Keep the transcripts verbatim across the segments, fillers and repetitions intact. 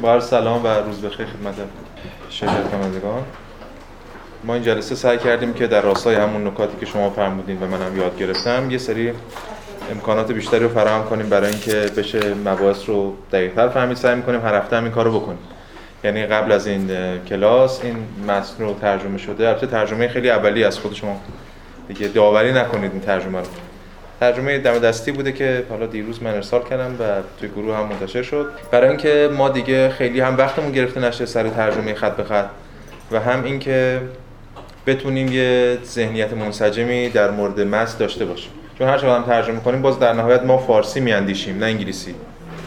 با سلام و روز بخیر خدمت شرکت کنندگان. ما این جلسه سعی کردیم که در راستای همون نکاتی که شما فرمودین و منم یاد گرفتم یه سری امکانات بیشتری رو فراهم کنیم برای اینکه بشه مباحث رو دقیق‌تر فهمید. سعی می‌کنیم هر هفته هم این کارو بکنیم. یعنی قبل از این کلاس این متن رو ترجمه شده، البته ترجمه خیلی اولی از خود شما دیگه داوری نکنید این ترجمه رو. ترجمه دم دستی بوده که حالا دیروز من ارسال کردم و توی گروه هم منتشر شد، برای اینکه ما دیگه خیلی هم وقتمون گرفته نشه سر ترجمه خط به خط و هم اینکه بتونیم یه ذهنیت منسجمی در مورد متن داشته باشیم. چون هر چقدر هم ترجمه کنیم باز در نهایت ما فارسی میاندیشیم نه انگلیسی،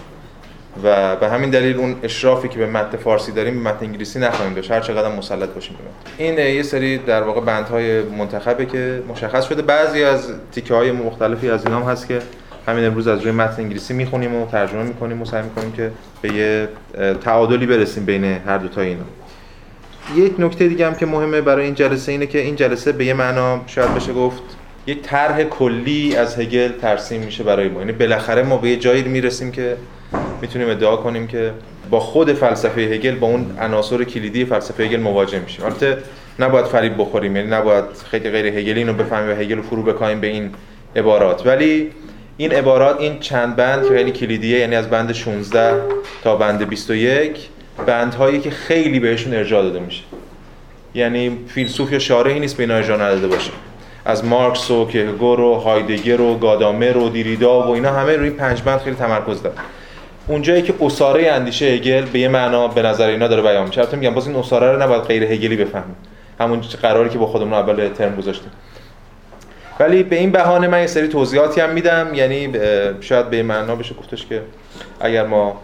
و به همین دلیل اون اشرافی که به متن فارسی داریم به متن انگلیسی نخواهیم داشت هر چقدر هم مسلط باشیم به متن. این یه سری در واقع بندهای منتخبه که مشخص شده. بعضی از تیکه‌های مختلفی از اینا هم هست که همین امروز از روی متن انگلیسی میخونیم و ترجمه میکنیم و سعی میکنیم که به یه تعادلی برسیم بین هر دو تا اینا. یک نکته دیگه هم که مهمه برای این جلسه اینه که این جلسه به یه معنا شاید بشه گفت یک طرح کلی از هگل ترسیم میشه برای ما. یعنی بالاخره ما به یه جایی میرسیم که میتونیم ادعا کنیم که با خود فلسفه هگل، با اون عناصر کلیدی فلسفه هگل مواجه میشیم. البته نباید فریب بخوریم، یعنی نباید خیلی غیر هگلی اینو بفهمیم و هگل رو فرو بکایم به این عبارات، ولی این عبارات، این چند بند که خیلی کلیدیه، یعنی از بند شانزده تا بند بیست و یک، بندهایی که خیلی بهشون ارجاع داده میشه. یعنی فیلسوف یا شارحی نیست به اینا ارجاع نداده باشه. از مارکس و کیرکگور و هایدگر و گادامر و دیریدا و اینا همه روی این پنج بند خیلی تمرکز دارن. اونجایی که اساره اندیشه هگل به یه معنا به نظر اینا داره بیان میشه. البته میگم باز این اساره رو نباید غیر هگلی بفهمیم، همون قراری که با خودمون اول ترم گذاشتیم. ولی به این بهانه من یه سری توضیحاتی هم میدم، یعنی شاید به این معنا بشه گفتش که اگر ما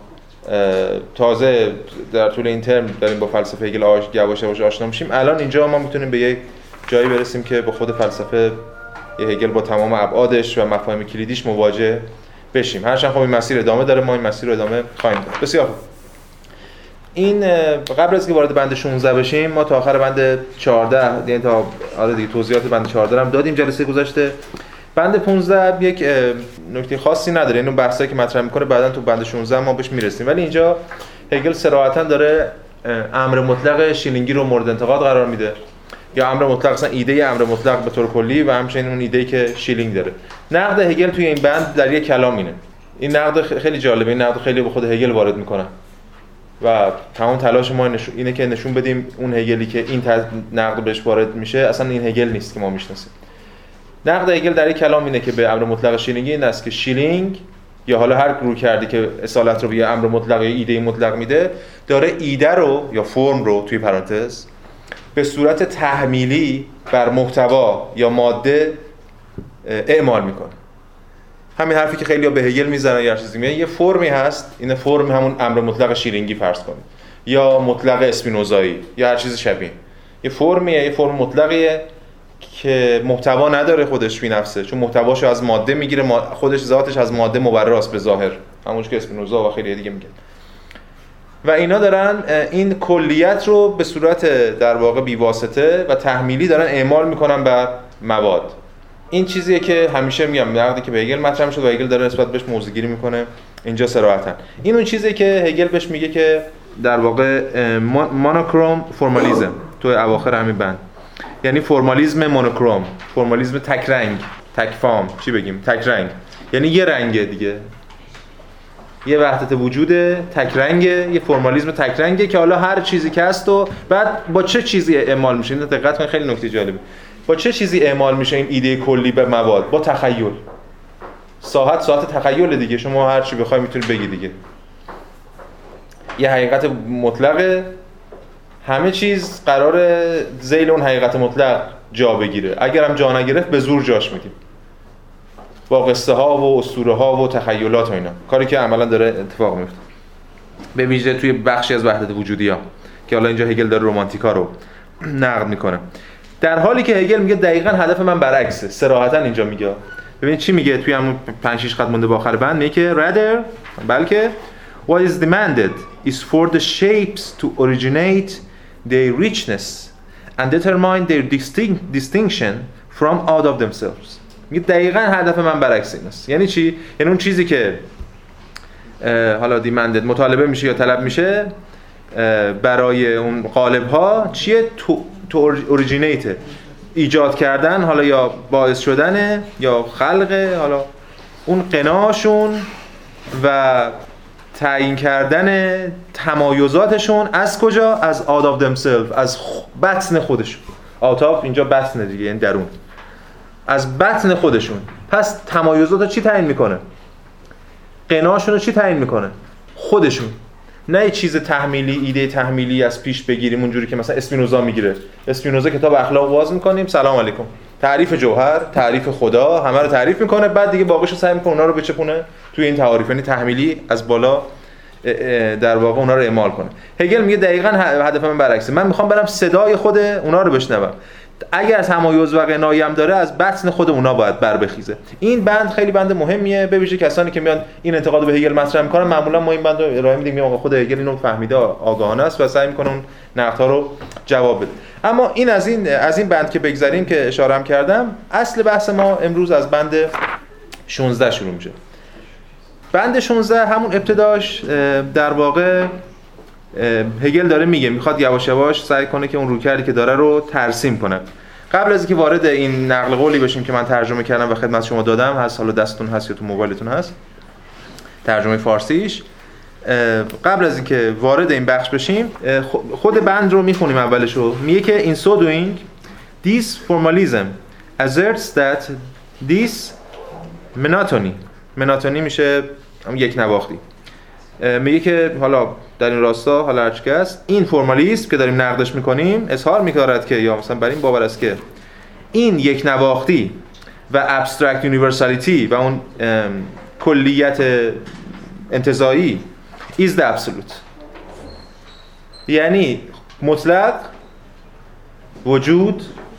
تازه در طول این ترم داریم با فلسفه هگل یواش یواش آشنا میشیم، الان اینجا ما میتونیم به یک جایی برسیم که با خود فلسفه هگل با تمام ابعادش و مفاهیم کلیدیش مواجه بشیم. هرچند خب این مسیر ادامه داره، ما این مسیر رو ادامه خواهیم داد. بسیار خوب. این قبل از که وارد بند شانزده بشیم، ما تا آخر بند چهارده، یعنی تا آره دیگه توضیحات بند چهارده هم دادیم جلسه گذشته. بند پانزده یک نکته خاصی نداره، اینو بحثایی که مطرح میکنه بعداً تو بند شانزده ما بهش میرسیم، ولی اینجا هگل صراحتاً داره امر مطلق شیلینگی رو مورد انتقاد قرار میده، یا امر مطلق، اصلا ایده امر مطلق به طور کلی و همچنین اون ایده‌ای که شیلینگ داره. نقد هگل توی این بند در یک کلام اینه. این نقد خیلی جالبه، این نقد خیلی به خود هگل وارد میکنن و تمام تلاش ما اینه که نشون بدیم اون هگلی که این نقد بهش وارد میشه اصلا این هگل نیست که ما میشناسیم. نقد هگل در یک کلام اینه که به امر مطلق شیلینگی این است که شیلینگ یا حالا هر گروه کردی که اصالت رو به یه امر مطلق یا ایده مطلق میده، داره ایده رو یا فرم رو توی پرانتز به صورت تحمیلی بر محتوا یا ماده اعمال میکنه. همین حرفی که خیلی‌ها به هگل میزنن یا چیزی میگن، یه فرمی هست، این فرم همون امر مطلق شیلینگی فرض کنید یا مطلق اسپینوزایی یا هر چیز شبیه. یه فرمیه، یه فرم مطلقیه که محتوا نداره خودش بی نفسه، چون محتواشو از ماده میگیره، خودش ذاتش از ماده مبرراست به ظاهر، همونش که اسپینوزا و خیلی دیگه میگن. و اینا دارن این کلیت رو به صورت در واقع بیواسطه و تحمیلی دارن اعمال میکنن بر مواد. این چیزیه که همیشه میگم نقدی که به هگل مطرح شد و هگل داره نسبت بهش موضع‌گیری میکنه اینجا صراحتاً. این اون چیزیه که هگل بهش میگه که در واقع مونوکروم فرمالیزم تو اواخر همین بند، یعنی فرمالیسم مونوکروم، فرمالیسم تک رنگ، تک فام، چی بگیم، تک رنگ، یعنی یه رنگه دیگه، یه وحدت وجوده، تک رنگه، یه فرمالیسم تک رنگه که حالا هر چیزی که هست و بعد با چه چیزی اعمال میشه. این دقت کنید خیلی نکته جالبه. با چه چیزی اعمال میشه این ایده کلی به مواد؟ با تخیل. ساحت ساحت تخیل دیگه، شما هر چی بخوای میتونی بگی دیگه. یه حقیقت مطلقه، همه چیز قراره ذیل اون حقیقت مطلق جا بگیره، اگر هم جا نگرفت به زور جاش میدیم با قصه ها و اسطوره ها و تخیلات و اینا، کاری که عملا داره اتفاق میفته به ویژه توی بخشی از وحدت وجودی ها که حالا اینجا هگل داره رومانتیکا رو نقد میکنه، در حالی که هگل میگه دقیقاً هدف من برعکسه. صراحتاً اینجا میگه، ببین چی میگه توی همون پنج شش خط مونده با آخر بند، میگه که rather بلکه what is demanded is for the shapes to originate their richness and determine their distinct distinction from out of themselves. میگه دقیقاً هدف من برعکس اینه. یعنی چی؟ یعنی اون چیزی که حالا دیمندد مطالبه میشه یا طلب میشه برای اون قالب ها چیه؟ تو تو اوریجینیت ایجاد کردن، حالا یا باعث شدنه یا خلق حالا اون قناشون و تعیین کردن تمایزاتشون از کجا؟ از out of themselves، از بطن خودشون. out of اینجا بطن دیگه، یعنی درون، از بطن خودشون. پس تمایزات رو چی تعیین میکنه؟ قناشون رو چی تعیین میکنه؟ خودشون. نه یه چیز تحمیلی، ایده تحمیلی از پیش بگیریم اونجوری که مثلا اسپینوزا میگیره. اسپینوزا کتاب اخلاق باز میکنیم، سلام علیکم، تعریف جوهر، تعریف خدا، همه رو تعریف میکنه، بعد دیگه باقیشو سعی میکنه اونا رو بچپونه توی این تعاریف، یعنی تحمیلی از بالا در واقع اونا رو اعمال کنه. هگل میگه دقیقاً هدف من برعکسه، من میخوام برم صدای خود اونا رو بشنوم. اگر تمایز و قنایی هم داره از بطن خود اونا باید بر بخیزه. این بند خیلی بند مهمیه، به ویژه کسانی که میان این انتقاد به هگل مطرح میکنن. معمولا ما این بند رو ارائه میدیم، میگم خود هگل اینو فهمیده، آگاهانه است و سعی میکنه اون نقدها رو جواب بده. اما این از این از این بند که بگذریم که اشاره هم کردم، اصل بحث ما امروز از بند شانزده شروع میشه. بند شانزده همون ابتداش در واقع هگل داره میگه میخواد یواش یواش سعی کنه که اون رویکردی که داره رو ترسیم کنه. قبل از اینکه وارد این نقل قولی بشیم که من ترجمه کردم و خدمت شما دادم، هست حالا دستتون هست یا تو موبایلتون هست ترجمه فارسیش، قبل از اینکه وارد این بخش بشیم خود بند رو میخونیم اولشو. میگه که in so doing this formalism asserts that this monotony monotony میشه یک نواختی. میگه که حالا در این راستا حالا هرچی که است، این فرمالیسم که داریم نقدش میکنیم اظهار میکارد که، یا مثلا بر این باور است که این یک نواختی و ابسترکت یونیورسالیتی و اون کلیت انتزاعی is the absolute، یعنی مطلق وجود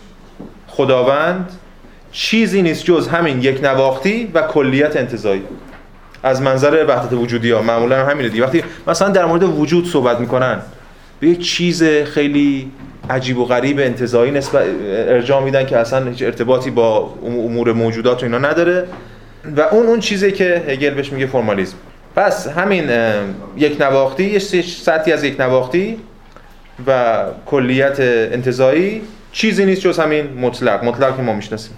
خداوند چیزی نیست جز همین یک نواختی و کلیت انتزاعی. از منظر وحدت وجودی ها معمولا همینه دیگه. وقتی مثلا در مورد وجود صحبت میکنن به یک چیز خیلی عجیب و غریب انتزاعی نسبت ارجاع میدن که اصلا هیچ ارتباطی با امور موجودات و اینا نداره و اون اون چیزی که هگل بهش میگه فرمالیسم. پس همین یک نواختی، یه سطحی از یک نواختی و کلیت انتزاعی چیزی نیست جز همین مطلق، مطلق که ما میشناسیم.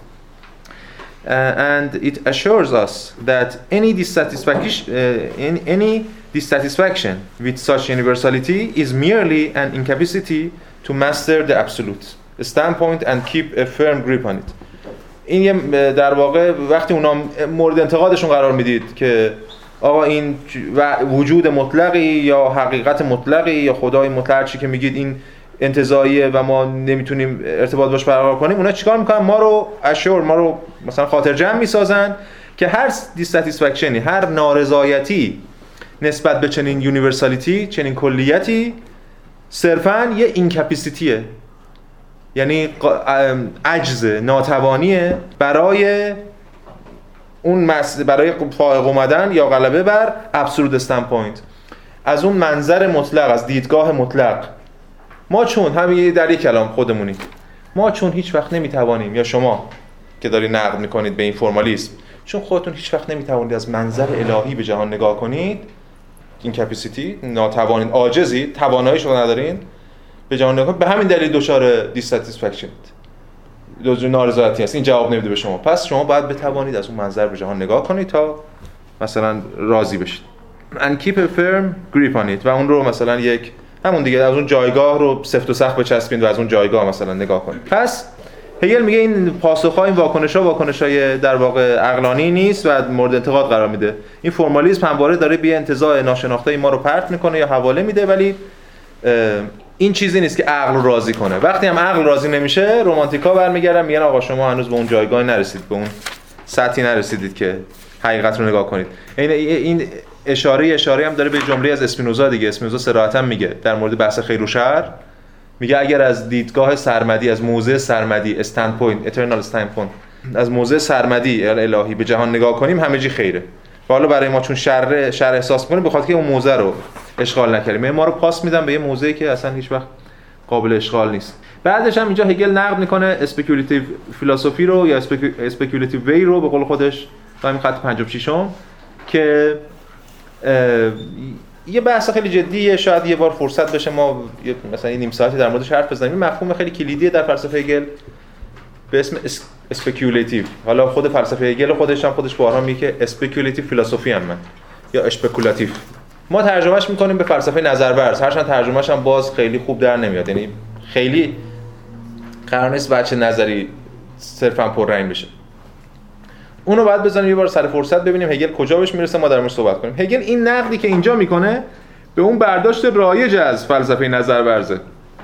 Uh, and it assures us that any dissatisfaction, uh, any dissatisfaction with such universality is merely an incapacity to master the absolute standpoint and keep a firm grip on it. این یه در واقع وقتی اونا مورد انتقادشون قرار میدید که آقا این وجود مطلقی یا حقیقت مطلقی یا خدای مطلق چی که میگید این انتزاعیه و ما نمیتونیم ارتباط باش برقرار کنیم، اونا چیکار میکنن؟ ما رو اشور، ما رو مثلا خاطر جمع میسازن که هر دیساتیسفکشنی، هر نارضایتی نسبت به چنین یونیورسالیتی، چنین کلیتی، صرفاً یه اینکپیسیتیه، یعنی عجز، ناتوانیه برای اون مس... برای فائق اومدن یا غلبه بر ابسولوت استندپوینت، از اون منظر مطلق، از دیدگاه مطلق. ما چون همین در یک کلام خودمونی، ما چون هیچ وقت نمیتوانیم، یا شما که داری نقد میکنید به این فرمالیسم، چون خودتون هیچ وقت نمیتوانید از منظر الهی به جهان نگاه کنید، این کپاسیتی، ناتوانید، عاجزید، تواناییش رو ندارین به جهان نگاه، به همین دلیل دچار دیساتیسفکشن، دچار نارضایتی هست. این جواب نمیده به شما. پس شما باید بتوانید از اون منظر به جهان نگاه کنید تا مثلا راضی بشید. and keep a firm grip on it، و اون رو مثلا یک همون دیگه از اون جایگاه رو سفت و سخت بچسبید و از اون جایگاه مثلا نگاه کنید. پس هگل میگه این پاسخ‌ها، این واکنش‌ها واکنش‌های در واقع عقلانی نیست و مورد انتقاد قرار میده. این فرمالیسم همواره داره بی انتزاع ناشناخته ما رو پرت میکنه یا حواله میده، ولی این چیزی نیست که عقل رو راضی کنه. وقتی هم عقل راضی نمیشه، رمانتیکا برمیگردن میگن آقا شما هنوز به اون جایگاه نرسید، به اون سطحی نرسیدید که حقیقت رو نگاه کنید. این این اشاره اشاره هم داره به جمله از اسپینوزا دیگه. اسپینوزا صراحتاً میگه در مورد بحث خیر و شر، میگه اگر از دیدگاه سرمدی، از موضع سرمدی، استند پوینت، اترنال استند پوینت، از موضع سرمدی الهی به جهان نگاه کنیم، همه چی خیره. و حالا برای ما چون شر شر احساس می‌کنیم، بخاطر که اون موضع رو اشغال نکردیم، ما رو پاس میدن به یه موضعی که اصلا هیچ وقت قابل اشغال نیست. بعدش هم اینجا هگل نقد میکنه اسپکولاتیو فیلسوفی رو یا اسپکولاتیو وی رو، به قول خودش همین خط پنجاه و شش که یه بحث خیلی جدیه، شاید یه بار فرصت بشه ما مثلا یه نیم ساعتی در موردش حرف بزنیم. مفهوم خیلی کلیدیه در فلسفه هگل به اسم اسپکولاتیو. حالا خود فلسفه هگل خودش هم خودش بارها میگه که اسپکولاتیو فیلسوفی هم من یا اسپکولاتیو. ما ترجمهش میکنیم به فلسفه نظرورز، هرچند ترجمهش هم باز خیلی خوب در نمیاد، یعنی خیلی قرار نیست بچه نظری صرفا پررنگ بشه. اونو باید بزنیم یه بار سر فرصت ببینیم هگل کجا بهش میرسه، ما در موردش صحبت کنیم. هگل این نقدی که اینجا میکنه به اون برداشت رایج از فلسفه نظرورزه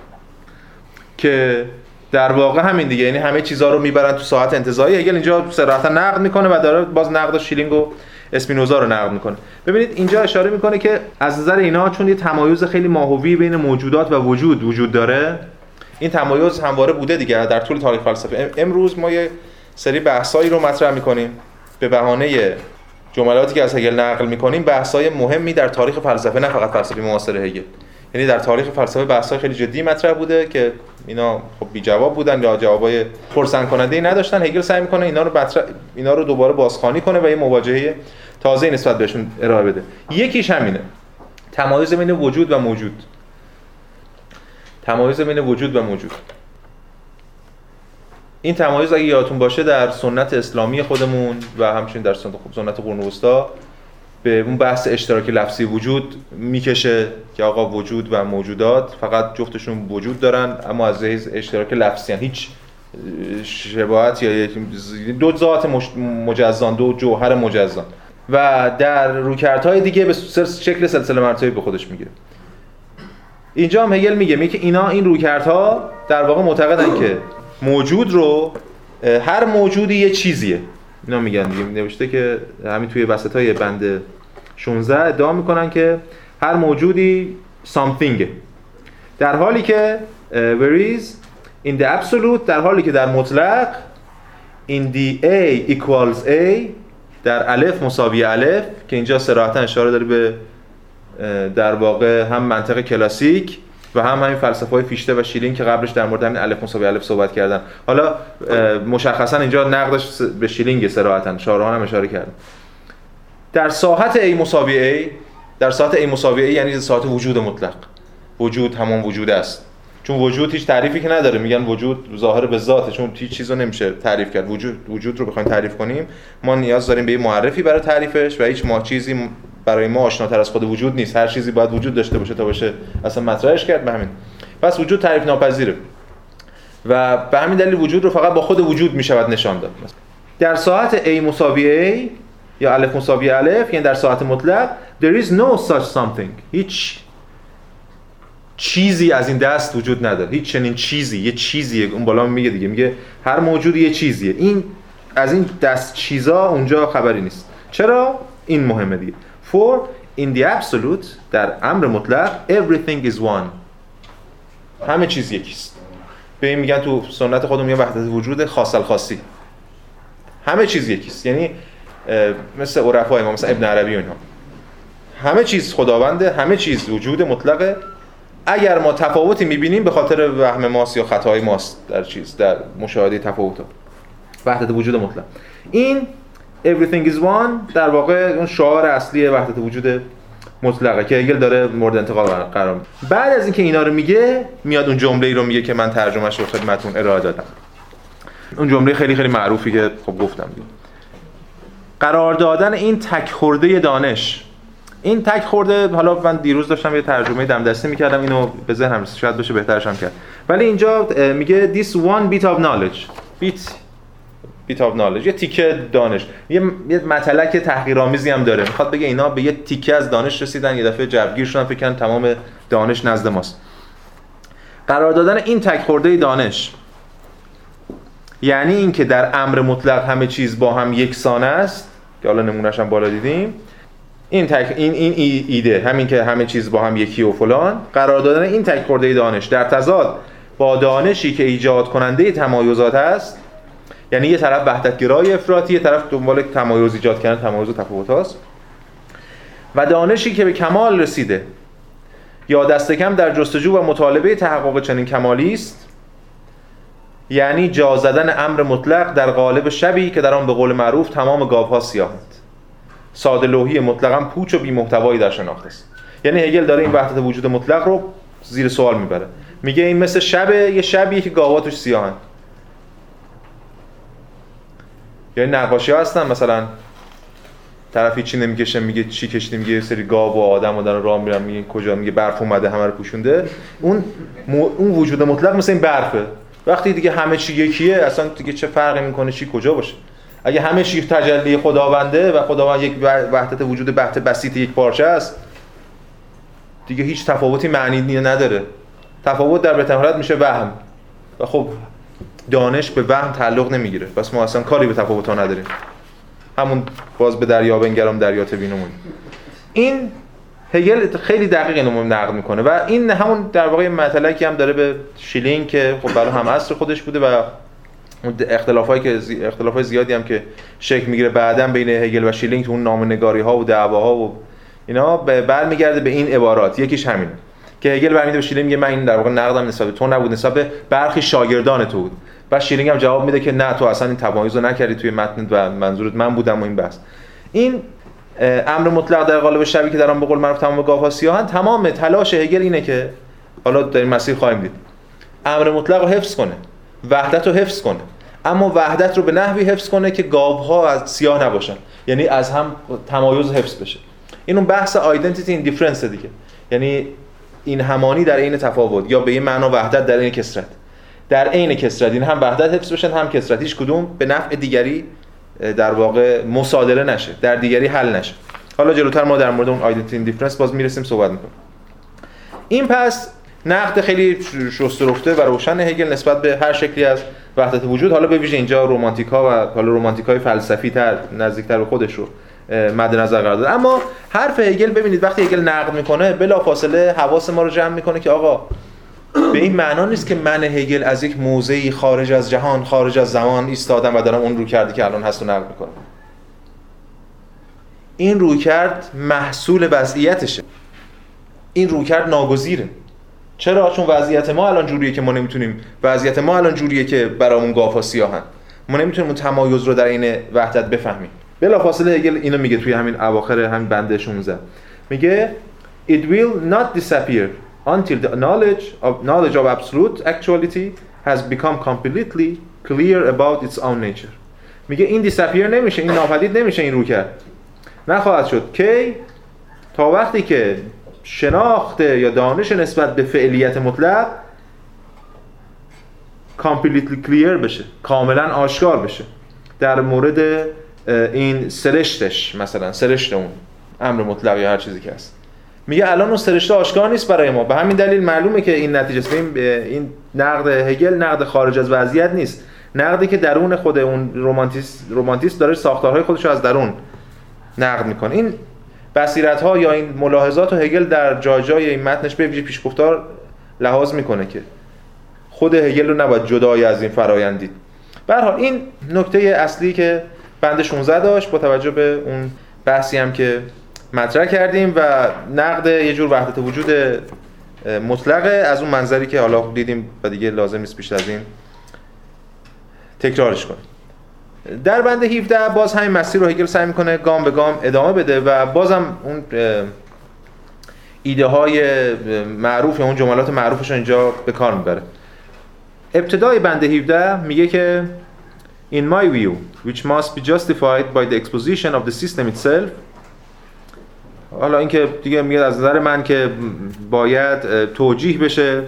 که در واقع همین دیگه، یعنی همه چیزا رو میبرن تو ساعت انتزاعی. هگل اینجا صراحتا نقد میکنه و داره باز نقد شیلینگ و اسپینوزا رو نقد میکنه. ببینید اینجا اشاره میکنه که از نظر اینا چون یه تمایز خیلی ماهوی بین موجودات و وجود وجود داره، این تمایز همواره بوده دیگه در طول تاریخ فلسفه. امروز ما یه سری بحثایی رو مطرح میکنیم به بهانه جملاتی که از هگل نقل میکنیم، بحثای مهمی در تاریخ فلسفه، نه فقط فلسفه معاصر هگل. یعنی در تاریخ فلسفه بحثای خیلی جدی مطرح بوده که اینا خب بی جواب بودن یا جوابای پرسان کننده ای نداشتن. هگل سعی میکنه اینا رو مطرح اینا رو دوباره بازخوانی کنه و یه مواجهه تازه نسبت بهشون ارائه بده. یکیش همینه، تمایز بین وجود و موجود. تمایز بین وجود و موجود. این تمایز اگه یادتون باشه در سنت اسلامی خودمون و همچنین در سنت قرون وسطا به اون بحث اشتراک لفظی وجود میکشه که آقا وجود و موجودات فقط جفتشون وجود دارن اما از لحاظ اشتراک لفظی هیچ شباهت یا دو ذات مجزان، دو جوهر مجزان. و در رویکردهای دیگه به شکل سلسله مراتبی به خودش میگیره. اینجا هم هگل میگه میگه که اینا این رویکردها در واقع معتقدن که موجود رو هر موجودی یه چیزیه. اینا میگن دیگه، نوشته که همین توی وسطای بند شانزده ادعا میکنن که هر موجودی something، در حالی که where is in the absolute، در حالی که در مطلق in the a equals a، در الف مساوی الف، که اینجا صراحتا اشاره داره به در واقع هم منطق کلاسیک و هم همین فلسفه‌های فیشته و شیلینگ که قبلش در مورد همین الف مساوی الف صحبت کردن. حالا مشخصا اینجا نقدش به شیلینگ صراحتا، شارحان هم اشاره کردن. در ساحت A مساوی A، در ساحت A مساوی A یعنی ساحت وجود مطلق. وجود همان وجود است. چون وجود هیچ تعریفی که نداره، میگن وجود ظاهر به ذاته، چون هیچ چیزو نمیشه تعریف کرد. وجود وجود رو بخوایم تعریف کنیم ما نیاز داریم به یه معرفی برای تعریفش و هیچ ما چیزی برای ما آشناتر از خود وجود نیست. هر چیزی باید وجود داشته باشه تا باشه اصلا مطرحش کرد. به همین پس وجود تعریف ناپذیره و به همین دلیل وجود رو فقط با خود وجود میشود نشان داد. در ساعت A مساوی A یا الف مساوی الف، یعنی در ساعت مطلق there is no such something، هیچ چیزی از این دست وجود نداره، هیچ چنین چیزی، یه چیزیه. اون بالا میگه دیگه، میگه هر موجودی یه چیزیه. این از این دست چیزا اونجا خبری نیست. چرا؟ این مهمه دیگه. For in the absolute، در امر مطلق everything is one، همه چیز یکیست. به این میگن تو سنت خودمون میگن وحدت وجود خاص الخاصی، همه چیز یکیست. یعنی مثل عرفای ما، مثل ابن عربی و اینها، همه چیز خداونده، همه چیز وجود مطلقه. اگر ما تفاوتی میبینیم به خاطر وهم ماست یا خطای ماست در چیز، در مشاهده تفاوت‌ها. وحدت وجود مطلق. این everything is one در واقع اون شعار اصلی وحدت وجود مطلقه که هگل داره مورد انتقاد قرار میده. بعد از اینکه اینا رو میگه، میاد اون جمله‌ای رو میگه که من ترجمه‌اش رو خدمتتون ارائه دادم. اون جمله خیلی خیلی معروفی که خب گفتم دیگه. قرار دادن این تک خورده دانش. این تک خورده، حالا من دیروز داشتم یه ترجمه دم دستی می‌کردم، اینو به ذهنم رسید، شاید بشه بهترش هم کرد. ولی اینجا میگه this one bit of knowledge. bit bit of knowledge، یه تیکه دانش. یه یه مطلق تحقیرآمیزی هم داره. میخواد بگه اینا به یه تیکه از دانش رسیدن، یه دفعه جوگیر شدن، فکر کنن تمام دانش نزد ماست. قرار دادن این تک خورده دانش یعنی اینکه در امر مطلق همه چیز با هم یکسان است، که حالا نمونه‌اش هم بالا دیدیم. این تک این این ایده، همین که همه چیز با هم یکی و فلان، قرار دادن این تک خورده دانش در تضاد با دانشی که ایجاد کننده تمایزات است، یعنی یه طرف وحدت‌گرای افراطی، یه طرف دنبال تمایز ایجاد کردن تمایز و تفاوت هست، و دانشی که به کمال رسیده یا دست کم در جستجو و مطالبه تحقق چنین کمالی است، یعنی جا زدن امر مطلق در قالب شبی که در آن به قول معروف تمام گاوها سیاهند. ساده لوحی مطلقاً پوچ و بی محتوایی در شناخت است. یعنی هگل داره این وحدت وجود مطلق رو زیر سوال میبره. میگه این مثل شبه، یه شبیه که گاوا توش سیاهن. یعنی نقاشی‌ها هستن مثلا طرفی چی نمیکشه میگه چی کشیدیم، میگه یه سری گاو و آدم دارن راه میرن، میگه کجا، میگه برف اومده همه رو پوشونده. اون مو... اون وجود مطلق مثل این برفه. وقتی دیگه همه چی یکیه اصلا دیگه چه فرقی میکنه چی کجا باشه. اگه همه چی تجلی خداونده و خداوند یک وحدت وجود بحت بسیط یک پارچه است، دیگه هیچ تفاوتی معنی نداره. تفاوت در بتمرد میشه وهم و خب دانش به وهم تعلق نمیگیره، پس ما اصلا کاری به تفاوت‌ها نداریم. همون باز به دریا بنگرم دریا تبینمون. این هگل خیلی دقیق اینو نقد میکنه و این همون در واقع مطلقی هم داره به شیلینگ که خب برای هم عصر خودش بوده و اختلافایی که زی... اختلافای زیادی هم که شکل میگیره بعداً بین هگل و شیلینگ تو اون نامه‌نگاری‌ها و دعواها و اینا برمیگرده به این عبارات. یکیش همینه که هگل برمیگرده به شیلینگ میگه من این در واقع نقدم نسبت به تو نبود، نسبت به برخی شاگردان تو بود. و شیلینگ هم جواب میده که نه تو اصلا این تمایز رو نکردی توی متن و منظورت من بودم و این بحث. این امر مطلق در قالب شبیه که در آن به قول معروف تمام گاوها سیاهن، تمام تلاش هگل اینه که حالا در این مسیر خواهیم دید امر مطلق رو حفظ کنه، وحدت رو حفظ کنه، اما وحدت رو به نحوی حفظ کنه که گاوها از سیاه نباشن، یعنی از هم تمایز حفظ بشه. این اون بحث آیدنتیتی این دیفرنس دیگه، یعنی این همانی در عین تفاوت، یا به این معنا وحدت در عین کثرت. در عین کثرت این هم وحدت حفظ بشن هم کثرت، هیچ کدوم به نفع دیگری در واقع مصادره نشه، در دیگری حل نشه. حالا جلوتر ما در مورد اون آیدنتیتی این دیفرنس باز میرسیم صحبت میکنیم. این پس نقد خیلی شست‌ورفته و روشن هگل نسبت به هر شکلی از وحدت وجود، حالا به ویژه اینجا رمانتیک‌ها و حالا رمانتیک‌های فلسفی‌تر نزدیکتر به خودش رو مد نظر قرار داده. اما حرف هگل ببینید وقتی هگل نقد میکنه بلافاصله حواس ما رو جمع میکنه که آقا به این معنا نیست که من هگل از یک موضعی خارج از جهان، خارج از زمان ایستادم و دارم اون رو کردی که الان هست و نقد میکنم. این رویکرد محصول وضعیتشه، این رویکرد ناگزیره. چرا؟ چون وضعیت ما الان جوریه که ما نمیتونیم، وضعیت ما الان جوریه که برامون گاوها سیاهن، ما نمیتونیم اون تمایز رو در این وحدت بفهمیم. بلافاصله هگل اینو میگه توی همین اواخر همین بند شانزده، میگه it will not disappear until the knowledge of knowledge of absolute actuality has become completely clear about its own nature. میگه این disappear نمیشه، این ناپدید نمیشه، این رو کرد نخواهد شد کی؟ تا وقتی که شناخت یا دانش نسبت به فعلیت مطلق completely clear بشه، کاملا آشکار بشه در مورد این سرشتش، مثلا سرشت اون امر مطلق یا هر چیزی که هست. میگه الان اون سرشت آشکار نیست برای ما، به همین دلیل معلومه که این نتیجه است. این نقد هگل نقد خارج از وضعیت نیست، نقدی که درون خود اون رمانتیست رمانتیست داره ساختارهای خودش رو از درون نقد میکنه. این بصیرت‌ها یا این ملاحظات رو هگل در جای جای این متنش به ویژه پیشگفتار لحاظ میکنه که خود هگل رو نباید جدای از این فرآیند دید. به هر حال این نکته اصلی که بند شانزده داشت با توجه به اون بحثی هم که مطرح کردیم و نقد یه جور وحدت وجود مطلقه از اون منظری که حالا دیدیم و دیگه لازم نیست بیشتر از این تکرارش کنیم. در بند هفده باز همین مسیر رو هگل سعی میکنه گام به گام ادامه بده و بازم اون ایده های معروف یا اون جملات معروفش رو اینجا به کار میبره. ابتدای بند هفده میگه که In my view, which must be justified by the exposition of the system itself. حالا این که دیگه میگه از نظر من که باید توجیه بشه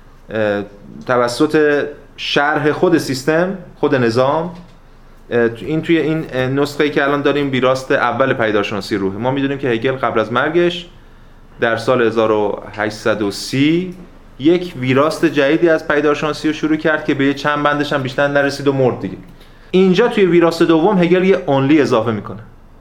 توسط شرح خود سیستم، خود نظام. این توی این نسخه‌ای که الان داریم ویراست اول پیدارشناسی روح. ما میدونیم که هگل قبل از مرگش در سال هزار و هشتصد و سی یک ویراست جدیدی از پیدارشناسی رو شروع کرد که به چند بندش هم بیشتر نرسید و مرد دیگه. اینجا توی ویراست دوم هگل یه اونلی اضافه میکنه،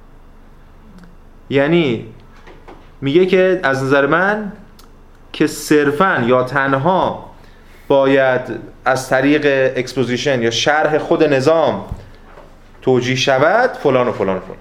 یعنی میگه که از نظر من که صرفاً یا تنها باید از طریق اکسپوزیشن یا شرح خود نظام توجیه شود فلان و فلان و فلان.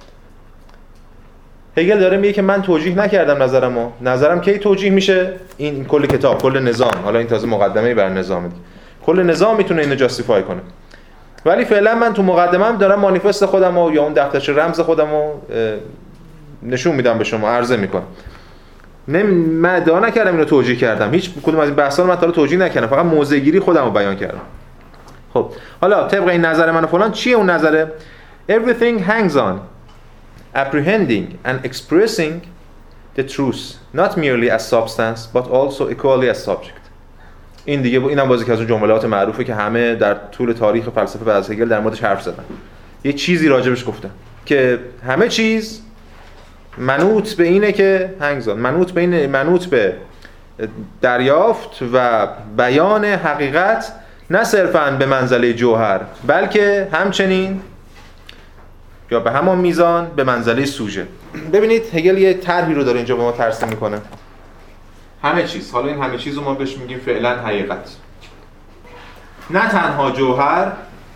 هگل داره میگه که من توجیه نکردم نظرمو، نظرم کی توجیه میشه؟ این کل کتاب، کل نظام، حالا این تازه مقدمه‌ای بر نظام دیگه. کل نظام میتونه اینو جاستیفای کنه. ولی فعلا من تو مقدمه‌ام دارم مانیفست خودم و یا اون دفترچه رمز خودم رو نشون میدم به شما، عرضه میکنم. نه من ادعا نکردم اینو توجیه کردم، هیچ کدوم از این بحثا رو من تا حالا توجیه نکردم، فقط موضع‌گیری خودم رو بیان کردم. خب حالا طبق این نظر من و فلان چیه اون نظره؟ Everything hangs on apprehending and expressing the truth not merely as substance but also equally as subject. این دیگه اینم بازی که از اون جملات معروفه که همه در طول تاریخ فلسفه بعد از هگل در موردش حرف زدن. یه چیزی راجبش گفتن که همه چیز منوط به اینه که hangs on، منوط به این منوط به دریافت و بیان حقیقت نه صرفاً به منزله جوهر بلکه همچنین یا به همان میزان به منزله سوژه. ببینید هگل یه طرحی رو داره اینجا به ما ترسیم میکنه. همه چیز، حالا این همه چیز رو ما بهش میگیم فعلا حقیقت، نه تنها جوهر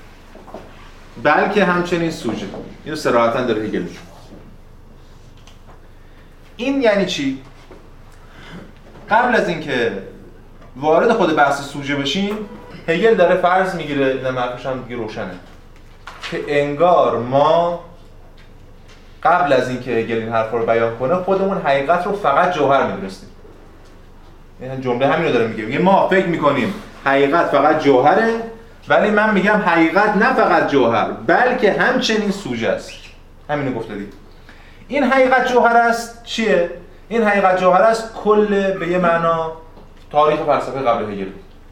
بلکه همچنین سوژه. اینو صراحتاً داره هگل میگه. این یعنی چی؟ قبل از اینکه وارد خود بحث سوژه بشیم، هگل داره فرض میگیره، این حرفش هم دیگه روشنه، که انگار ما قبل از اینکه هگل این حرفا رو بیان کنه خودمون حقیقت رو فقط جوهر می‌دونستیم. این جمله همین رو داره میگه، میگه ما فکر می‌کنیم حقیقت فقط جوهره، ولی من میگم حقیقت نه فقط جوهر بلکه همچنین سوژه است. همینو گفته دیگه. این حقیقت جوهر است چیه؟ این حقیقت جوهر است کل به یه معنا تاریخ فلسفه قبل هگل.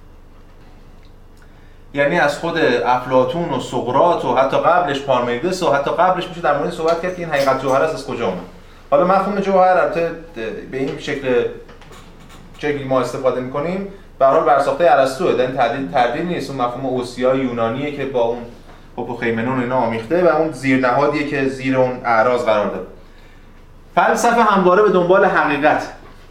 یعنی از خود افلاطون و سقراط و حتی قبلش پارمنیدس و حتی قبلش میشه در مورد صحبت کرد که این حقیقت جوهر است از کجا اومد. حالا مفهوم جوهر البته به این شکل چگونه ما استفاده می‌کنیم به هر حال برساخته ارسطوئه، در این تردید تردید نیست، اون مفهوم اوسیا یونانیه که با اون هوپوخیمنون اینا آمیخته و اون زیرنهادیه که زیر اون اعراض قرار داره. فلسفه همواره به دنبال حقیقت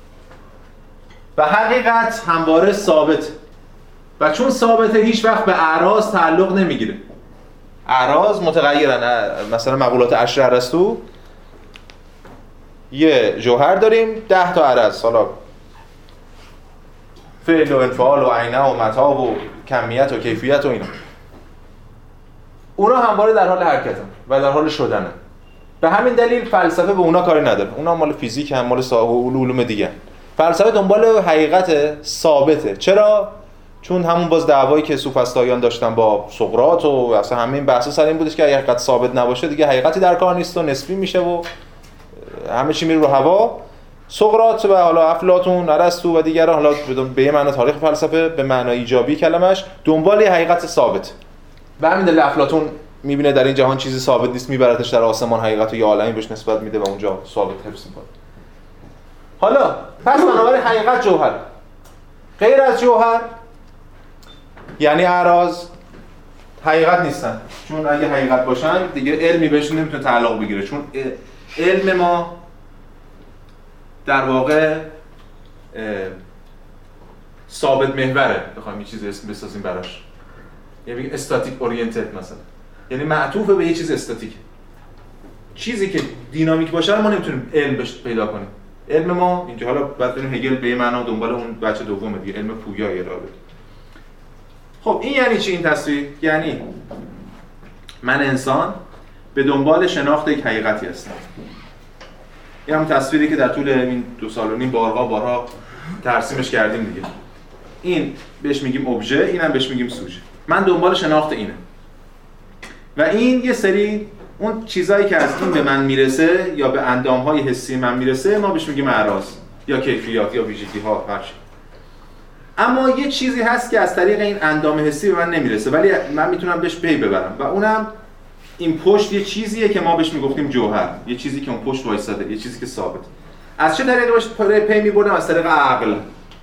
و حقیقت همواره ثابت و چون ثابته هیچ وقت به اعراض تعلق نمیگیره. اعراض متغیرن. مثلا مقولات عشر ارسطو یه جوهر داریم، ده تا عرض، حالا فعل و انفعال و عینه و متا و کمیت و کیفیت و اینا. اونا همواره در حال حرکتن و در حال شدنن. به همین دلیل فلسفه به اونا کاری نداره. اونا مال فیزیک هم، مال علوم دیگه. فلسفه دنبال حقیقت ثابته. چرا؟ چون همون باز دعوایی که سوفسطائیان داشتن با سقراط و اصلا همه این بحثا سر این بودش که اگه حقیقت ثابت نباشه دیگه حقیقتی در کار نیست و نسبی میشه و همه چی میره رو هوا. سقراط و حالا افلاطون، ارسطو و دیگران، حالا به یه معنی تاریخ فلسفه به معنای ایجابی کلمش دنبال یه حقیقت ثابت. به همین دلیل افلاطون میبینه در این جهان چیزی ثابت نیست، میبرتش در آسمان، حقیقت و یه عالمی بهش نسبت میده و اونجا ثابت حفظ میکنه. حالا پس بنابراین حقیقت جوهر، غیر از جوهر یعنی اعراض حقیقت نیستن، چون اگه حقیقت باشن دیگه علمی بهشون نمیتونه تعلق بگیره، چون علم ما در واقع ثابت محوره، بخوایم یه چیز اسم بسازیم براش، یعنی استاتیک اورینتد مثلا، یعنی معطوف به یه چیز استاتیک. چیزی که دینامیک باشه ما نمیتونیم علم بهش پیدا کنیم. علم ما اینجا حالا بعد بریم هگل به یه معنا دنبال اون بچه دومه دیگه، علم پویایی ارائه بده. خب این یعنی چی این تصویر؟ یعنی من انسان به دنبال شناخت یک حقیقتی هستم. این هم تصویری که در طول این دو سال و نیم بارها بارها ترسیمش کردیم دیگه. این بهش میگیم ابژه، اینم بهش میگیم سوژه. من دنبال شناخت اینه. و این یه سری اون چیزایی که از این به من میرسه یا به اندامهای حسی من میرسه ما بهش میگیم اعراض یا کیفیات یا ویژگی‌ها هر چی. اما یه چیزی هست که از طریق این اندام حسی به من نمیرسه ولی من میتونم بهش پی ببرم و اونم این پشت یه چیزیه که ما بهش میگفتیم جوهر، یه چیزی که اون پشت وایساده، یه چیزی که ثابت. از چه طریقی بهش پی میبردم؟ از طریق عقل.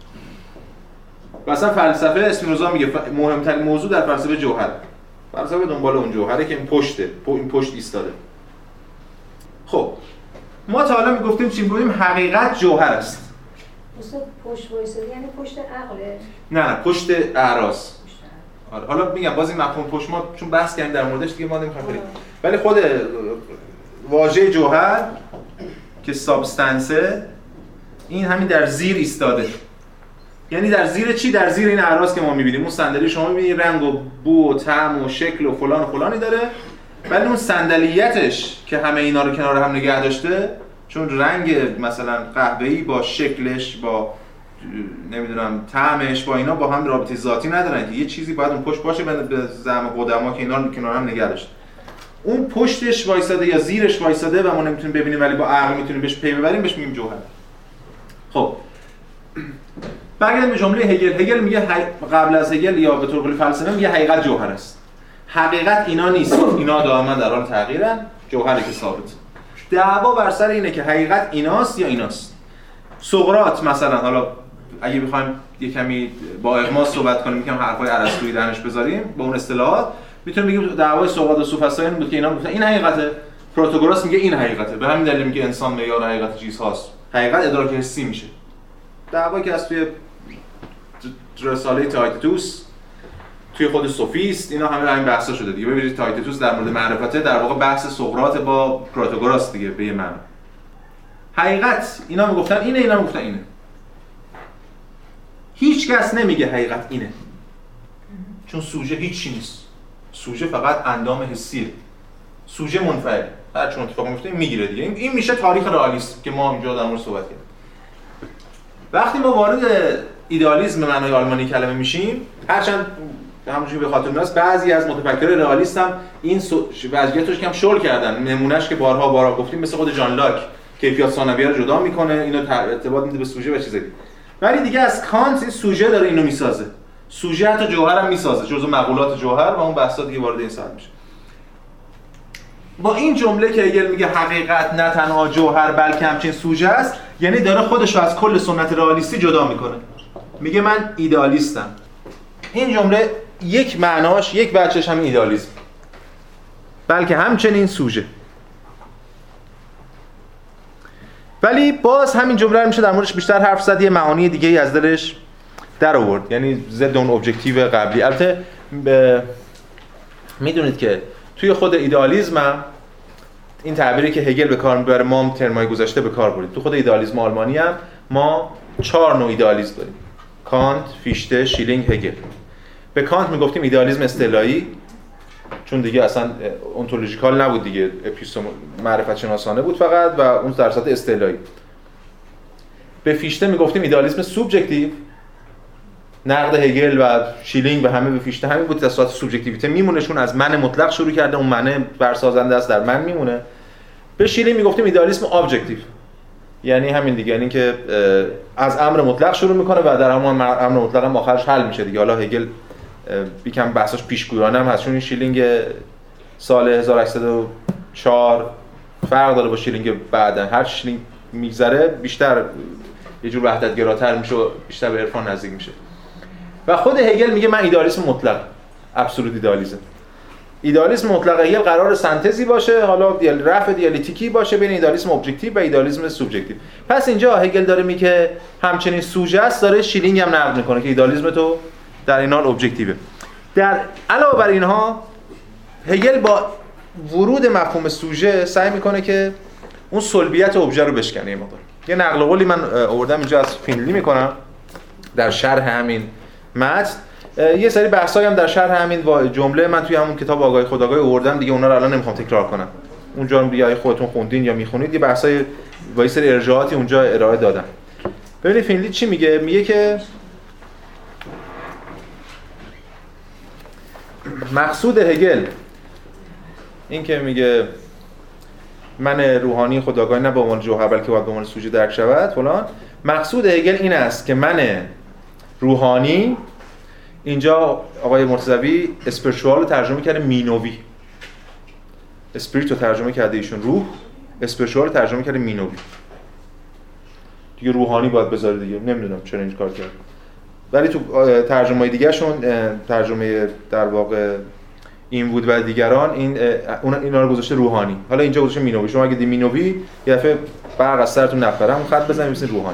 مثلا فلسفه اسپینوزا میگه مهمترین موضوع در فلسفه جوهر. فلسفه دنبال اون جوهره که این پشته، این پشت ایستاده. خب ما تا حالا میگفتیم چی؟ میگفتیم حقیقت جوهر است. استاد پشت وایساده یعنی پشت عقله؟ نه نه پشت اعراض. آره حالا میگم باز این مفهوم پشت ما چون بحث کردیم در موردش دیگه ما نمیخوایم بریم. ولی خود واژه جوهر که سابستنسه این همین در زیر ایستاده. یعنی در زیر چی؟ در زیر این اعراض که ما می‌بینیم. اون صندلی شما می‌بینید رنگ و بو و طعم و شکل و فلان و فلانی داره، ولی اون صندلیتش که همه اینا رو کنار هم نگه داشته، چون رنگ مثلا قهوه‌ای با شکلش با نمیدونم طعمش با اینا با هم رابطه ذاتی ندارن که یه چیزی باید اون پشت باشه به زعم قدما که اینا رو کنار هم نگه داشته. اون پشتش وایساده یا زیرش وایساده و ما نمیتونیم ببینیم ولی با عقل میتونیم بهش پی ببریم، بهش میگیم جوهر. خب برگردیم به جمله هگل. هگل میگه قبل از هگل یا به طور کلی فلسفه میگه حقیقت جوهر است. حقیقت اینا نیست، اینا دائما در حال تغییرن، جوهری که ثابت. دعوا بر سر اینه که حقیقت ایناست یا ایناست. سقراط مثلا، حالا اگه بخوایم یه کمی با اغماض صحبت کنیم، یکم حرفای ارسطویی درنش بذاریم با اون اصطلاحات، میتونیم بگیم دعوای سقراط و سوفسطائیان این بود که اینا گفتن این حقیقته، پروتاگوراس میگه این حقیقته. به همین دلیل میگه انسان معیار حقیقت چیزهاست. حقیقت ادراک حسی میشه. دعوایی که از توی رساله تایتوس توی خود سوفیست اینا همه همین بحثا شده دیگه. ببینید تایتوس در مورد معرفته در واقع بحث سقراط با پروتاگوراس دیگه به یه معنی. حقیقت اینا میگفتن اینه، اینا میگفتن اینه. هیچ کس نمیگه حقیقت اینه، چون سوژه هیچی نیست. سوژه فقط اندام حسیه. سوژه منفعل، هر چون اتفاق میفته میگیره دیگه. این میشه تاریخ رئالیسم که ما اینجا در مورد صحبت کردیم. وقتی ما وارد ایدئالیسم معنای آلمانی کلمه میشیم، هرچند همونجوری به خاطر میاد بعضی از متفکرای رئالیست هم این وضعیتش کم شل کردن. نمونهش که بارها بارها گفتیم مثل خود جان لاک کیفیت ثانویه رو جدا میکنه، اینو ارتباط میده به سوژه و چیزایی. ولی دیگه از کانت این سوژه داره اینو میسازه. سوژه حتی جوهر هم میسازه، جزو مقولات جوهر و اون بحثا دیگه وارد این سال میشه. با این جمله که هگل میگه حقیقت نه تنها جوهر بلکه همچنین سوژه است، یعنی داره خودش رو از کل سنت رئالیستی جدا میکنه. میگه من ایدئالیستم. این جمله یک معناش، یک بچش همین ایدئالیسم، بلکه همچنین سوژه. ولی باز همین جمله رو میشه در موردش بیشتر حرف زد، یه معانی دیگه ای از درش در آورد، یعنی ضد اون ابجکتیو قبلی. البته ب... میدونید که توی خود ایدئالیسم هم این تعبیری که هگل به کار میبره ما هم ترمای گذشته به کار بردیم. تو خود ایدئالیسم آلمانی هم ما چهار نوع ایدئالیسم داریم: کانت، فیشته، شیلینگ، هگل. به کانت میگفتیم ایدئالیسم اصطلاحی، چون دیگه اصلا اونتولوژیکال نبود دیگه، اپیستم معرفت شناسانه بود فقط و اون در سطح اصطلاحی. به فیشته میگفتیم ایدئالیسم سوبژکتیو. نقد هگل و شیلینگ و همه به فیشته همین بود، در سطح سوبژکتیویته میمونه، چون از من مطلق شروع کرده، اون من برسازنده است در من میمونه. به شیلینگ میگفتیم ایدئالیسم ابجکتیو، یعنی همین دیگه، یعنی که از امر مطلق شروع میکنه و در همون امر مطلق هم آخرش حل میشه دیگه. حالا هگل یکم بحثش پیشگویانه هم هست، چون این شیلینگ سال هزار و هشتصد و چهار فرق داره با شیلینگ بعدن. هر شیلینگ میگذره بیشتر یه جور وحدت‌گراتر میشه و بیشتر به عرفان نزدیک میشه. و خود هگل میگه من ایدئالیسم مطلق، ابسولوت ایدئالیسم. ایدئالیسم مطلق هگل قرار سنتزی باشه، حالا دیال رفع دیالکتیکی باشه بین ایدئالیسم ابجکتیو و ایدئالیسم سوبژکتیو. پس اینجا هگل داره میگه همچنین سوژه است، داره شیلینگ هم نقد میکنه که ایدئالیسم تو در این حال ابجکتیوه. در علاوه بر اینها هگل با ورود مفهوم سوژه سعی میکنه که اون سلبیت ابژه رو بشکنه. یه مقدار یه نقل قولی من آوردم اینجا از فینلی میکنم در شرح همین متن. یه سری بحثایی هم در شرح همین جمله من توی همون کتاب آگاهی خودآگاهی آوردم دیگه، اونا رو الان نمیخوام تکرار کنم. اونجا هم یا خودتون خوندین یا میخونید، یه بحثای با یه سری ارجاعاتی اونجا ارائه دادم. ببینید فینلی چی میگه. میگه که مقصود هگل این که میگه من روحانی خودآگاه نه به عنوان جوهر بلکه باید به عنوان سوژه درک شود فلان. مقصود هگل این است که من روحانی، اینجا آقای مرتضوی اسپریچوال رو ترجمه کرده مینوی، اسپریت رو ترجمه کرده ایشون روح، اسپریچوال رو ترجمه کرده مینوی. دیگه روحانی باید بذاره دیگه، نمیدونم چرا این کار کرد. ولی تو ترجمه‌های دیگه‌شون، ترجمه در واقع این بود و دیگران، این اون اینا رو گذاشته روحانی. حالا اینجا گذاشته مینوی. شما اگه دی مینوی یه دفعه برق از سرتون نپره، اون خط بزنید مثل روحانی.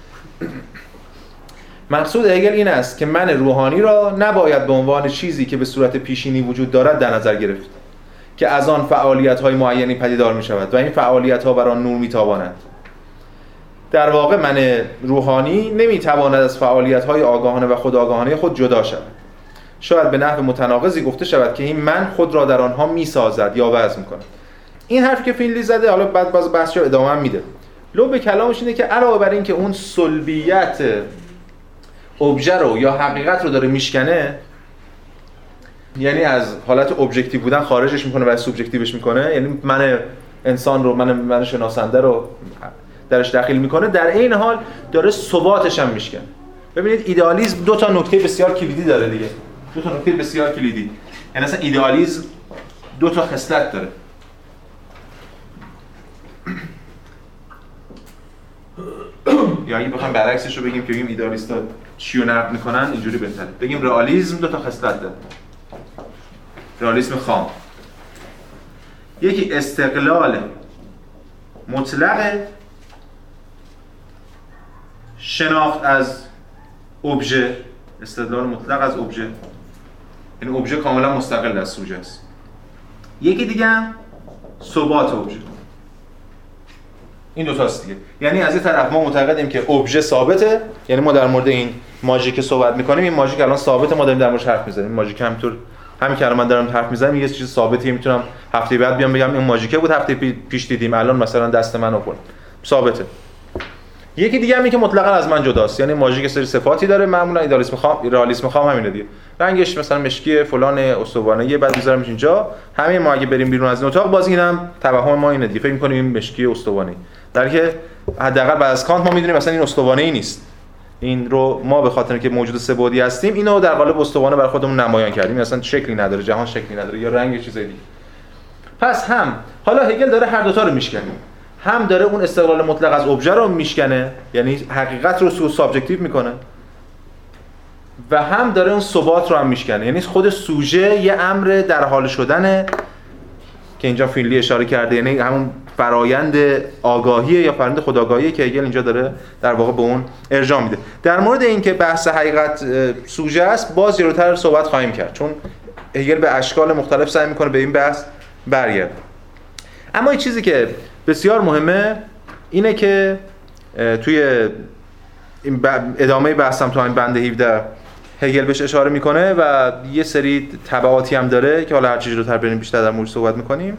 مقصود هگل این است که من روحانی را نباید به عنوان چیزی که به صورت پیشینی وجود دارد در نظر گرفت که از آن فعالیت‌های معینی پدیدار می‌شود و این فعالیت‌ها بر آن نور می‌تاباند. در واقع من روحانی نمیتواند از فعالیت‌های آگاهانه و خودآگاهانه خود جدا شود. شاید به نحو متناقضی گفته شود که این من خود را در آنها میسازد یا وضع میکند. این حرفی که فینلی زده، حالا بعد باز بحثش رو ادامه میده. لب کلامش اینه که علاوه بر این که اون سلبیت ابژه رو یا حقیقت رو داره میشکنه، یعنی از حالت ابجکتیو بودن خارجش میکنه و سوبژکتیوش میکنه، یعنی من انسان رو من من شناسنده رو درش داخل میکنه، در این حال داره ثباتش هم میشکنه. ببینید ایدئالیسم دو تا نکته بسیار کلیدی داره دیگه. دو تا نکته بسیار کلیدی. یعنی اصلا ایدئالیسم دو تا خصلت داره. یا اگه بخوایم برعکسش رو بگیم که بگیم ایدئالیست‌ها چی رو نقد میکنن، اینجوری بهتره. بگیم رئالیسم دو تا خصلت داره. رئالیسم خام. یکی استقلال مطلق شناخت از ابژه، استدلال مطلق از ابژه، یعنی ابژه کاملا مستقل از سوژه است. یکی دیگه هم ثبات ابژه. این دو تاست دیگه. یعنی از این طرف ما معتقدیم که ابژه ثابته، یعنی ما در مورد این ماژیک صحبت می‌کنیم، این ماژیک الان ثابته، ما داریم در موردش حرف می‌زنیم. ماژیک همینطور همین که الان من دارم حرف می‌زنم یه چیز ثابتیه، میتونم هفته بعد بیام بگم این ماژیکه بود، هفته پیش دیدیم، الان مثلا دست منو کن. ثابته. یکی دیگه همین که مطلقاً از من جداست، یعنی ماژیک سری صفاتی داره، معمولا ایدئالیسم خام، رئالیسم خام همینه دیگه. رنگش مثلا مشکی فلان استوانه‌ای، بعد می‌ذارمش اینجا. همه ما اگه بریم بیرون از این اتاق باز اینم توهم ما اینه دیگه، فکر می‌کنیم این مشکی استوانه‌ای. در که حداقل بعد از کانت ما می‌دونیم مثلا این استوانه‌ای نیست. این رو ما به خاطر اینکه موجود سه بعدی هستیم، اینو در قالب استوانه برای خودمون نمایان کردیم، مثلا شکلی نداره، جهان شکلی نداره یا رنگ چیزای دیگه. پس هم حالا هگل داره هر دو تا رو میشکنه. هم داره اون استقلال مطلق از ابژه رو میشکنه، یعنی حقیقت رو سو سابجکتیو میکنه، و هم داره اون ثبات رو هم میشکنه، یعنی خود سوژه یه امر در حال شدنه که اینجا فینلی اشاره کرده، یعنی همون فرایند آگاهیه یا فرایند خودآگاهیه که هگل اینجا داره در واقع به اون ارجاع میده. در مورد اینکه بحث حقیقت سوژه است باز جلوتر صحبت خواهیم کرد، چون هگل به اشکال مختلف سعی میکنه به این بحث برگرده. اما این چیزی که بسیار مهمه اینه که توی این ادامه بحثم تو این بند هفده هگل بهش اشاره میکنه و یه سری تبعاتی هم داره که حالا هر چی جلوتر بریم بیشتر در موردش صحبت میکنیم.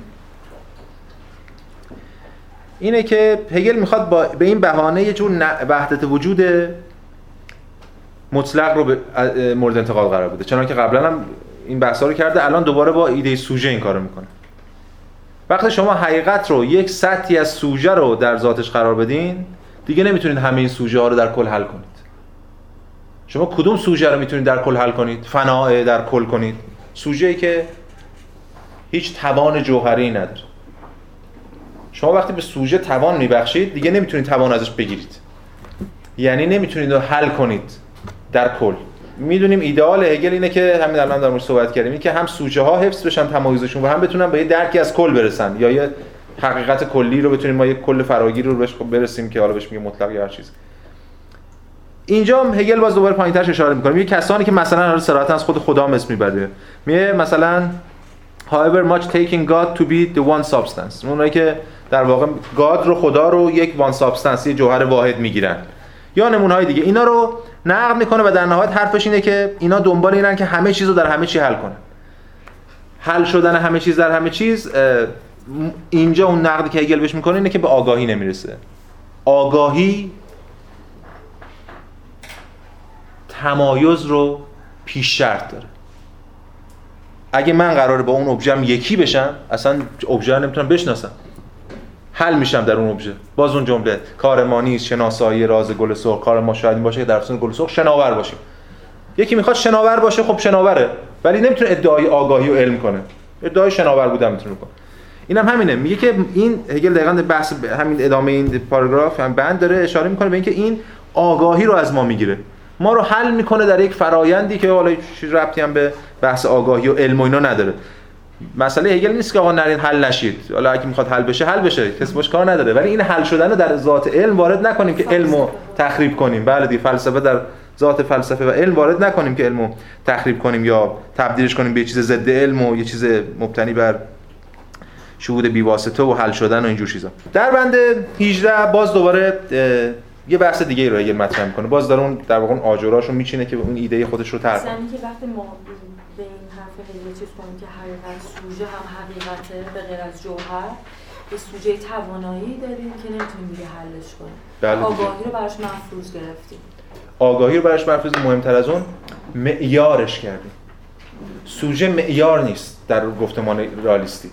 اینه که هگل میخواد با به این بهانه یه جور وحدت وجود مطلق رو مورد انتقاد قرار بده، چنانکه قبلا هم این بحثا رو کرده، الان دوباره با ایده سوژه این کارو میکنه. وقتی شما حقیقت رو یک سطحی از سوژه رو در ذاتش قرار بدین، دیگه نمیتونید همه این سوژه ها رو در کل حل کنید. شما کدوم سوژه رو میتونید در کل حل کنید؟ فناء در کل کنید. سوژه‌ای که هیچ توان جوهری نداره. شما وقتی به سوژه توان میبخشید دیگه نمیتونید توان ازش بگیرید، یعنی نمیتونید رو حل کنید در کل. میدونیم ایدئال هگل اینه که همین الان در موردش صحبت کردیم، این که هم سوژه ها حفظ بشن تمایزشون و هم بتونن به یه درکی از کل برسن، یا یه حقیقت کلی رو بتونیم ما یه کل فراگیر رو بهش برسیم که حالا بهش میگه مطلق یا هر چیز. اینجا هگل باز دوباره پایین‌ترش اشاره می‌کنه، میگه کسانی که مثلا حالا صراحتاً از خود خدا اسم میبره، میگه مثلا however much taking God to be the one substance، اونایی که در واقع گاد رو، خدا رو یک وان سابستنس، یه جوهر واحد میگیرن، یا نمونه‌های دیگه. اینا رو نقد میکنه و در نهایت حرفش اینه که اینا دنبال اینن که همه چیز رو در همه چی حل کنن. حل شدن همه چیز در همه چیز، اینجا اون نقدی که هگل بهش میکنه اینه که به آگاهی نمیرسه. آگاهی تمایز رو پیش شرط داره. اگه من قراره با اون ابژه‌ام یکی بشم، اصلا ابژه رو نمیتونم بشناسم، حل میشم در اون ابژه. باز اون جمله کار ما نیست شناسایی راز گل سرخ، کار ما شاید این باشه که در افسون گل سرخ شناور باشیم. یکی میخواد شناور باشه، خب شناوره، ولی نمیتونه ادعای آگاهی و علم کنه، ادعای شناور بودن میتونه کنه. اینم هم همینه، میگه که این هگل دقیقاً بحث همین ادامه این پاراگراف هم بند داره اشاره میکنه به اینکه این آگاهی رو از ما میگیره، ما رو حل میکنه در یک فرایندی که حالا هیچ ربطی هم به بحث آگاهی و علم و اینا نداره. مسئله هگل نیست که آقا نرین حل نشید، حالا اگه میخواد حل بشه حل بشه، کسی باش کار نداره، ولی این حل شدن رو در ذات علم وارد نکنیم که علمو تخریب کنیم. بله دی فلسفه در ذات فلسفه و علم وارد نکنیم که علمو تخریب کنیم یا تبدیلش کنیم به یه چیز ضد علم و یه چیز مبتنی بر شهود بی‌واسطه و حل شدن و اینجور چیزا. در بند هجده باز دوباره یه بحث دیگه ای رو هگل مطرح میکنه. باز داره اون در واقع اون آجراشو میچینه که اون ایده خودش رو طرح کنه. مثلا که وقتی ما به این حرف هگل چیز کنیم که حقیقت سوژه هم حقیقته به غیر از جوهر، به سوژه توانایی داریم که نمیتونیم دیگه حلش کنیم. بله آگاهی رو براش مفروض گرفتیم. آگاهی رو براش مفروض، مهمتر از اون معیارش کردیم. سوژه معیار نیست در گفتمان رئالیستی.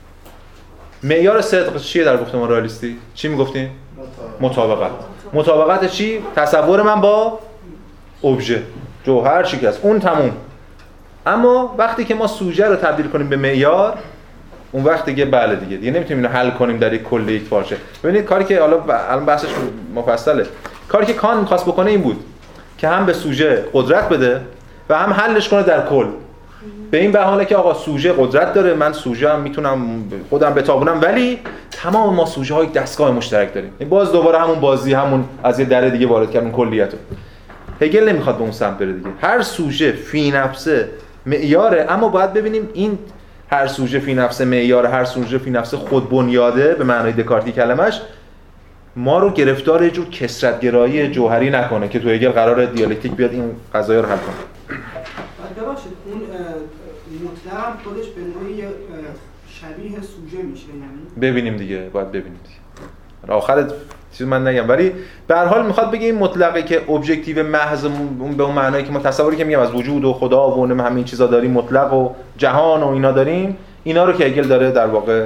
معیار صدق چیه در گفتمان رئالیستی؟ چی میگفتیم؟ مطابقت. مطابقت چی؟ تصور من با ابژه، جوهر چی که است اون تموم. اما وقتی که ما سوژه رو تبدیل کنیم به معیار، اون وقت دیگه بله دیگه دیگه نمیتونیم اینو حل کنیم در یک کل یک پارچه. ببینید کاری که حالا الان بحثش مفصله، کاری که کان می‌خواست بکنه این بود که هم به سوژه قدرت بده و هم حلش کنه در کل. به این بهانه که آقا سوژه قدرت داره، من سوژه هم میتونم خودم بتابونم، ولی تمام ما سوژه های دستگاه مشترک داریم. باز دوباره همون بازی، همون از یه دره دیگه وارد کردن کلیتو. هگل نمیخواد به اون سمت بره دیگه. هر سوژه فی نفسه معیاره، اما باید ببینیم این هر سوژه فی نفسه معیاره، هر سوژه فی نفسه خود بنیاده به معنای دکارتی کلمش، ما رو گرفتار یه جور کثرت‌گرایی جوهری نکنه که تو هگل قراره دیالکتیک بیاد این قضایا رو حل کنه. ببخشید اون مطلق هم خودش به نوعی شبیه سوژه میشه، یعنی ببینیم دیگه، باید ببینیم دیگه. آخر چیز من نگم، ولی به هر حال میخواد بگه این مطلقه که ابجکتیو محض اون به اون معنایی که ما تصوری که میگم از وجود و خدا و همین این چیزا داریم، مطلق و جهان و اینا داریم، اینا رو که هگل داره در واقع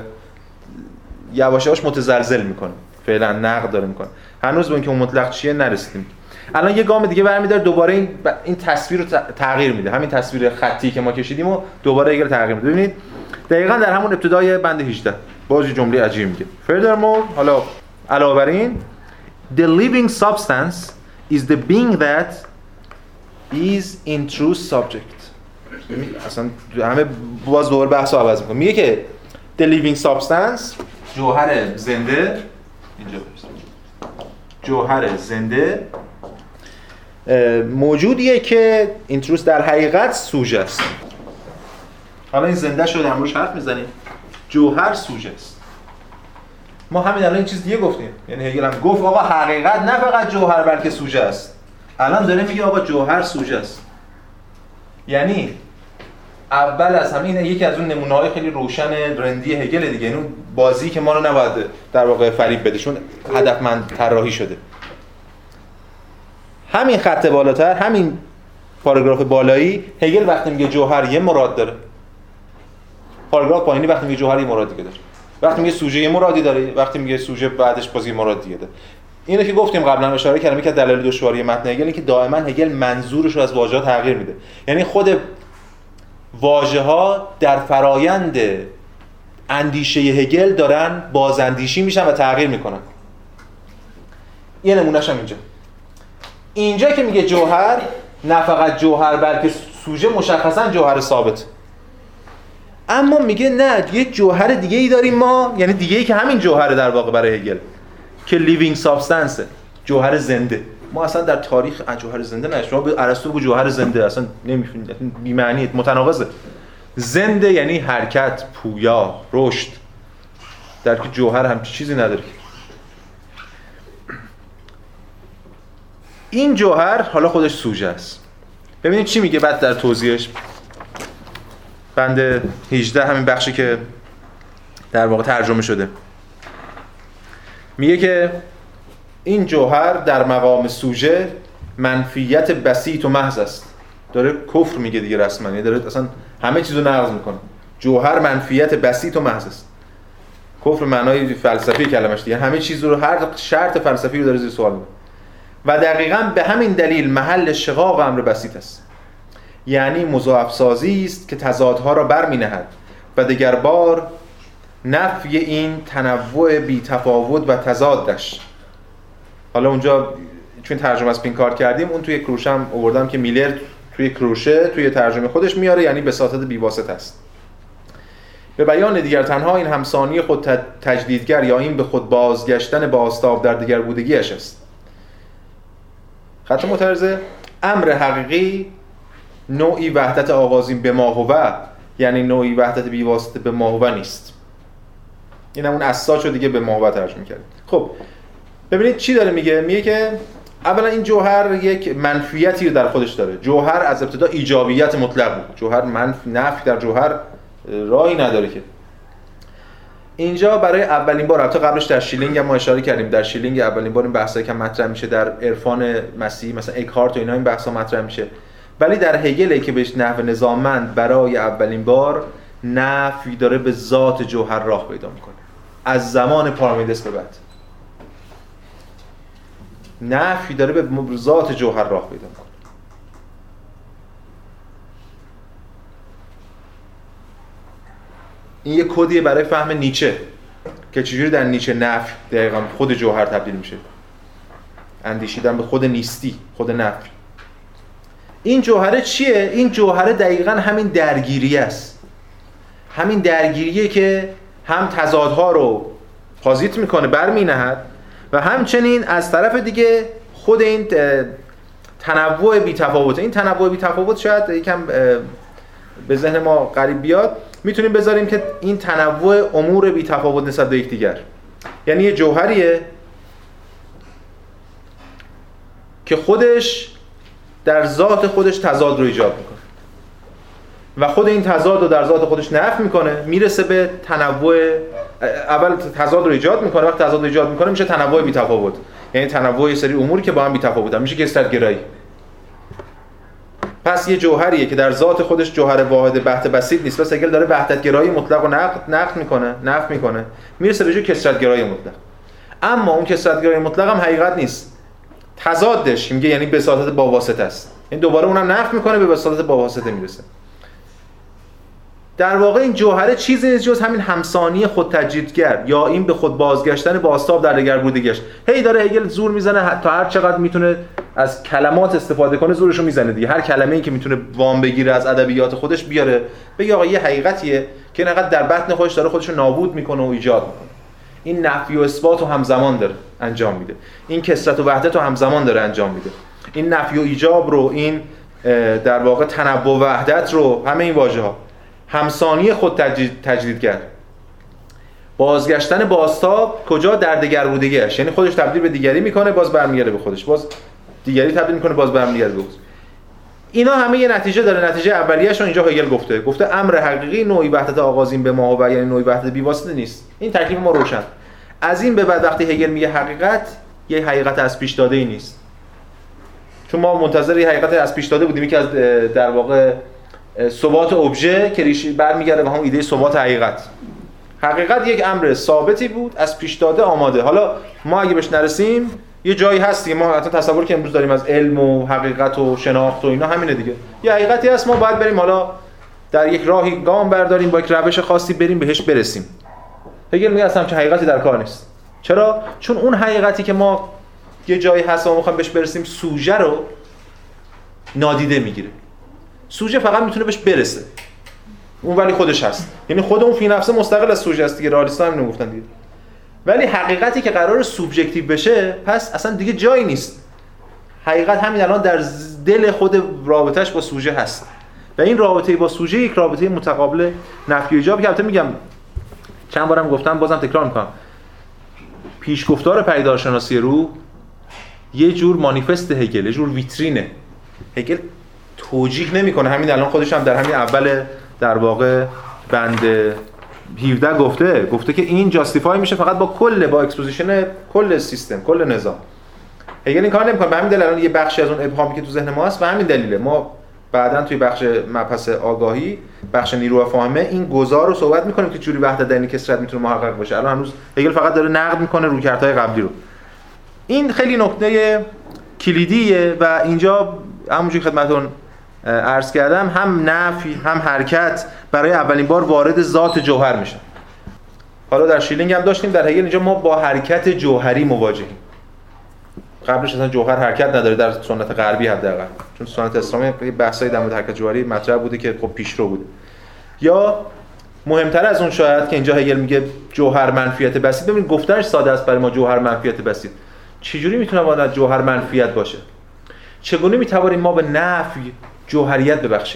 یواش یواش متزلزل میکنه، فعلا نقد داره میکنه. هنوز به اینکه اون مطلق چیه نرسیدیم. الان یه گام دیگه برمی‌داره، دوباره این ب... این تصویر رو تغییر میده. همین تصویر خطی که ما کشیدیم و دوباره هگل تغییر میده. ببینید دقیقاً در همون ابتدای بند هجده باز یه جمله عجیب میگه. Furthermore، حالا علاوه بر این، the living substance is the being that is in true subject. اصلا همه باز دوباره بحثو عوض میکنه. میگه که the living substance، جوهر زنده، اینجا جوهر زنده موجودیه که اینتروس در حقیقت سوژه است. حالا این زنده شده در موردش حرف میزنیم. جوهر سوژه است. ما همین الان این چیز دیگه گفتیم، یعنی هگل هم گفت آقا حقیقت نه فقط جوهر بلکه سوژه است. الان داره میگه آقا جوهر سوژه است. یعنی اول از همه اینه یکی از اون نمونه‌های خیلی روشن رندی هگل دیگه، این اون بازی که ما رو نباید در واقع فریب بده، چون هدفمند طراحی شده. همین خط بالاتر، همین پاراگراف بالایی، هگل وقتی میگه جوهر یه مراد داره، پاراگراف پایینی وقتی میگه جوهر یه مراد دیگه داره، وقتی میگه سوژه یه مرادی داره، وقتی میگه سوژه بعدش باز یه مراد دیگه داره. اینو که گفتیم قبلا اشاره کردم که دلایل دشواری متن هگل که دائما هگل منظورش رو از واژه‌ها تغییر میده. یعنی خود واژه‌ها در فرایند اندیشه هگل دارن بازاندیشی میشن و تغییر میکنن. یه نمونهش هم اینجا. اینجا که میگه جوهر، نه فقط جوهر بلکه سوژه مشخصا جوهر ثابت. اما میگه نه، یه جوهر دیگه ای داریم ما، یعنی دیگه ای که همین جوهره در واقع برای هگل که لیوینگ سابستنس، جوهر زنده. ما اصلا در تاریخ جوهر زنده نشون، ما به ارسطو بگو جوهر زنده اصلا نمیفهمید، بی معنی، متناقضه. زنده یعنی حرکت، پویا، رشد، در که جوهر هم چیزی نداره. این جوهر حالا خودش سوژه است. ببینید چی میگه بعد در توضیحش. بند هجده، همین بخشی که در واقع ترجمه شده، میگه که این جوهر در مقام سوژه منفیت بسیط و محض است. داره کفر میگه دیگه رسما، یعنی داره اصلا همه چیزو نقض میکنه. جوهر منفیت بسیط و محض است. کفر معنای فلسفی کلمش دیگه، همه چیز رو، هر شرط فلسفی رو داره زیر سوال میبره. و دقیقاً به همین دلیل محل شقاق امر بسیط است. یعنی مضاعف سازی است که تضادها را برمی‌نهد و دیگر بار نفی این تنوع بی تفاوت و تضادش. حالا اونجا چون ترجمه از پینکارت کردیم، اون توی کروشه هم آوردم که میلر توی کروشه توی ترجمه خودش میاره، یعنی بساطت بی واسطه است. به بیان دیگر تنها این همسانی خود تجدیدگر یا این به خود بازگشتن با آستاب در دیگر بودگیش است. خط مترزه، امر حقیقی نوعی وحدت آغازین به ما هو، یعنی نوعی وحدت بی واسطه به ما هو نیست. این همون اساس رو دیگه به ما هو ترجمه کردیم. خب ببینید چی داره میگه. میگه که اولا این جوهر یک منفیتی رو در خودش داره. جوهر از ابتدا ایجابیت مطلق بود. جوهر منفی نفی در جوهر راهی نداره که. اینجا برای اولین بار، البته قبلش در شیلینگ هم ما اشاره کردیم، در شیلینگ اولین بار این بحثایی که مطرح میشه در عرفان مسیحی مثلا اکهارت و اینا این بحثا مطرح میشه، ولی در هگل که بهش نحو نظاممند برای اولین بار نفی داره به ذات جوهر راه پیدا میکنه. از زمان پارمیدس به بعد نفی داره به ذات جوهر راه پیدا میکنه. این یه کدیه برای فهم نیچه که چجوری در نیچه نفی دقیقاً خود جوهر تبدیل میشه، اندیشیدن به خود نیستی، خود نفی. این جوهره چیه؟ این جوهره دقیقاً همین درگیری است. همین درگیریه که هم تضادها رو پازیت میکنه، برمینهد، و همچنین از طرف دیگه خود این تنوع بی‌تفاوت. این تنوع بی‌تفاوت شاید یکم به ذهن ما غریب بیاد، میتونیم بذاریم که این تنوع امور بی‌تفاوت نسبت به یکدیگر، یعنی یه جوهریه که خودش در ذات خودش تضاد رو ایجاد میکنه و خود این تضاد رو در ذات خودش نفی میکنه، میرسه به تنوع. اول تضاد رو ایجاد میکنه، وقتی تضاد رو ایجاد میکنه میشه تنوع بی‌تفاوت، یعنی تنوع یه سری اموری که با هم بی‌تفاوتن، میشه کثرت‌گرایی. پس یه جوهریه که در ذات خودش جوهر واحد بحت بسیط نیست، پس هگل داره وحدت‌گرایی مطلق رو نقد نقد میکنه، نفی میکنه، میرسه به جای کثرت‌گرایی مطلق. اما اون کثرت‌گرایی مطلق هم حقیقت نیست، تضادش میگه یعنی بساطت با واسطه است. این دوباره اونم نفی میکنه، به بساطت با واسطه میرسه. در واقع این جوهره چیزی نیست جز همین همسانی خود تجدیدگر یا این به خود بازگشتن با آستاب در دگربودگیش. هی داره هگل زور میزنه تا هر چقدر میتونه از کلمات استفاده کنه زورشو میزنه دیگه. هر کلمه‌ای که میتونه وام بگیره از ادبیات خودش بیاره، بگه آقا یه حقیقتیه که اینقدر در بطن خودش داره خودشو نابود میکنه و ایجاد میکنه. این نفی و اثبات رو همزمان داره انجام میده. این کثرت و وحدت رو همزمان داره انجام میده. این نفی و ایجاب رو، این در واقع تنوع و وحدت رو، همه این واژه‌ها همسانی خود تجدید تجدیدگر، بازگشتن به آستاب کجا؟ در دگربودگیش، یعنی خودش تبدیل به دیگری میکنه، باز برمیگرده به خودش، باز دیگری تبدیل میکنه، باز برمیگرده به خودش. اینا همه یه نتیجه داره. نتیجه اولیه‌اش رو اینجا هگل گفته گفته امر حقیقی نوعی وحدت آغازین به ما و یعنی نوعی وحدت بی‌واسطه نیست. این تکلیف ما روشن. از این به بعد وقتی هگل میگه حقیقت، یه حقیقت از پیش داده‌ای نیست، چون ما منتظر یه حقیقت از پیش داده بودیم که از در واقع ثبات ابژه که ریشه برمیگرده به همون ایده ثبات حقیقت. حقیقت یک امر ثابتی بود از پیش داده آماده. حالا ما اگه بهش نرسیم یه جایی هستیم، ما حتی تصور که امروز داریم از علم و حقیقت و شناخت و اینا همینه دیگه، یه حقیقتی هست، ما باید بریم حالا در یک راهی گام برداریم، با یک روش خاصی بریم بهش برسیم. هگل میگه اصلا چه حقیقتی در کار نیست. چرا؟ چون اون حقیقتی که ما یه جایی هست و میخوایم بهش برسیم سوژه رو نادیده میگیره. سوژه فقط میتونه بهش برسه، اون ولی خودش هست، یعنی خود اون فی نفسه مستقل از سوژه است دیگه. رئالیست‌ها هم اینو گفتن دیگه. ولی حقیقتی که قرار سوبژکتیو بشه پس اصلا دیگه جایی نیست. حقیقت همین الان در دل خود رابطه‌اش با سوژه هست و این رابطه با سوژه یک رابطه متقابل نفی و ایجاب که البته میگم چند بارم گفتم بازم تکرار میکنم، پیشگفتار پدیدارشناسی روح یه جور مانیفست هگل، یه جور ویترینه. هگل توجیه نمیکنه، همین الان خودش هم در همین اول در واقع بند هفده گفته گفته که این جاستیفای میشه فقط با کل با اکسپوزیشن کل سیستم، کل نظام. هگل این کار نمیکنه. به همین دلیل الان یه بخشی از اون ابهامی که تو ذهن ما هست به همین دلیله ما بعداً توی بخش مبحث آگاهی، بخش نیرو و فاهمه، این گزار رو صحبت میکنیم که چجوری وحدت در این کثرت میتونه محقق بشه. الان هنوز هگل فقط داره نقد میکنه رویکردهای قبلی رو. این خیلی نکته کلیدیه و اینجا همونجوری خدمتتون عرض کردم هم نفی هم حرکت برای اولین بار وارد ذات جوهر میشن. حالا در شیلینگ هم داشتیم، در هگل اینجا ما با حرکت جوهری مواجهیم. قبلش اصلا جوهر حرکت نداره در سنت غربی حداقل، چون سنت اسلامی بحثای در مورد حرکت جوهری مطرح بوده که خب پیشرو بوده. یا مهمتر از اون شاید که اینجا هگل میگه جوهر منفیت بسیط. ببینید گفتنش ساده است برای ما، جوهر منفیت بسیط. چجوری میتونه واقعا جوهر منفیت باشه؟ چگونه میتوانیم ما به نفی جوهریت ببخشیم؟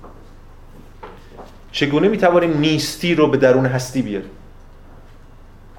چگونه میتوانیم نیستی رو به درون هستی بیاریم؟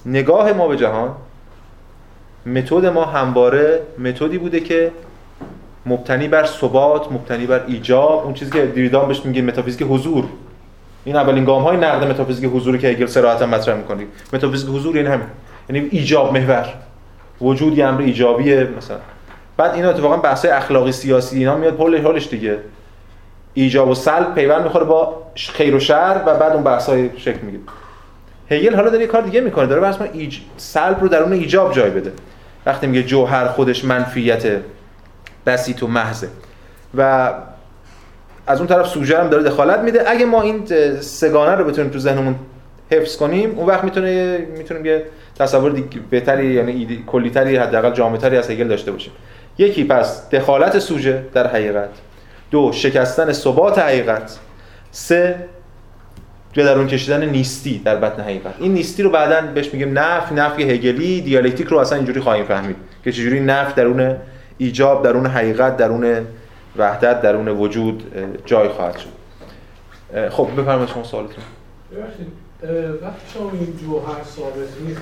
نگاه ما به جهان، متد ما همواره متدی بوده که مبتنی بر ثبات، مبتنی بر ایجاب، اون چیزی که دیریدان بهش میگه متافیزیک حضور. این اولین گام‌های نقد متافیزیک حضوری که هگل صراحتاً مطرح می‌کنه. متافیزیک حضور یعنی همین، یعنی ایجاب محور، وجود یه امر ایجابیه مثلا. بعد اینا اتفاقاً بحث‌های اخلاقی سیاسی اینا میاد پول حالش دیگه. ایجاب و سلب پیوند می‌خوره با خیر و شر و بعد اون بحث‌های شکل می‌گیره. هگل حالا داره یه کار دیگه می‌کنه، داره بحث ایج... سلب رو درون ایجاب جای بده. وقتی میگه جوهر خودش منفیت بسیط و محضه و از اون طرف سوژه هم داره دخالت میده. اگه ما این سگانه رو بتونیم تو ذهنمون حفظ کنیم، اون وقت میتونه میتونیم یه تصور بهتری، یعنی کلی‌تری، حداقل جامع‌تری از هگل داشته باشیم. یکی پس دخالت سوژه در حقیقت، دو شکستن ثبات حقیقت، سه به درون کشیدن نیستی در بطن حقیقت. این نیستی رو بعداً بهش میگیم نفی، نفی هگلی. دیالکتیک رو اصلا اینجوری خواهیم فهمید که چجوری نفی درون ایجاب، درون حقیقت، درون وحدت، درون وجود جای خواهد شد. خب بفرمایید شما سوالتون. ببخشید وقتی شما این جوهر ثابت نیست،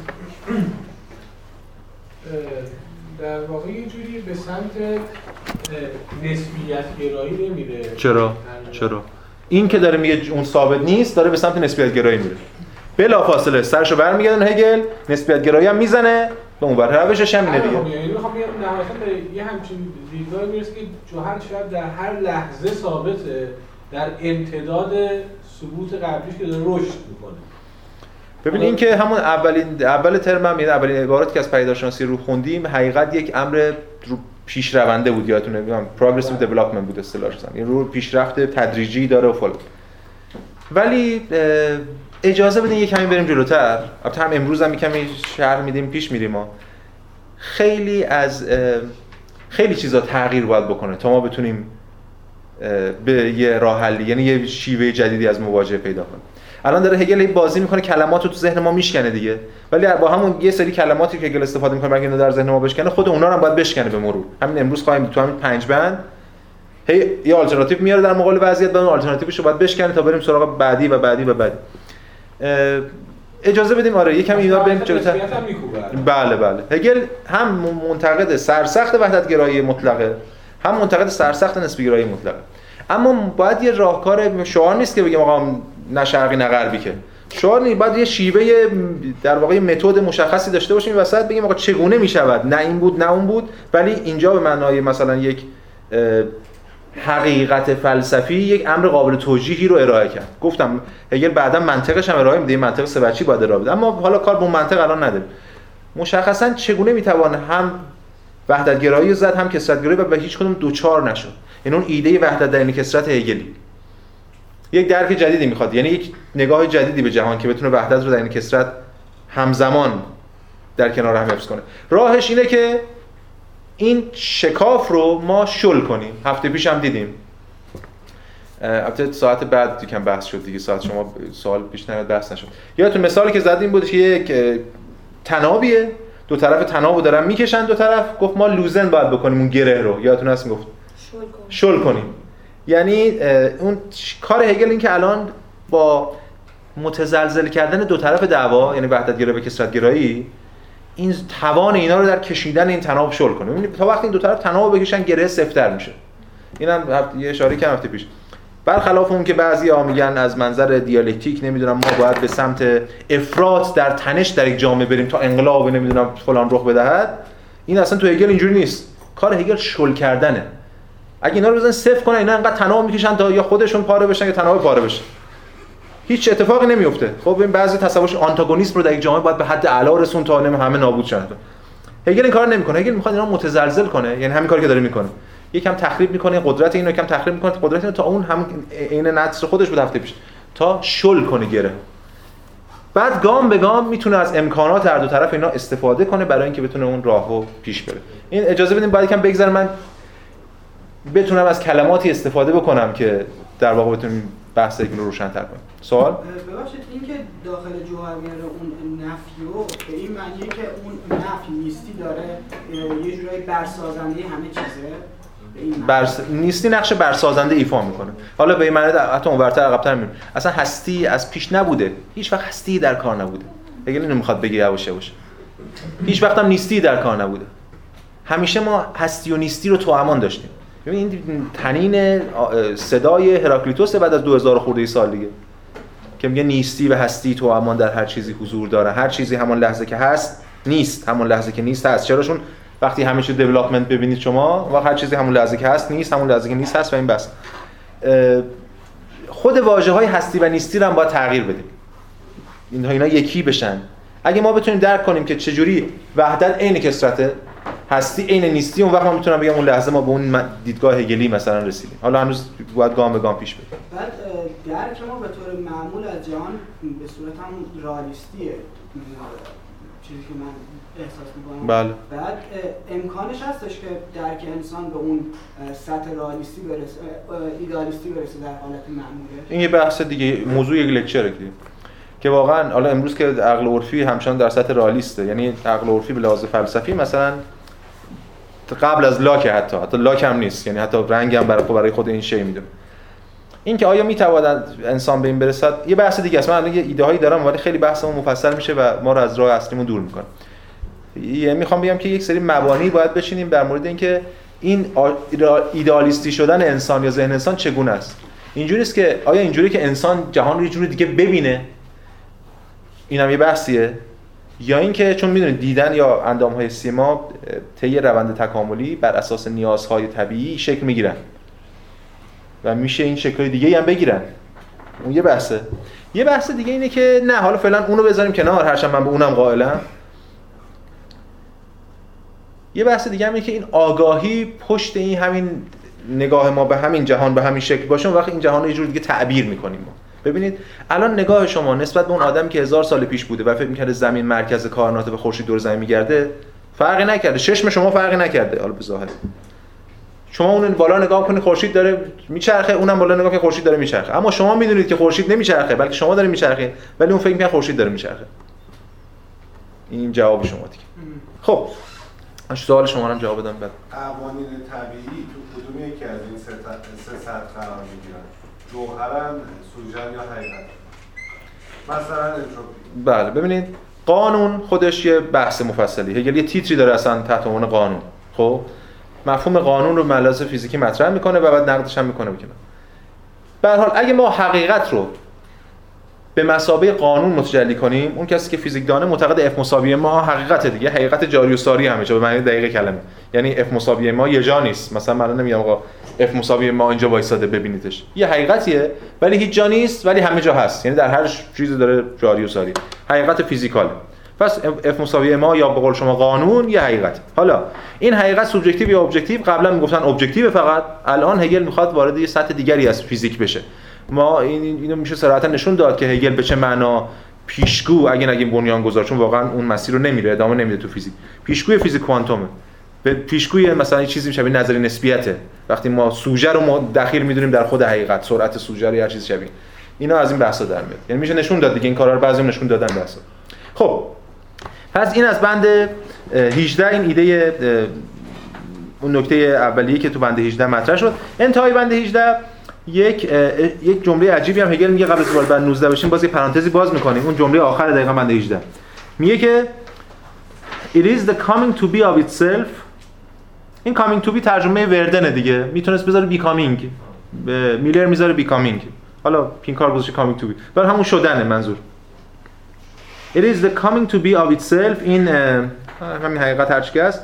در واقع یه جوری به سمت نسبیت گرایی نمیره. چرا؟ چرا؟ این که داره میگه اون ثابت نیست، داره به سمت نسبیت گرایی میره. بلافاصله سرشو برمیگردونه هگل، نسبیت گرایی هم میزنه به اون ور، روشش هم اینه دیگه. یعنی میخوام بگم نهایتاً به یه همچین دیدگاهی میرسه که جوهر شاید در هر لحظه ثابته، در امتداد ثبوت قبلیش که داره رشد میکنه. ببین این که همون اولین اول ترم هم، یعنی اولین عبارتی که از پدیدارشناسی رو خوندیم، حقیقت یک امر پیش رونده بود، یادتونه میگم پروگرسیو دیولپمنت بود اصطلاحش، یعنی رو پیشرفت تدریجی داره و فلان. ولی اجازه بدین یک کمی بریم جلوتر. البته هم امروز هم کمی شرح میدیم پیش میریم ما. خیلی از خیلی چیزا تغییر باید بکنه تا ما بتونیم به یه راه حلی، یعنی یه شیوه جدیدی از مواجهه پیدا کنیم. الان داره هگل بازی میکنه، کلمات رو تو ذهن ما میشکنه دیگه، ولی با همون یه سری کلماتی که هگل استفاده میکنه برای اینو در ذهن ما بشکنه، خود اونا رو هم باید بشکنه به مرور. همین امروز خواهیم تو همین پنج بند هی یه آلترناتیو میاره در مقابل وضعیت، بعد اون آلترناتیوش رو باید بشکنه تا بریم سراغ بعدی و بعدی و بعدی. اجازه بدیم آره یکم اینا بریم جلوتر. بله بله. هگل هم منتقد سرسخت وحدت گرایی مطلقه، هم منتقد سرسخت نسبی گرایی مطلقه. اما باید یه راهکار، شعار نیست که بگیم آقا نه شرقی نه غربی، که شعار نیست، باید یه شیوه در واقع متد مشخصی داشته باشیم وسط بگیم آقا چگونه میشود، نه این بود نه اون بود، ولی اینجا به معنای مثلا یک حقیقت فلسفی یک امر قابل توجیهی رو ارائه کرد. گفتم هگل بعدا منطقش هم ارائه میده، منطق سه‌وجهی باید ارائه بده، اما حالا کار به اون منطق الان نداره. مشخصا چگونه میتوانه هم وحدت گرایی زد، هم کثرت گرایی، و به هیچ کدوم دوچار نشد. این اون ایده وحدت در این کثرت هگلی یک درک جدیدی میخواد، یعنی یک نگاه جدیدی به جهان که بتونه وحدت رو در این کثرت همزمان در کنار هم حفظ کنه. راهش اینه که این شکاف رو ما شل کنیم. هفته پیش هم دیدیم، البته ساعت بعد یکم بحث شد دیگه، ساعت شما سوال پیش نمیاد بحث نشد. یادتون مثالی که زدیم بود که یک تنابیه، دو طرف تنابو دارن میکشن دو طرف، گفت ما لوزن باید بکنیم اون گره رو، یادتون هست گفت شل کنیم. یعنی اون کار هگل این که الان با متزلزل کردن دو طرف دعوا، یعنی وحدت گرایی و کثرت گرایی، این توان اینا رو در کشیدن این تناب شل کنه. ببینید تا وقتی این دو طرف تناب بکشن گره سفت‌تر میشه. اینم یه اشاره کردم هفته پیش. برخلاف اون که بعضی‌ها میگن از منظر دیالکتیک نمیدونم ما باید به سمت افراط در تنش در یک جامعه بریم تا انقلاب نمیدونم فلان رخ بدهد، این اصلا تو هگل اینجوری نیست. کار هگل شل کردنه. اگه اینا رو بزنن صفر کنن، اینا انقدر تناب میکشن تا یا خودشون پاره بشن یا تناب پاره بشه، هیچ اتفاقی نمیفته. خب این بعضی تصورش آنتاگونیسم رو در یک جامعه باید به حد اعلا رسون تا همه نابود شن. هگل این کارو نمیکنه. هگل میخواد اینا متزلزل کنه، یعنی همین کاری که داره میکنه، یکم تخریب میکنه قدرت اینو، یکم تخریب میکنه قدرت اینو تا اون هم عین نصر خودش بود هفته پیش، تا شل کنه گره. بعد گام به گام میتونه از امکانات هر دو طرف اینا استفاده کنه برای اینکه بتونه اون راهو پیش بره. این اجازه بدیم بعد یکم بگذره من بتونم از کلماتی استفاده بکنم که در واقع بتونیم بحث رو روشن‌تر کنیم. سوال؟ ببخشید این که داخل جوهر میاره اون نفیو به این معنیه که اون نفی نیستی داره یه جورایی برسازنده همه چیزه؟ برس... نیستی نقش برسازنده ایفا میکنه. حالا به این معنی حتی اونورتر عقب‌تر میریم، اصلا هستی از پیش نبوده، هیچ وقت هستی در کار نبوده. هگل اینو میخواد بگه یواش یواش. هیچ وقت هم نیستی در کار نبوده. همیشه ما هستی و نیستی رو توامان داشتیم. ببین این تنین صدای هراکلیتوس بعد از دو هزار خورده سال دیگه که میگه نیستی و هستی توامان در هر چیزی حضور داره. هر چیزی همون لحظه که هست نیست، همون لحظه که نیست هست. چراشون وقتی همیشه دیولپمنت ببینید شما و هر چیزی همون لحظه که هست نیست، همون لحظه که نیست هست و این بس. خود واژه‌های هستی و نیستی رو هم باید تغییر بدیم. اینها اینا یکی بشن. اگه ما بتونیم درک کنیم که چجوری وحدت عین کثرت، هستی عین نیستی، اون وقت من میتونم بگم اون لحظه ما به اون دیدگاه هگلی مثلا رسیدیم. حالا هنوز باید گام به گام پیش بریم. بعد درک ما به طور معمول از جهان به صورت هم رئالیستیه، چیزی که من احساس می‌کنم. بله. بعد امکانش هستش که درک انسان به اون سطح رئالیستی برسه، ایدئالیستی برسه در حالت معموله. این یه بحث دیگه، موضوع یک لکچره دیگه. که واقعا حالا امروز که عقل عرفی همچنان در سطح رئالیسته، یعنی عقل عرفی به لحاظ فلسفی مثلا قبل از لاک حتی حتی لاک هم نیست، یعنی حتی رنگ هم برای برای خود این شی میدونه. این که آیا میتواند انسان به این برسد یه بحث دیگه است. من الان یه ایده هایی دارم ولی خیلی بحثمون مفصل میشه و ما رو از راه اصلیمون دور میکنه. یعنی میخوام بگم که یک سری مبانی باید بچینیم در مورد اینکه این ایدئالیستی شدن انسان یا ذهن انسان چگونه است. اینجوری است که آیا اینجوری که انسان جهان رو یه جوری دیگه ببینه، اینم یه بحثیه، یا اینکه چون میدونید دیدن یا اندام‌های حسی ما طی روند تکاملی بر اساس نیازهای طبیعی شکل میگیرن و میشه این شکل‌های دیگه‌ای هم بگیرن. اون یه بحثه. یه بحث دیگه اینه که نه، حالا فعلا اونو بذاریم کنار، هرچند من به اونم قائلم. یه بحث دیگه هم اینه که این آگاهی پشت این همین نگاه ما به همین جهان به همین شکل باشه، اون وقت این جهان رو یه جور دیگه تعبیر می‌کنیم ما. ببینید الان نگاه شما نسبت به اون آدمی که هزار سال پیش بوده و فکر می‌کرده زمین مرکز کائنات به خورشید دور زمین می‌گرده، فرقی نکرده. چشم شما فرقی نکرده. حالا به ظاهر شما اون بالا نگاه کنید خورشید داره میچرخه، اونم بالا نگاه کنید خورشید داره میچرخه، اما شما میدونید که خورشید نمیچرخه بلکه شما دارید میچرخید، ولی اون فکر می‌کنه خورشید داره میچرخه. این جواب شما دیگه. خب سوال شما رو هم جواب بدم بعد. قوانین طبیعی تو کدوم یکی از این سه سه سطح قرار میگیرن؟ جوهرن، سوژن یا حقیقت؟ مثلا انتروپی. بله ببینید قانون خودش یه بحث مفصلی، هگل یه تیتری داره اصلا تحت عنوان قانون. خب مفهوم قانون رو ملاحظه فیزیکی مطرح میکنه و بعد نقدش هم میکنه بکنه. به هر حال اگه ما حقیقت رو به مثابه قانون متجلی کنیم، اون کسی که فیزیک دانه معتقد F مساوی ما حقیقت دیگه، حقیقت جاری و ساری همه جا به معنی دقیق کلمه. یعنی F مساوی ما یه جا نیست. مثلا من نمیگم آقا F مساوی ما اینجا وایساده ببینیدش. یه حقیقتیه ولی هیچ جا نیست ولی همه جا هست. یعنی در هر چیزی داره جاری و ساری. حقیقت فیزیکاله. پس F مساوی ما یا به قول شما قانون یه حقیقت. حالا این حقیقت سوبژکتیو یا ابجکتیو، قبلا میگفتن ابجکتیو فقط، الان هگل میخواد وارد یه سطح دیگری از فیزیک بشه. ما این اینو میشه صراحتا نشون داد که هگل به چه معنا پیشگو اگه نگیم بنیانگذار، چون واقعا اون مسیر رو نمیره، ادامه نمیده تو فیزیک. پیشگوی فیزیک کوانتومه. به پیشگوی مثلا یه چیزی شبیه نظریه نسبیته. وقتی ما سوژه رو ما دخیل میدونیم در خود حقیقت، سرعت سوژه رو یا چیز شبیه. اینا از این بحثا در میاد. یعنی میشه نشون داد دیگه این کارا رو بعضی نشون دادن بحثا. خب پس این از بند هجده این ایده اون نکته اولیه که تو بند هجده مطرح شد. انتهای بند هجده یک یک جمله عجیبی هم هگل میگه، قبل از وارد بند نوزده بشیم باز یه پرانتزی باز می‌کنیم. اون جمله آخر دقیقاً بند هجده میگه که it is the coming to be of itself. این coming to be ترجمه وردنه دیگه، میتونست بذاره becoming، میلر میذاره becoming، حالا پینکار گذاشته coming to be، ولی همون شدنه منظور. it is the coming to be of itself. این همین حقیقت هرچی که هست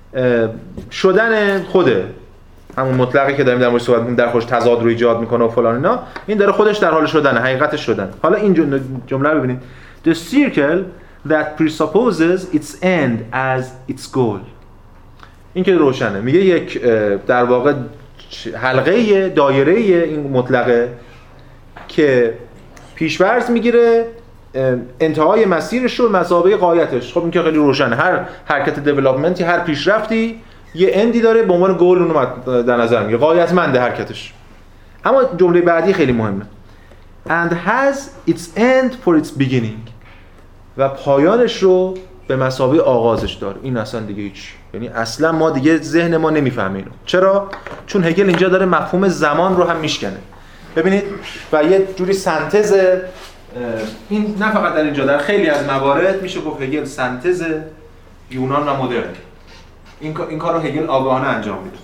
شدن خوده، همون مطلقی که داریم در موردش صحبت می‌کنیم، در خودش تضاد رو ایجاد میکنه و فلان اینا، این داره خودش در حال شدن، حقیقتش شدن. حالا این جمله رو ببینید. the circle that presupposes its end as its goal. این که روشنه، میگه یک در واقع حلقه دایره این مطلقه که پیش‌فرض میگیره انتهای مسیرش رو مثابه غایتش. خب این که خیلی روشنه، هر حرکت دیولپمنتی، هر پیشرفتی یه اندی داره، به عنوان گول اون رو در نظر میگیره، غایتمنده حرکتش. اما جمله بعدی خیلی مهمه. and has its end for its beginning. و پایانش رو به مثابه آغازش داره. این اصلا دیگه هیچ، یعنی اصلا ما دیگه ذهن ما نمیفهمه اینو. چرا؟ چون هگل اینجا داره مفهوم زمان رو هم میشکنه. ببینید و یه جوری سنتز این نه فقط در اینجا، در خیلی از موارد میشه گفت هگل سنتز یونان و مدرن. این این کارو هگل آگاهانه انجام میده.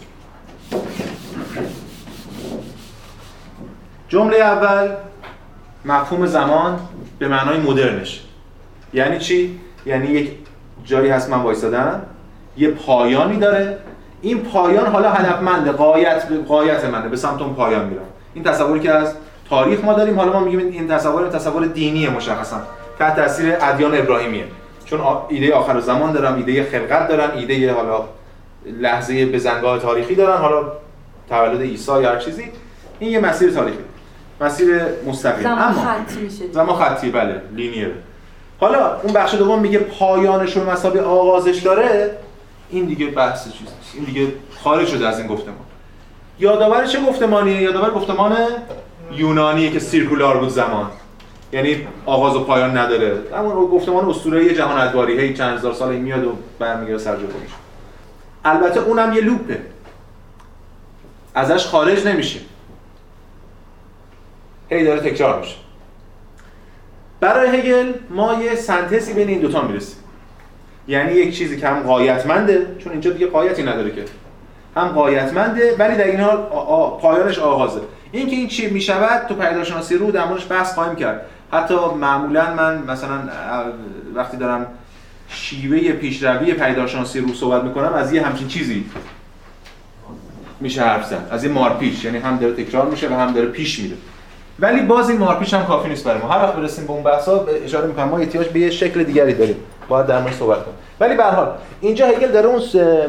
جمله اول مفهوم زمان به معنای مدرنش. یعنی چی؟ یعنی یک جایی هست من وایسادم، یه پایانی داره، این پایان حالا هدفمنده، غایت غایت منه، به سمت اون پایان میرم. این تصوری که از تاریخ ما داریم، حالا ما میگیم این تصور تصور دینیه مشخصا، تحت تاثیر ادیان ابراهیمیه. چون ایده آخر زمان دارم، ایده خلقت دارن، ایده حالا لحظه بزنگاه تاریخی دارن، حالا تولد عیسی یا هر چیزی. این یه مسیر تاریخی، مسیر مستقیم. زمان اما خطی میشه. زمان خطی، بله، لینیره. حالا اون بخش دوم میگه پایانش رو مسابقه آغازش داره. این دیگه بحث چیز نیست، این دیگه خارج شده از این گفتمان. یادآور چه گفتمانیه؟ یادآور گفتمان یونانیه که سیرکولار بود زمان، یعنی آغاز و پایان نداره. همون گفتمان اسطوره‌ای جهان ادواری، هی چند هزار سال میاد و برمیگره سر جای خودش. البته اونم یه لوپه، ازش خارج نمیشه، هی داره تکرار میشه. برای هگل ما یه سنتزی بین این دوتا میرسیم، یعنی یک چیزی که هم غایتمنده، چون اینجا دیگه غایتی نداره که، هم غایتمنده ولی در این حال پایانش آغازه. این که این چی میشود تو پیدایشناسی روح در موردش بحث خواهیم کرد. حتی معمولا من مثلا وقتی دارم شیوه پیشروی پیدایشناسی روح صحبت میکنم از یه همچین چیزی میشه حرف زد، از یه مارپیچ، یعنی هم داره تکرار میشه و هم داره پیش میره. ولی باز این مارپیچ هم کافی نیست برای ما. هر وقت برسیم به اون بحثا اشاره میکنم ما احتیاج به یه شکل دیگری داریم، باید در موردش صحبت کنیم. ولی به هر حال اینجا هگل داره اون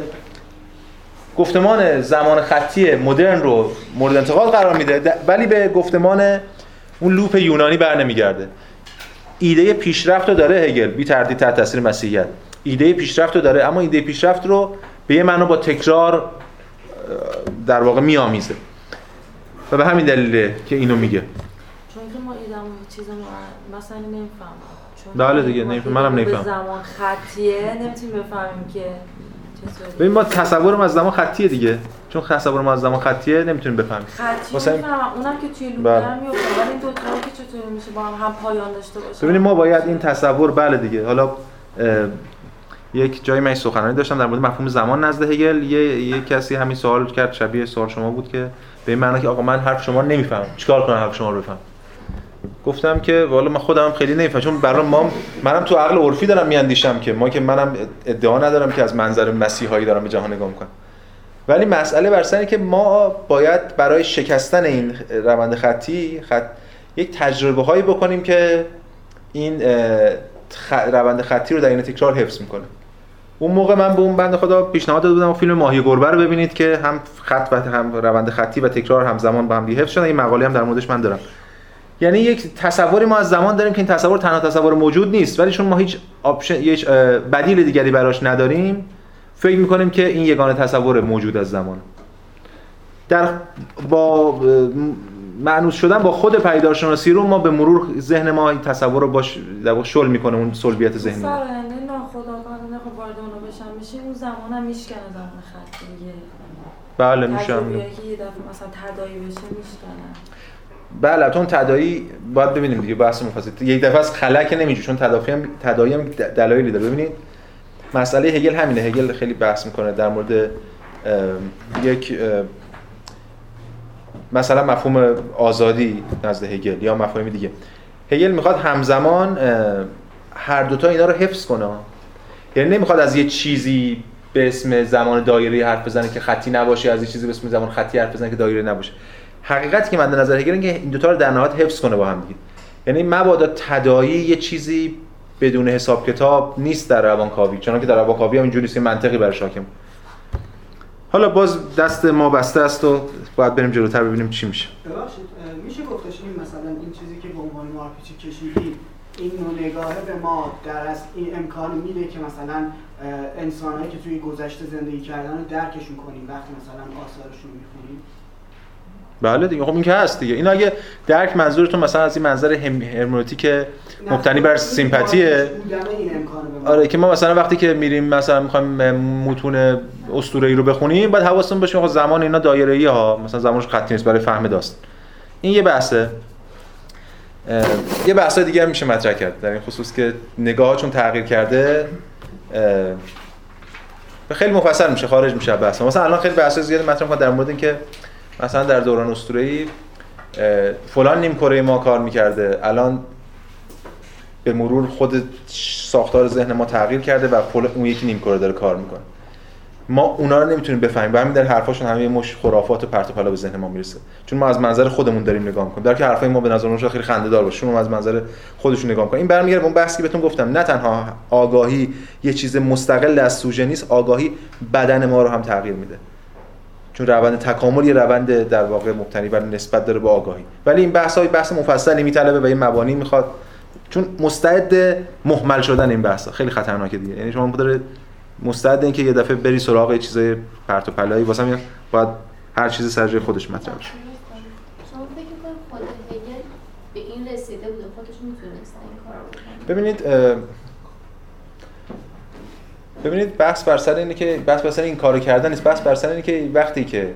گفتمان زمان خطی مدرن رو مورد انتقاد قرار میده، ولی به گفتمان اون لوپ یونانی برنمیگرده. ایده پیشرفت رو داره هگل، بی تردید تحت تاثیر مسیحیت. ایده پیشرفت رو داره، اما ایده پیشرفت رو به یه معنا با تکرار در واقع میآمیزه. و به همین دلیله که اینو میگه. چون که ما ایده‌مون چیز ما مثلا نمیفهمم. بله دیگه نمیفهم، منم نمیفهمم. زمان خطیه نمیتونیم بفهمیم که چطوری. ببین ما تصورم از زمان خطیه دیگه. چون تصورم از زمان خطیه نمیتونیم بفهمیم. خطی واسه میفهمم، اونم که توی لوپ بله. دارم میفته، ولی این دو تا که چطوری میشه با هم هم پایان داشته باشه. ببینید ما باید این تصور، بله دیگه. حالا یک جایی من سخنرانی داشتم در مورد مفهوم زمان نزد هگل، یه یه کسی همین سوال کرد، شبیه سوال شما بود، که به این معنی که آقا من حرف شما رو نمیفهمم، چیکار کنم حرف شما رو بفهمم؟ گفتم که والا من خودم خیلی نمیفهمم، چون برای ما منم تو عقل عرفی دارم میاندیشم که ما که منم ادعا ندارم که از منظر مسیحایی دارم به جهان نگاه میکنم، ولی مسئله بر سره که ما باید برای شکستن این روند خطی خط... یک تجربه هایی بکنیم که این خ... روند خطی رو در این تکرار حفظ میکنه. اون موقع من به اون بنده خدا پیشنهاد داده بودم فیلم ماهی گربه رو ببینید که هم خط و هم روند خطی و تکرار همزمان با هم حفظ شدن. این مقاله هم در موردش من دارم. یعنی یک تصوری ما از زمان داریم که این تصور تنها تصور موجود نیست، ولی چون ما هیچ آپشن، هیچ بدیل دیگری براش نداریم، فکر می‌کنیم که این یگانه تصور موجود از زمان. در با معنوس شدن با خود پدیدارشناسی رو ما به مرور ذهن ما این تصور رو باش در واقع شل می‌کنه، اون سلبیت ذهنی. فرآیند ناخودآگاه خب وارد اون رو بشم میشه، اون زمان هم میشکنه، زمان خطی دیگه. بله میشم. تجربه‌ای که یه دفعه مثلا تداعی بشه میشکنه. بله تو اون تداعی باید ببینیم دیگه، بحث مفصل. یک دفعه از خلأ که نمیشه، چون تدافعی هم تداعی هم دلایلی داره. ببینید مسئله هگل همینه. هگل خیلی بحث میکنه در مورد یک مثلا مفهوم آزادی نزد هگل یا مفاهیم دیگه. هگل میخواد همزمان هر دوتا اینا رو حفظ کنه، یعنی نمیخواد از یه چیزی به اسم زمان دایره‌ای حرف بزنه که خطی نباشه، از یه چیزی به اسم زمان خطی حرف بزنه که دایره نباشه. حقیقتی که مد نظر هگل اینه که این دوتا رو در نهایت حفظ کنه با هم دیگه. یعنی مبادا تداعی یه چیزی بدون حساب کتاب نیست در روانکاوی، چون که در روانکاوی هم اینجوری نیست که منطقی برش حاکم. حالا باز دست ما بسته است و باید بریم جلوتر ببینیم چی میشه. ببخشید میشه گفتش این مثلا این چیزی که به عنوان مارپیچی کشیدی، این نوع نگاهه به ما در از این امکان میده که مثلا انسانایی که توی گذشته زندگی کردن رو درکشون کنیم وقتی مثلا آثارشون رو میخونیم؟ بله دیگه، خب این که هست دیگه. این اگه درک منظورتون مثلا از این منظر هرمنوتیک مبتنی بر سیمپاتیه، آره که ما مثلا وقتی که میریم مثلا میخوایم متون اسطوره‌ای رو بخونیم باید حواسمون باشه که زمان اینا دایره‌ای ها، مثلا زمانش خطی نیست برای فهم داستان. این یه بحثه. یه بحثای دیگه هم میشه مطرح کرد در این خصوص که نگاهاتون تغییر کرده. به خیلی مفصل میشه، خارج میشه بحث. مثلا الان خیلی بحثای زیاد مطرح می‌کنن در مورد این که مثلا در دوران اسطوره‌ای فلان نیم کره ما کار می‌کرده، الان به مرور خود ساختار ذهن ما تغییر کرده و اون یکی نیم کره داره کار میکنه. ما اونا رو نمیتونیم بفهمیم، و همین در حرفاشون همه مش خرافات و پرت و پلا به ذهن ما میرسه، چون ما از منظر خودمون داریم نگاه میکنیم، در که حرفای ما به نظر اونها خیلی خنده‌دار باشه، چون ما از منظر خودشون نگاه میکنیم. این برمیگره به اون بحثی که بهتون گفتم، نه تنها آگاهی یه چیز مستقل از سوژه نیست، آگاهی بدن ما رو هم تغییر میده، چون روند تکامل یه روند در واقع مبتنی بر نسبت داره به آگاهی. ولی این بحث‌های بحث مفصلی میطلبه و این مبانی میخواد، چون مستعد مهمل شدن این بحثا خیلی خطرناکه دیگه. یعنی شما داره مستعد این که یه دفعه بری سراغ یه چیزای پرت و پلایی، واسه همین باید هر چیزی سر جای خودش مطرح بشه. شما فکر می‌کنید خود هگل به این رسیده بوده، خودش میتونست این کارو بکنه؟ ببینید ببینید بحث بر سر اینه که بحث بر سر این کارو کردن نیست، بحث بر سر اینه که وقتی که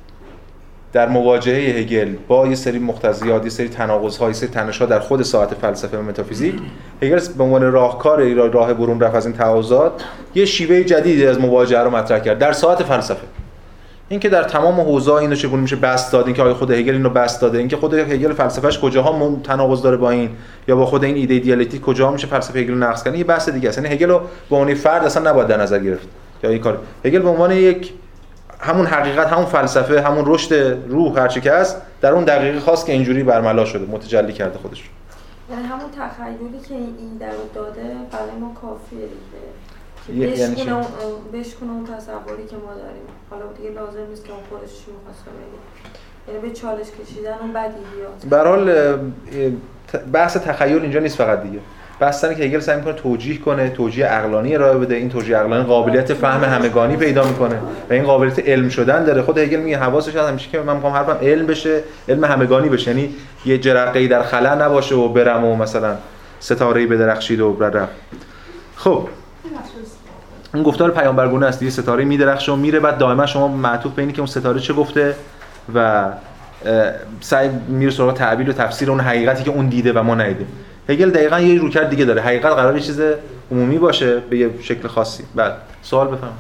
در مواجهه هگل با یه سری مقتضیات، یه سری تناقض‌ها، یه سری تنش‌ها در خود ساعت فلسفه و متافیزیک، هگل به عنوان راهکار راه برون رفت از این تعارضات یه شیوه جدیدی از مواجهه رو مطرح کرد در ساعت فلسفه. این که در تمام حوزه‌ها اینو چگونه میشه بسط داد، این که آیا خود هگل اینو بسط داده، این که خود هگل فلسفه‌اش کجاها تناقض داره با این، یا با خود این ایده دیالکتیک کجاها میشه فلسفه هگل رو نقض کنه، یه بحث دیگه است. یعنی هگل رو به عنوان فرد اصلا نباید در نظر گرفت یا این کار. هگل به عنوان یک همون حقیقت، همون فلسفه، همون رشد روح، هر چی که هست در اون دقیقه خاص که اینجوری برملا شده، متجلی کرده خودش رو. یعنی همون تخیلی که این در داده برای ما کافیه دیگه، که بشکنه اون بشکنه اون تصوری که ما داریم. حالا دیگه لازم نیست که اون خودش چی می‌خواسته بگه، یعنی به چالش کشیدن اون بدیهیات. به هر حال بحث تخیل اینجا نیست فقط دیگه، بحث اینه که هگل سعی می‌کنه توجیه کنه، توجیه عقلانی ارائه بده. این توجیه عقلانی قابلیت فهم همگانی پیدا می‌کنه و این قابلیت علم شدن داره. خود هگل میگه حواسش هست همیشه که من می‌خوام حرفم علم بشه، علم همگانی بشه، یعنی یه جرقه‌ای در خلا نباشه و برم و مثلا ستاره‌ای بدرخشید و رفت. خب این گفتار پیامبرگونه است، یه ستاره میدرخشه و میره، بعد دائما شما معطوف به اینی که اون ستاره چه گفته و سعی میره سراغ تعبیر و تفسیر اون حقیقتی که اون دیده و ما ندیدیم. هگل دقیقاً یه رویکرد دیگه داره، حقیقت قراره یه چیز عمومی باشه به یه شکل خاصی. بله سوال بفرمایید.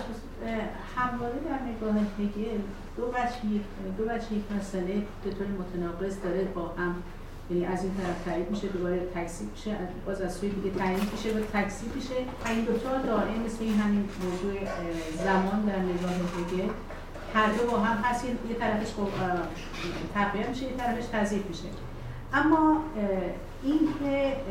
همواره در نگاه هگل دو وجه دو وجه یک مسئله به طور متناقض داره با هم، یعنی از این طرف تایید میشه دوباره تکذیب میشه، باز از سوی دیگه تایید میشه و تکذیب میشه. این دو تا دائم مثل این همین موضوع زمان در نگاه هگل هر دو با هم هست، یه طرفش تقویت میشه، یه طرفش تضعیف میشه. اما این که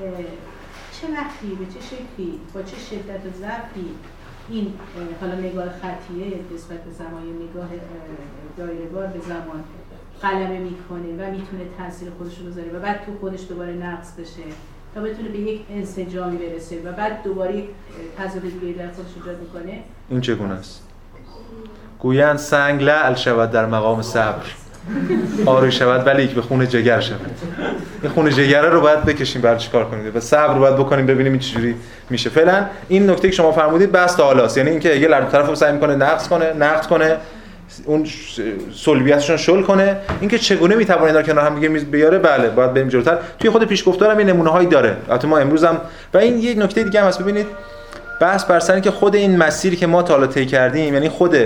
چه وقتی به چه شکلی با چه شدت و ضعفی این حالا نگاه خطیه نسبت به زمان، نگاه دایره‌وار به زمان غلبه میکنه و میتونه تاثیر خودش رو بذاره و بعد تو خودش دوباره نقص بشه تا بتونه به یک انسجامی برسه و بعد دوباره یک تضاد دیگه در خودش ایجاد میکنه. این چگونه است؟ گویند سنگ لعل شود در مقام صبر، آروی شود ولی به خون جگر شود. این خون جگره رو باید بکشیم، برای چیکار کنیم و صبر رو باید بکنیم ببینیم این چجوری میشه. فعلا این نکته که شما فرمودید بحث حالاست، یعنی اینکه هگل هر طرفو سعی میکنه نقص کنه، نقد کنه، اون سلبیاتشون شل کنه. اینکه چگونه میتونه اینا کنار هم دیگه بیاره، بله باید بریم جلوتر. توی خود پیشگفتارم یه نمونه‌هایی داره البته ما امروز هم. و این یه نکته دیگه هم هست، ببینید بحث بر سر اینکه خود این مسیری که ما تا حالا طی کردیم، یعنی خود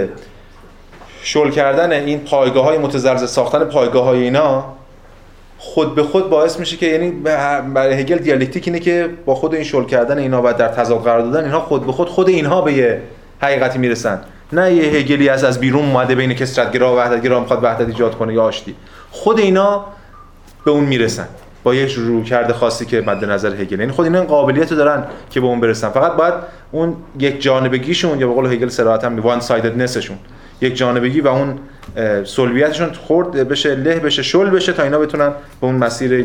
شل کردن این پایگاه‌های متزلزل، ساختن پایگاه‌های اینا خود به خود باعث میشه که، یعنی برای هگل دیالکتیک اینه که با خود این شل کردن اینا و در تضاد قرار دادن اینها خود به خود خود اینها به یه حقیقتی میرسن، نه یه هگلی از از بیرون اومده بین کثرت‌گرا و وحدت‌گرا میخواد وحدت ایجاد کنه یا آشتی. خود اینا به اون میرسن با یه رویکرد خاصی که مد نظر هگل، یعنی خود اینا این قابلیت رو دارن که به اون برسن، فقط باید اون یک جانبگیشون یا به قول هگل صراحتاً وان سایددنسشون، یک جانبگی و اون سلبیتشون خورد بشه، له بشه، شل بشه تا اینا بتونن به اون مسیر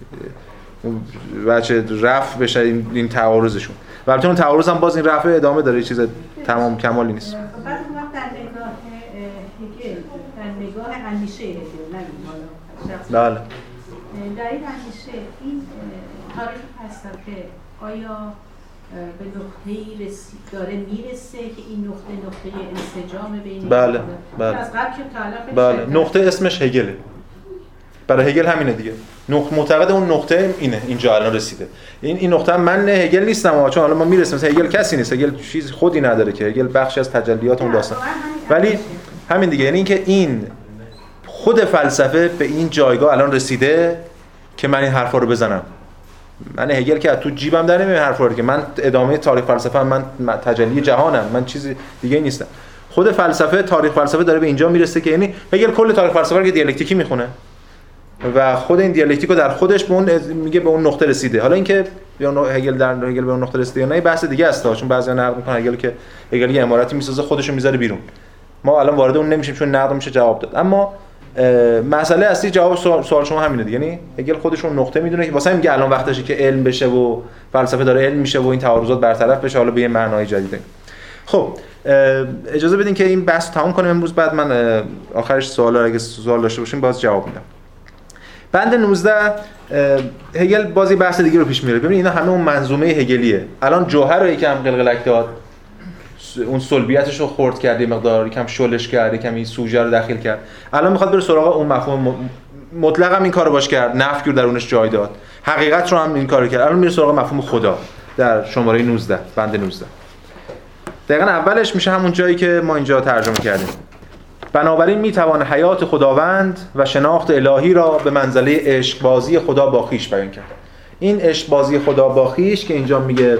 بچه رفع بشه این, این تعارضشون. و البته اون تعارض هم باز این رفع ادامه داره، چیز تمام کمالی نیست. بعد وقت در نگاه هگل، در نگاه اندیشه هگل نگیم حالا بله، در این اندیشه این تاریخ فلسفه آیا به نقطه‌ای رسید داره میرسه که این نقطه نقطه انسجام بین بله بله از قبل که تا الان بله نقطه اسمش هگله، برای هگل همینه دیگه. نقطه معتقد اون نقطه اینه، اینجا الان رسیده. این این نقطه من هگل نیستم، چون حالا ما میرسیم مثلا هگل کسی نیست، هگل چیز خودی نداره که، هگل بخشی از تجلیات اون داستان. ولی همین دیگه، یعنی اینکه این خود فلسفه به این جایگاه الان رسیده که من این حرفا رو بزنم. من هگل که تو جیبم در نمیاد حرفا رو که من ادامه تاریخ فلسفه، من تجلی جهانم، من چیزی دیگه نیستم. خود فلسفه، تاریخ فلسفه داره به اینجا میرسه که یعنی هگل کل تاریخ فلسفه رو که دیالکتیکی میخونه و خود این دیالکتیک رو در خودش به اون میگه به اون نقطه رسیده. حالا اینکه هگل در هگل به اون نقطه رسیده یا نه بحث دیگه است، چون بعضیا نقد میکنن هگل که هگل یه عمارتی میسازه خودش رو میذاره بیرون. ما الان وارد اون نمیشیم چون نقد میشه جواب داد. اما مسئله اصلی جواب سوال شما همینه دیگه، یعنی هگل خودش اون نقطه میدونه که واسه میگه الان وقتشه که علم بشه و فلسفه داره علم میشه و این تعارضات برطرف بشه، حالا به یه معنای جدیده. خب اجازه بدین که این بحث تموم کنیم امروز، بعد من آخرش سوالا اگه سوال داشته باشین باز جواب میدم. بند نوزده هگل بازی بحث دیگه رو پیش میره. ببین اینا همه اون منظومه هگلیه. الان جوهر رو یکم قلقلک داد، اون سلبیتش رو خرد کرد، یه مقدار یکم شلش کرد، یکم این سوژه رو داخل کرد. الان میخواد بره سراغ اون مفهوم مطلق، هم این کارو باش کرد، نفی رو درونش جای داد، حقیقت رو هم این کارو کرد. الان میره سراغ مفهوم خدا در شماره نوزده، بند نوزده. دقیقاً اولش میشه همون جایی که ما اینجا ترجمه کردیم. بنابراین میتوان حیات خداوند و شناخت الهی را به منزله عشق بازی خدا با خویش بیان کرد. این عشق بازی خدا با خویش که اینجا میگه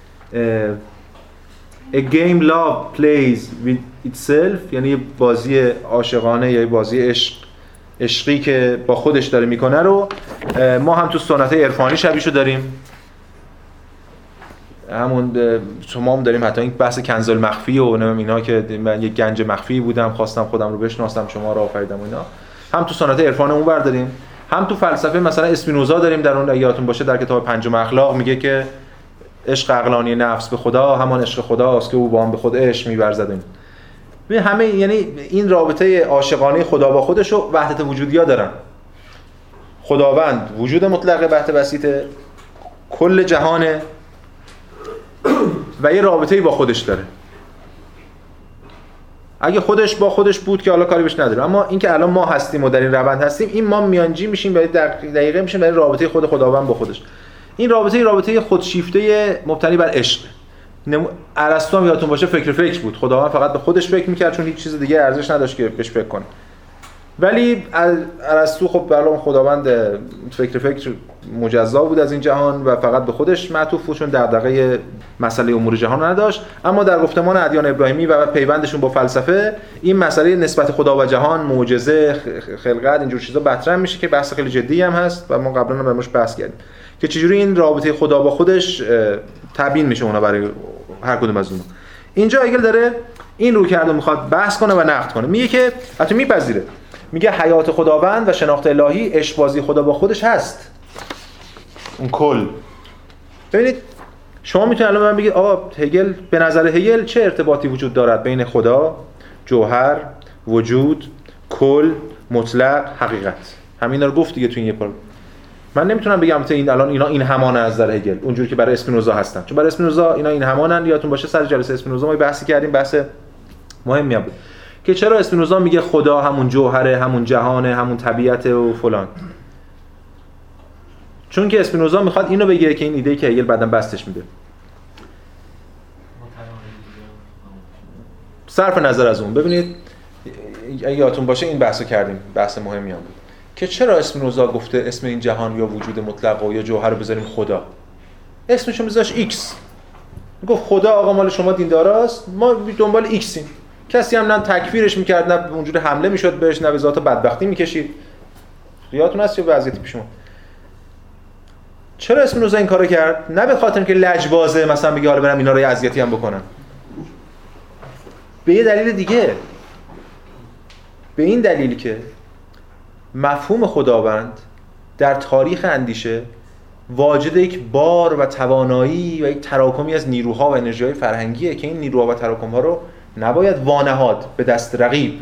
a game love plays with itself، یعنی بازی عاشقانه یا بازی عشق عشقی که با خودش داره میکنه رو ما هم تو سنت عرفانی شبیهشو داریم. همون شما هم داریم، حتی این بحث کنز المخفی و نمیدونم اینا که من یک گنج مخفی بودم خواستم خودم رو بشناسم شما رو آفریدم و اینا، هم تو سنت عرفان اون ور داریم، هم تو فلسفه مثلا اسپینوزا داریم. در اون یادتون باشه در کتاب پنجم اخلاق میگه که عشق عقلانی نفس به خدا همان عشق خداست که او با آن به خود عشق می‌ورزد. ببین همه یعنی این رابطه عاشقانه خدا با خودش و وحدت وجودی‌ها دارن. خداوند وجود مطلق بحت بسیطه، کل جهانه و یه رابطه‌ای با خودش داره. اگه خودش با خودش بود که حالا کاری بهش نداره، اما اینکه الان ما هستیم و در این روند هستیم، این ما میانجی میشیم و دقیقه میشیم برای رابطه خود خداوند با خودش. این رابطه رابطه خودشیفته مبتنی بر عشق. ارسطو هم یادتون باشه فکر فکر بود، خداوند فقط به خودش فکر میکرد چون هیچ چیز دیگه ارزش نداشت که بهش فکر کنه. ولی ارسطو خب برای اون خداوند فکر فکر مجزا بود از این جهان و فقط به خودش معطوف بود چون دغدغه مسئله امور جهان نداشت. اما در گفتمان ادیان ابراهیمی و پیوندشون با فلسفه این مسئله نسبت خدا و جهان، معجزه، خلقت، اینجور چیزا مطرح میشه که بحث خیلی جدی هم هست و ما قبلا هم برامش بحث کردیم که چجوری این رابطه خدا با خودش تبیین میشه اونا برای هر کدوم از اونها. اینجا هگل داره این رو کرده میخواد بحث کنه و نقد کنه. میگه که حتی میپذیره، میگه حیات خداوند و شناخت الهی عشق بازی خدا با خودش هست. اون کل. ببینید شما میتونید الان من بگید آقا هگل به نظر هگل چه ارتباطی وجود دارد بین خدا، جوهر، وجود، کل، مطلق، حقیقت؟ همینا رو گفت دیگه تو این یه پار. من نمیتونم بگم که این الان اینا این همانه از نظر هگل اونجوری که برای اسپینوزا هستن، چون برای اسپینوزا اینا این همانن. یادتون باشه سر جلسه اسپینوزا ما بحثی کردیم، بحث مهمی بود که چرا اسپینوزا میگه خدا همون جوهره، همون جهانه، همون طبیعت و فلان. چون که اسپینوزا میخواد اینو بگیره که این ایده که هگل بعداً بستش میده. صرف نظر از اون ببینید اگه یادتون باشه این بحثو کردیم، بحث مهمی هم بود که چرا اسپینوزا گفته اسم این جهان یا وجود مطلق و یا جوهر رو بذاریم خدا. اسمشو میذاش ایکس. گفت خدا آقا مال شما دینداراست، ما دنبال ایکسیم. کسی هم نه تکفیرش میکرد نه اونجوری حمله میشد بهش، نه به ذات بدبختی میکشید. یادتون هست چه وضعیتی پیش اومد. چرا اسپینوزا این کارو کرد؟ نه به خاطر اینکه لجبازه مثلا بگه حالا برم اینا رو اذیتی هم بکنم. به یه دلیل دیگه. به این دلیل که مفهوم خداوند در تاریخ اندیشه واجد یک بار و توانایی و یک تراکمی از نیروها و انرژی‌های فرهنگیه که این نیروها و تراکم‌ها رو نباید وانهاد به دست رقیب.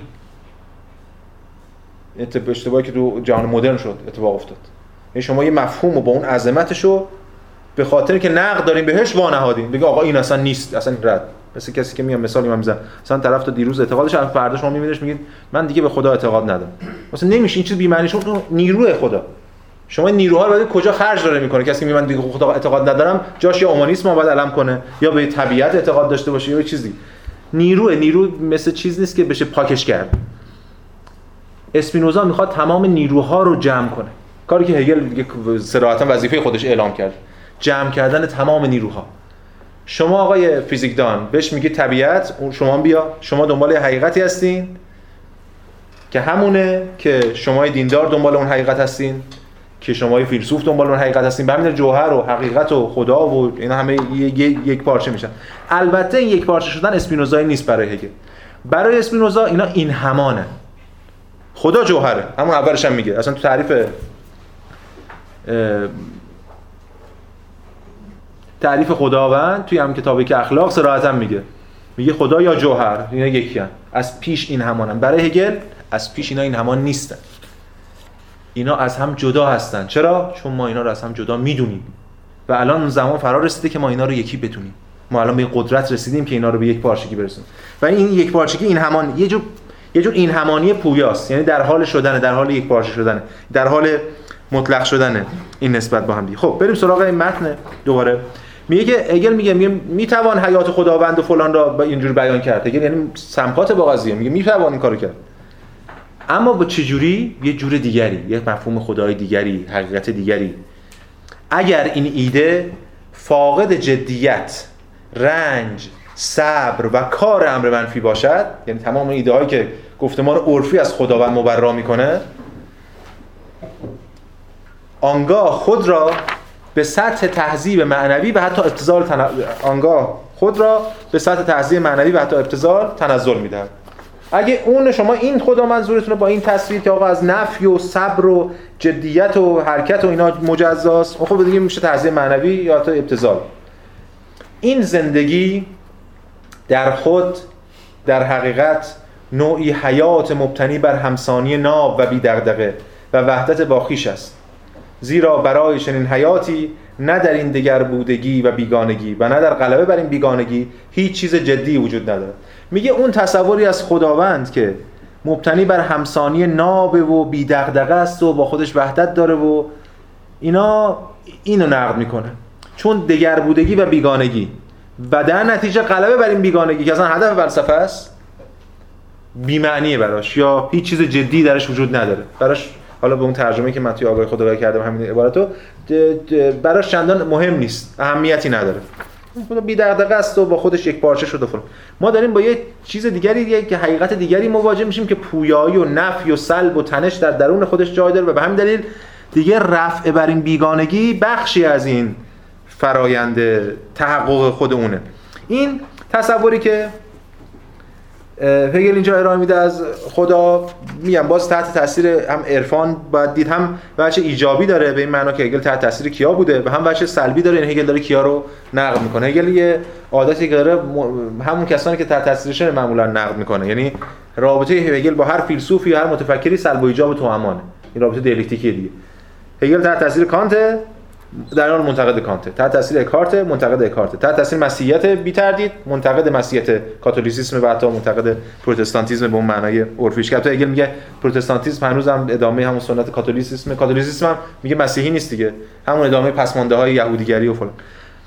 اشتباهی که تو جهان مدرن شد اتفاق افتاد. یعنی شما یه مفهوم رو با اون عظمتشو به خاطر که نقد داریم بهش وانهادین، بگه آقا این اصلا نیست، اصلا رد. مثل کسی که میاد مثالی من میزنم مثلا طرف تا دیروز اعتقادش از فردا شما میبینیش میگید من دیگه به خدا اعتقاد ندارم. مثلا نمیشه این چیز بی معنی، چون نیروی خدا شما نیروها رو باید کجا خرج داره میکنه. کسی که من دیگه خدا اعتقاد ندارم جاش یا اومانیسم رو باید علم کنه یا به طبیعت اعتقاد داشته باشه یا چیزی. نیروه نیرو مثل چیز نیست که بشه پاکش کرد. اسپینوزا میخواد تمام نیروها رو جمع کنه، کاری که هگل دیگه صراحتا وظیفه خودش اعلام کرد، جمع کردن تمام نیروها. شما آقای فیزیکدان بهش میگه طبیعت، شما بیا شما دنبال حقیقتی هستین که همونه که شما دیندار دنبال اون حقیقت هستین، که شما فیلسوف دنبال اون حقیقت هستین. به همین جوهر و حقیقت و خدا و اینا همه یک پارچه میشن. البته این یک پارچه شدن اسپینوزایی نیست برای هگل. برای اسپینوزا اینا این همانه. خدا جوهره، همون اولش هم میگه، اصلا تو تعریف تعریف خداوند توی هم کتابی که اخلاق صراحتا میگه، میگه خدا یا جوهر اینا یکی هستن، از پیش این همانن. برای هگل از پیش اینا این همان نیستن، اینا از هم جدا هستن. چرا؟ چون ما اینا رو از هم جدا میدونیم و الان زمان فرا رسیده که ما اینا رو یکی بدونیم. ما الان به قدرت رسیدیم که اینا رو به یک پارچگی برسونیم و این یک پارچگی این همان یه جور یه جور این همانی پویاست، یعنی در حال شدن، در حال یک پارچه شدن، در حال مطلق شدن این نسبت با هم دیگه. خب بریم سراغ این متن دوباره. میگه که هگل میگه میگه میتوان حیات خداوند و فلان را با اینجور بیان کرد. هگل یعنی سمپات با قضیه میگه میتوان این کارو کرد، اما با چه جوری؟ یه جور دیگری، یه مفهوم خدای دیگری، حقیقت دیگری. اگر این ایده فاقد جدیت، رنج، صبر و کار امر منفی باشد، یعنی تمام ایده هایی که گفتمان عرفی از خداوند مبرا میکنه، آنگاه خود را به سطح تهذیب معنوی و حتی ابتذال تن... آنگاه خود را به سطح تهذیب معنوی و حتی ابتذال تنزل میدهد. اگه اون شما این خدا منظورتونه با این تصویر که آقا از نفی و صبر و جدیت و حرکت و اینا مجزاست، خب دیگه میشه تهذیب معنوی یا حتی ابتذال. این زندگی در خود در حقیقت نوعی حیات مبتنی بر همسانی ناب و بی دغدغه و وحدت با خویش است، زیرا برای چنین حیاتی نه در این دگر بودگی و بیگانگی و نه در غلبه بر این بیگانگی هیچ چیز جدی وجود ندارد. میگه اون تصوری از خداوند که مبتنی بر همسانی ناب و بی دغدغه است و با خودش وحدت داره و اینا، اینو نقد میکنه، چون دگر بودگی و بیگانگی و در نتیجه غلبه بر این بیگانگی که اصلا هدف فلسفه است، بی‌معنیه براش یا هیچ چیز جدی درش وجود نداره براش. حالا به اون ترجمه که من توی آگاهی خداوند کردم همین عبارتو، براش چندان مهم نیست، اهمیتی نداره، خدا بی دغدغه است و با خودش یک پارچه شده فلان. ما داریم با یه چیز دیگری، یک حقیقت دیگری مواجه میشیم که پویایی و نفی و سلب و تنش در درون خودش جای داره و به همین دلیل دیگه رفع بر این بیگانگی بخشی از این فرایند تحقق خود اونه. این تصوری که هگل اینجا ارائه میده از خدا، میگم باز تحت تاثیر هم عرفان باید دید، هم وجه ایجابی داره به این معنا که هگل تحت تاثیر کیا بوده و هم وجه سلبی داره، این هگل داره کیا رو نقد میکنه. هگل یه عادتی که داره همون کسانی که تحت تاثیرشون معمولا نقد میکنه، یعنی رابطه هگل با هر فیلسوفی یا هر متفکری سلب و ایجاب توامانه، این رابطه دیالکتیکی دیگه. هگل تحت تاثیر کانت در حال منتقد کانت، تحت تاثیر اکارت منتقد اکارت، تحت تاثیر مسیحیت بی تردید منتقد مسیحیت، کاتولیسیسم و حتی منتقد پروتستانتیسم به اون معنای عرفیش. که البته هگل میگه پروتستانتیسم هنوز هم ادامه همون سنت کاتولیسیسم، کاتولیسیسم هم میگه مسیحی نیست دیگه، همون ادامه پسمانده‌های یهودیگری و فلان.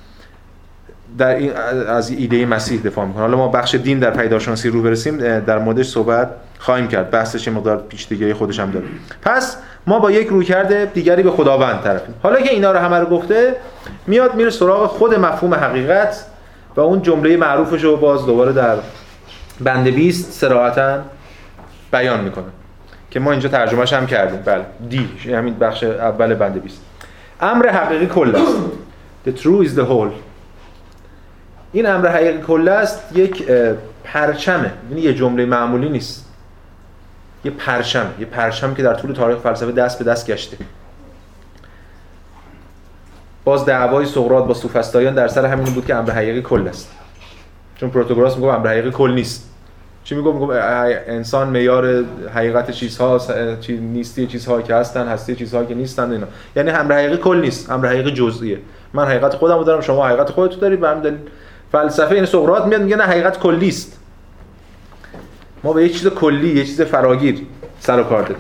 در این از ایده مسیح دفاع میکنه. حالا ما بخش دین در پیدایشناسی رو برسیم در موردش صحبت خواهیم کرد، بحثش یه مقدار پیچیدگی خودش هم داره. پس ما با یک رویکرد دیگری به خداوند طرفیم. حالا که اینا رو همه رو گفته، میاد میره سراغ خود مفهوم حقیقت و اون جمله معروفش رو باز دوباره در بند بیست صراحتاً بیان میکنه که ما اینجا ترجمهش هم کردیم. بله، دی همین بخش اول بند بیست. امر حقیقی کل است. The true is the whole. این امر حقیقی کل است یک پرچمه، یعنی یه جمله معمولی نیست، یه پرچم، یه پرچم که در طول تاریخ فلسفه دست به دست گشته. باز دعوای سقراط با سوفسطائیان در سر همین بود که امر حقیقی کل است، چون پروتاگوراس میگه امر حقیقی کل نیست. چی میگه؟ میگه انسان معیار حقیقت چیزها چیز نیستی چیزها که هستن، هستی چیزها که نیستن اینا، یعنی امر حقیقی کل نیست، امر حقیقی جزئیه. من حقیقت خودم رو دارم، شما حقیقت خودت رو داری، به همین دلیل فلسفه این سقراط میاد میگه نه حقیقت کلی است. ما به یک چیز کلی، یک چیز فراگیر سر و کار داریم.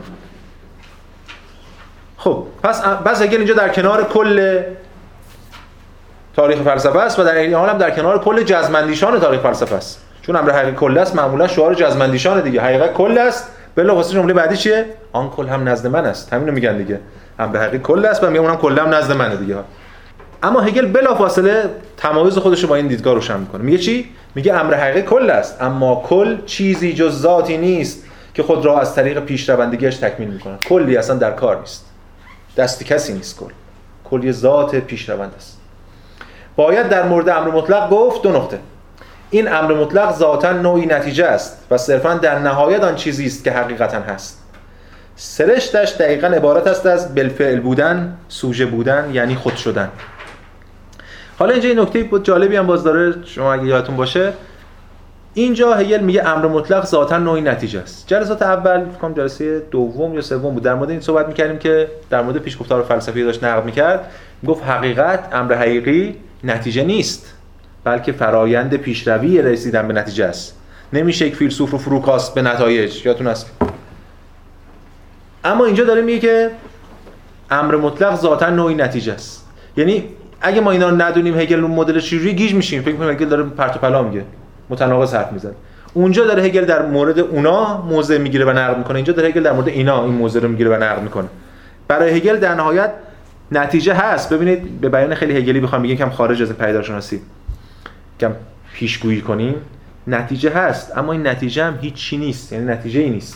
خب پس پس هگل اینجا در کنار کل تاریخ فلسفه است و در این حال هم در کنار کل جزم‌اندیشان تاریخ فلسفه است. چون امر حقیقت کل است معمولا شعار جزم‌اندیشان دیگه. حقیقت کل است بلافاصله جمله بعدی چیه؟ آن کل هم نزد من است. همینو میگن دیگه. امر حقیقت کل است و میگن اونم کل هم نزد منه دیگه. اما هگل بلافاصله تمایز خودش رو با این دیدگاه روشن میکنه. میگه چی؟ میگه امر حقیقت کل است، اما کل چیزی جز ذاتی نیست که خود را از طریق پیشروندگیش تکمیل میکنه. کلی اصلا در کار نیست. دست کسی نیست کل. کل یه ذات پیشروند است. باید در مورد امر مطلق گفت دو نقطه. این امر مطلق ذاتاً نوعی نتیجه است و صرفاً در نهایت آن چیزی است که حقیقتاً هست. سرشتش دقیقاً عبارت است از بالفعل بودن، سوژه بودن، یعنی خود شدن. حالا اینجا این نکته جالبی هم باز داره، شما اگه یادتون باشه اینجا هگل میگه امر مطلق ذاتاً نوعی نتیجه است. جلسات اول فکر کنم جلسه دوم یا سوم بود در مورد این صحبت می‌کردیم که در مورد پیشگفتار فلسفی داشت نقد می‌کرد. میگفت حقیقت امر حقیقی نتیجه نیست، بلکه فرایند پیشروی رسیدن به نتیجه است. نمیشه یک فیلسوف رو فروکاست به نتایج، یادتون هست. اما اینجا داره میگه که امر مطلق ذاتاً نوعی نتیجه است. یعنی اگه ما اینا رو ندونیم هگل اون مدل چجوری گیج میشیم، فکر می‌کنیم هگل داره پرت و پلا میگه، متناقض حرف میزنه. اونجا داره هگل در مورد اونا موضع میگیره و نقد میکنه، اینجا داره هگل در مورد اینا این موضع رو میگیره و نقد میکنه. برای هگل در نهایت نتیجه هست. ببینید به بیان خیلی هگلی بخوام بگم کم خارج از پیدارشناسی کم پیشگویی کنیم، نتیجه هست اما این نتیجه هم هیچ چی نیست، یعنی نتیجه ای نیست.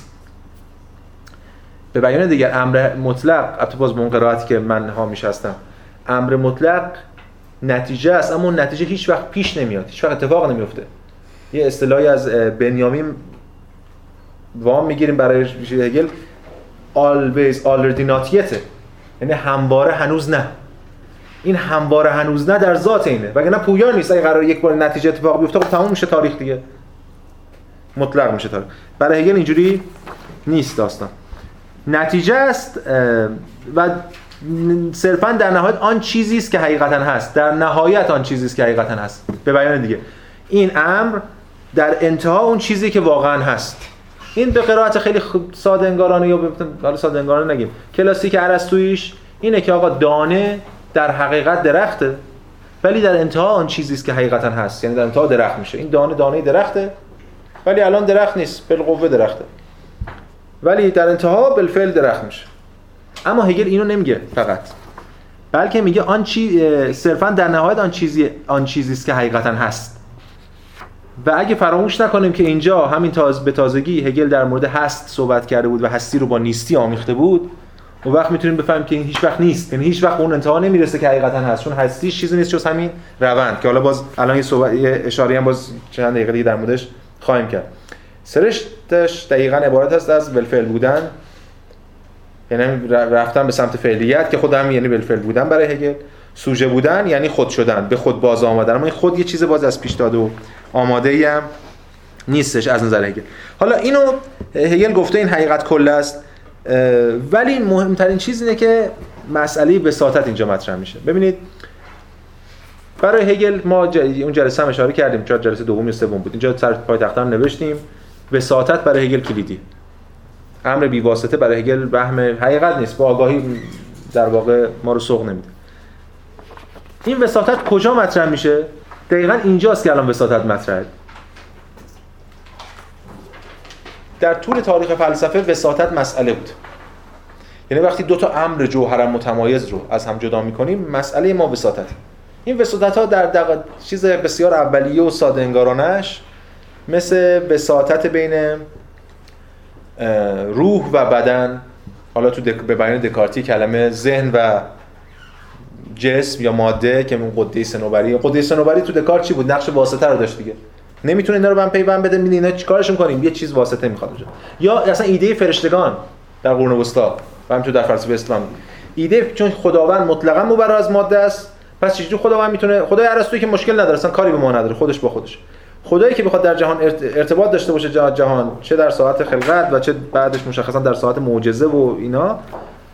به بیان دیگر امر مطلق، البته باز به اون قرائتی که من حامیش هستم، امر مطلق نتیجه است اما اون نتیجه هیچ وقت پیش نمیاد، هیچ وقت اتفاق نمیفته. یه اصطلاحی از بنیامین وام میگیریم برای هگل، always already not yet، یعنی همواره هنوز نه. این همواره هنوز نه در ذات اینه، وگرنه پویا نیست. اگه قرار یک بار نتیجه اتفاق بیفته خب تموم میشه تاریخ دیگه، مطلق میشه تاریخ. برای هگل اینجوری نیست داستان. نتیجه است و صرفاً در نهایت آن چیزی است که حقیقتاً هست. در نهایت آن چیزی است که حقیقتاً هست. به بیان دیگه این امر در انتها اون چیزی که واقعاً هست. این به قرائت خیلی ساده انگارانه یا حالا ساده انگارانه نگیم، کلاسیک ارسطوییش اینه که آقا دانه در حقیقت درخته ولی در انتها آن چیزی است که حقیقتاً هست، یعنی در انتها درخت میشه. این دانه دانه درخته ولی الان درخت نیست، بالقوه درخته، ولی در انتها بالفعل درخت میشه. اما هگل اینو نمیگه فقط، بلکه میگه آن چیز صرفاً در نهایت آن چیزی آن چیزی است که حقیقتاً هست. و اگه فراموش نکنیم که اینجا همین تاز به تازگی هگل در مورد هست صحبت کرده بود و هستی رو با نیستی آمیخته بود، اون وقت میتونیم بفهمیم که این هیچ وقت نیست، یعنی هیچ وقت اون انتها نمیرسه که حقیقتاً هست، چون هستی چیزی نیست جز همین روند که حالا باز الان یه صحبت یه اشاره هم باز چند دقیقه دیگه در موردش خواهیم کرد. سرشتش دقیقاً عبارت است از بالفعل بودن، یعنی رفتن به سمت فعلیت که خود هم یعنی بالفعل بودن برای هگل. سوژه بودن یعنی خود شدن، به خود باز آمدن، اما این خود یه چیز باز از پیش داده و آماده‌ای هم نیستش از نظر هگل. حالا اینو هگل گفته این حقیقت کل است، ولی مهمترین چیز اینه که مسئله وساطت اینجا مطرح میشه. ببینید برای هگل ما ج... اون جلسه هم اشاره کردیم، چون جلسه دوم یا سوم بود، اینجا سر پای تخته هم نوشتیم وساطت برای هگل کلیدی. امر بی واسطه برای هگل وهم حقیقت نیست، با آگاهی در واقع ما رو سوق نمیده. این وساطت کجا مطرح میشه؟ دقیقاً اینجاست که الان وساطت مطرحه. در طول تاریخ فلسفه وساطت مسئله بود. یعنی وقتی دو تا امر جوهرا متمایز رو از هم جدا می‌کنیم، مسئله ما وساطت. این وساطت‌ها در دق... چیز بسیار اولیه و ساده انگارانش مثل وساطت بین روح و بدن، حالا تو دک... به بیان دکارتی کلمه ذهن و جسم یا ماده که اون قده صنوبری، قده صنوبری تو دکارت چی بود؟ نقش واسطه رو داشت دیگه. نمیتونه اینا رو هم پیوند بده، میدین اینا چیکارشون کنیم؟ یه چیز واسطه میخواد اونجا. یا اصلا ایده فرشتگان در قرون وسطا و همینطور در فلسفه اسلام، ایده چون خداوند مطلقاً مبرا از ماده است، پس چجوری خداوند میتونه، خدای ارسطویی که مشکل نداره، اصلا کاری به ما نداره، خودش با خودش. خدایی که بخواد در جهان ارتباط داشته باشه جهان، چه در ساعت خلقت و چه بعدش مشخصا در ساعت معجزه و اینا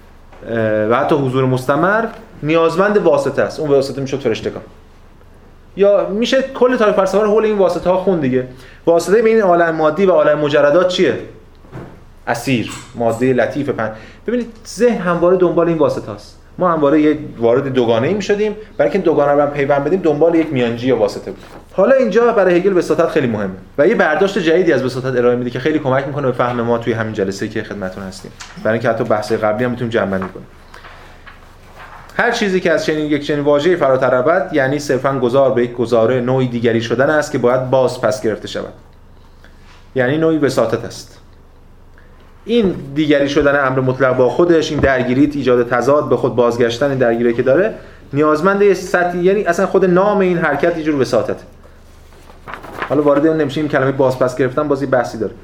و حتی حضور مستمر، نیازمند واسطه است. اون واسطه میشه فرشتگان. یا میشه کل تاریخ فلسفه رو حول این واسطه ها خون دیگه. واسطه بین عالم مادی و عالم مجردات چیه؟ اسیر، ماده لطیف پن. ببینید ذهن همواره دنبال این واسطه است. ما همواره یک وارد دوگانه‌ای می‌شدیم، برای اینکه دوگانه رو هم پیوند بدیم دنبال یک میانجی یا واسطه بود. حالا اینجا برای هگل وساطت خیلی مهمه و یه برداشت جدیدی از وساطت ارائه میده که خیلی کمک میکنه به فهم ما توی همین جلسه‌ای که خدمتتون هستیم. برای اینکه حتی بحث قبلی هم میتونیم جمع‌بندی کنیم. هر چیزی که از چنین یک چنین واژه‌ای فراتر رود یعنی صرفاً گذار به یک گزاره نوعی دیگری شدن است که باید باز پس گرفته شود. یعنی نوعی وساطت است. این دیگری شدن امر مطلق با خودش، این درگیریت ایجاد تضاد به خود بازگشتن، این درگیری که داره نیازمند یه سطحی، یعنی اصلا خود نام این حرکت یه جور وساطته. حالا وارد اون نمیشیم، کلمه باز پس گرفتن بازی بحثی داره.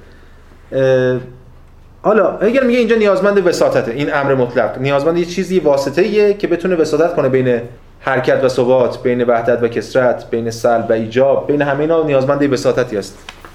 حالا اگر میگه اینجا نیازمند وساطته، این امر مطلق نیازمند یه چیزی واسطه‌ایه که بتونه وساطت کنه بین حرکت و ثبات، بین وحدت و کثرت، بین سلب و ایجاب، بین همه اینا نیازمند یه وساطتی است.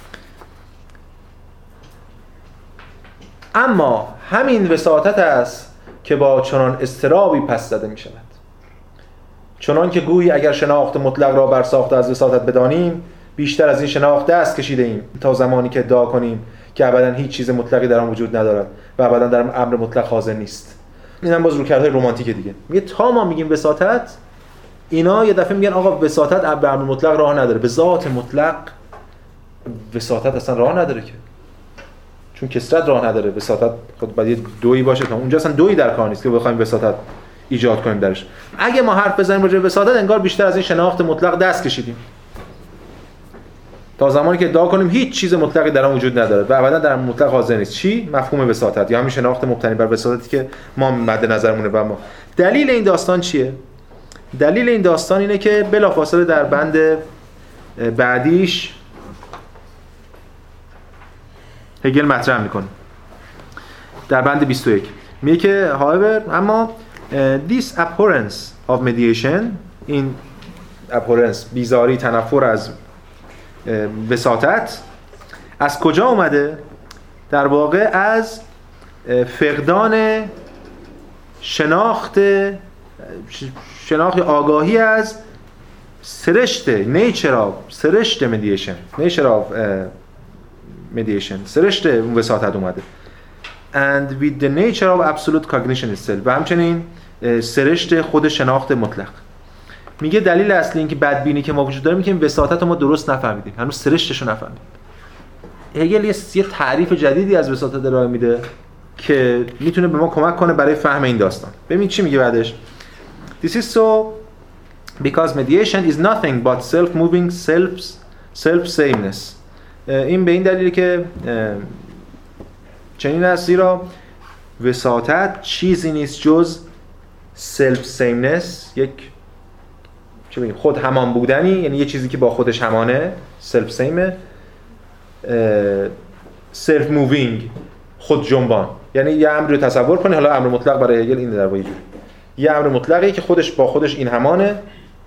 اما همین وساطت است که با چنان اضطرابی پس زده می شود، چنان که گویی اگر شناخت مطلق را بر ساخته از وساطت بدانیم بیشتر از این شناخت دست کشیده ایم تا زمانی که ادعا کنیم که ابدا هیچ چیز مطلقی در آن وجود ندارد و ابدا در امر مطلق حاضر نیست. اینم باز روکردهای رمانتیک دیگه. میگه تا ما میگیم وساطت، اینا یه دفعه میگن آقا وساطت به امر مطلق راه نداره. به ذات مطلق وساطت اصلا راه نداره که، چون کثرت راه نداره. وساطت خود باید دویی باشه تا اونجا اصلا دویی در کار نیست که بخوایم وساطت ایجاد کنیم درش. اگه ما حرف بزنیم راجع به وساطت انگار بیشتر از این شناخت مطلق دست کشیدیم تا زمانی که ادعا کنیم هیچ چیز مطلقی در آن وجود نداره و ابدا در مطلق حاضر نیست. چی؟ مفهوم وساطت یا همین شناخت مبتنی بر وساطتی که ما مد نظرمونه. و ما دلیل این داستان چیه؟ دلیل این داستان اینه که بلافاصله در بند بعدیش هگل مطرح میکنه در بند بیست و یک. میگه که however اما this abhorrence of mediation، این abhorrence بیزاری، تنفر از وساطت از کجا اومده؟ در واقع از فقدان شناخت شناخت آگاهی از سرشت nature of سرشت mediation nature of mediation سرشت وساطت اومده and with the nature of absolute cognition itself و همچنین سرشت خود شناخت مطلق. میگه دلیل اصلی این که بدبینی که ما وجود داریم که این وساطت رو ما درست نفهمیدیم، هنوز سرشتش رو نفهمیدیم. هگل یه تعریف جدیدی از وساطت ارائه میده که میتونه به ما کمک کنه برای فهم این داستان. ببین چی میگه بعدش. This is so because mediation is nothing but self-moving self self-sameness. این به این دلیلی که چنین است زیرا وساطت چیزی نیست جز self-sameness، یک چه بگیم خود همان بودنی، یعنی یه چیزی که با خودش همانه، self-same، self-moving، خود جنبان. یعنی یه امری رو تصور کنی، حالا امر مطلق برای هگل این در واقع جوری یه امر مطلقی که خودش با خودش این همانه،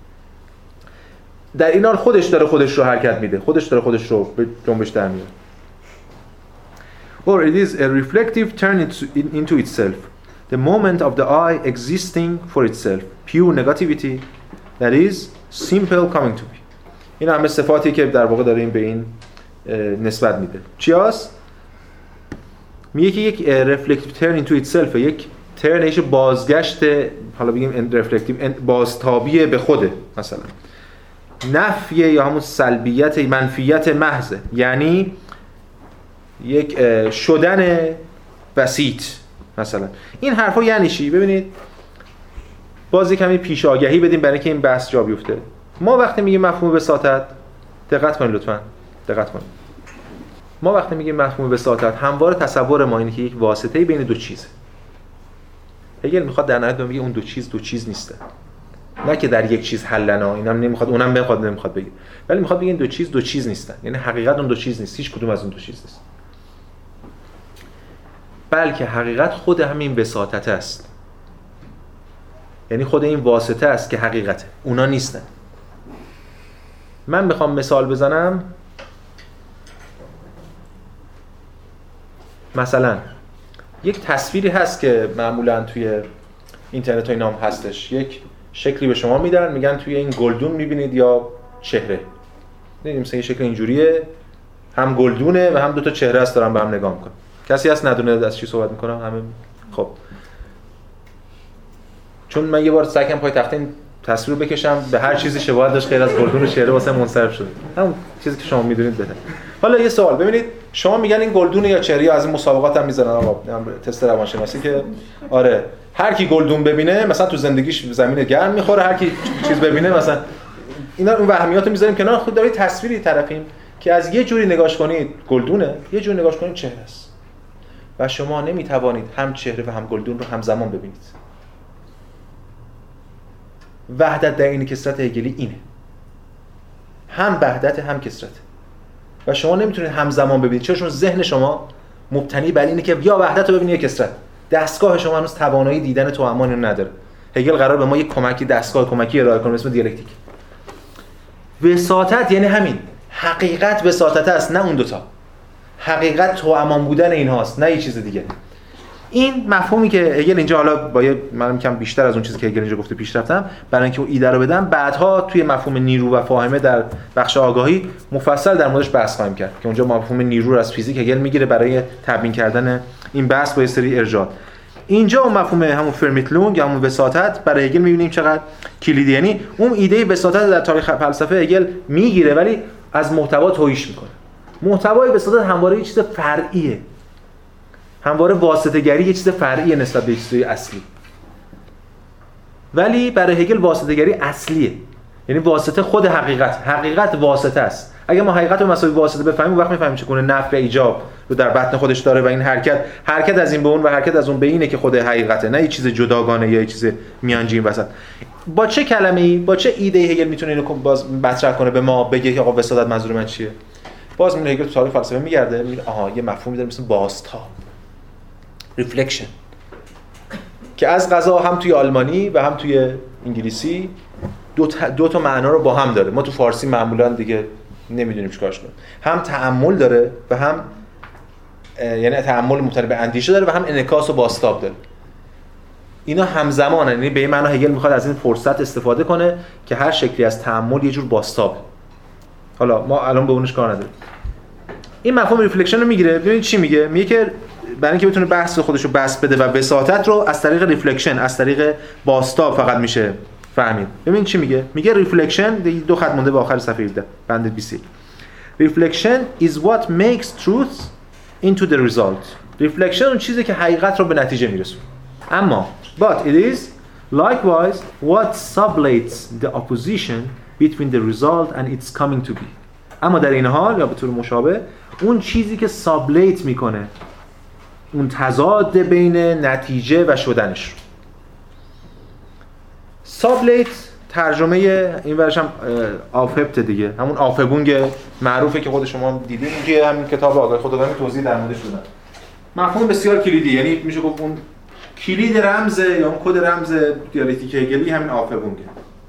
در این حال خودش داره خودش رو حرکت میده، خودش داره خودش رو به جنبش در میاره. Or it is a reflective turn into, into itself, the moment of the I existing for itself, pure negativity that is simple coming to be. این همه صفاتی که در واقع داره این به این نسبت میده. چی هست؟ میگه که یک reflective turn into itself، یک ترنش بازگشت، حالا بگیم reflective بازتابی به خوده، مثلا نفی یا همون سلبیت منفیت محضه، یعنی یک شدن بسیط مثلا. این حرفا یعنی چی؟ ببینید باز کمی پیش آگهی بدیم برای اینکه این بحث جا بیفته. ما وقتی میگیم مفهوم وساطت، دقت کنید لطفاً، دقت کنید. ما وقتی میگیم مفهوم وساطت، همواره تصور ما اینه که یک واسطه‌ای بین دو چیزه. هگل میخواد در نهایت بگه اون دو چیز دو چیز نیسته. نه که در یک چیز حلنا، اینم نمیخواد، اونم نمیخواد نمیخواد بگه. ولی میخواد بگه این دو چیز دو چیز نیستن. یعنی حقیقت اون دو چیز نیست، هیچ کدوم از اون دو چیز نیست. بلکه حقیقت خود همین وساطت است. یعنی خود این واسطه است که حقیقته، اونا نیستن. من میخوام مثال بزنم. مثلا یک تصویری هست که معمولاً توی اینترنت و اینا هم هستش، یک شکلی به شما میدن، میگن توی این گلدون میبینید یا چهره. دیدیم مثلا شکل اینجوریه، هم گلدونه و هم دو تا چهره است دارن به هم نگاه میکنن. کسی هست ندونه از چی صحبت میکنم؟ همه خب چون من یه بار سعی کردم پای تخته این تصویر رو بکشم به هر چیزی شباهت داشت غیر از گلدون و چهره واسه منصرف شد. همون چیزی که شما میدونید بده. حالا یه سوال ببینید، شما میگن این گلدون یا چهره از این مسابقات هم میذارن آقا تست روانشناسی که آره هر کی گلدون ببینه مثلا تو زندگیش زمین گرم میخوره، هر کی چیز ببینه مثلا اینا اون وهمیاتو میذاریم کنار. خود دارید تصویری طرفیم که از یه جوری نگاش کنید گلدونه، یه جوری نگاش کنید چهره است و شما نمیتوانید هم چهره و هم گلدون رو همزمان ببینید. وحدت در این کثرت هگلی اینه، هم وحدت هم کثرت و شما نمیتونید همزمان ببینید چون چون ذهن شما مبتنی بر اینه که یا وحدت رو ببینید یا کثرت. دستگاه شما هنوز توانایی دیدن توأمان رو نداره. هگل قرار به ما یک کمکی دستگاه کمکی ارائه کنه اسم دیالکتیک. وساطت یعنی همین، حقیقت وساطت است نه اون دوتا. حقیقت توأمان بودن اینهاست نه یه چیز دیگه. این مفهومی که هگل اینجا حالا با من میگم بیشتر از اون چیزی که هگل اینجا گفته پیش رفتم برای اینکه اون ایده رو بدم، بعدها توی مفهوم نیرو و فاهمه در بخش آگاهی مفصل در موردش بحث خواهیم کرد که اونجا مفهوم نیرو رو از فیزیک هگل میگیره برای تبیین کردن این بحث با یه سری ارجاعات. اینجا اون مفهوم همون فرمیتلون یا همون وساطت برای هگل می‌بینیم چقدر کلیدی، یعنی اون ایده وساطت در تاریخ فلسفه هگل میگیره ولی از محتوا تویش میکنه. محتوای وساطت همواره یه چیز فرعیه، همواره واسطه‌گری یه چیز فرعیه نسبت به چیزای اصلی. ولی برای هگل واسطه‌گری اصلیه، یعنی واسطه خود حقیقت، حقیقت واسطه است. اگه ما حقیقت رو مساوی واسطه بفهمیم اون وقت می‌فهمیم چگونه نفی و ایجاب رو در بطن خودش داره و این حرکت حرکت از این به اون و حرکت از اون به اینه که خود حقیقته، نه یه چیز جداگانه یا یه چیز میانجین وسط. با چه کلمه‌ای، با چه ایده‌ای هگل میتونه اینو باز مطرح کنه به ما بگه که آقا وساطت منظور من چیه؟ باز میونه هگل تو تاریخ فلسفه میگرده میگه آها یه مفهومی داره مثل بازتاب، ریفلکشن، که از قضا هم توی آلمانی و هم توی انگلیسی دو تا, دو تا معنا رو با هم داره. ما تو فارسی معمولا دیگه نمیدونیم چیکارش کنیم. هم تأمل داره و هم یعنی تأمل مبتنی به اندیشه داره و هم انعکاس و بازتاب داره. اینا همزمانن، یعنی به این معنا هگل میخواد از این فرصت استفاده کنه که هر شکلی از تأمل یه جور بازتابه. حالا ما الان به اونش کار نداریم. این مفهوم ریفلکشن رو میگیره. ببینید چی میگه؟ میگه که برای اینکه بتونه بحث خودش رو بس بده و وساطت رو از طریق ریفلکشن، از طریق بازتاب فقط میشه فهمید. ببین چی میگه؟ میگه ریفلکشن، دو خط مونده به آخر صفحه هفده بند بیست و یک. Reflection is what makes truth into the result. ریفلکشن اون چیزی که حقیقت رو به نتیجه میرسونه. اما but it is likewise what sublates the opposition between the result and its coming to be. اما در این حال یا به طور مشابه اون چیزی که سابلیت میکنه اون تضاد بین نتیجه و شدنش. سابلیت ترجمه این ورش هم آفهبت دیگه، همون آفبونگ معروفه که خود شما دیدین که همین کتاب آگاهی خودآگاهی توضیح در موردش دادن. مفهوم بسیار کلیدی، یعنی میشه گفت اون کلید رمز یا اون کد رمز دیالکتیک هگلی همین آفبونگه.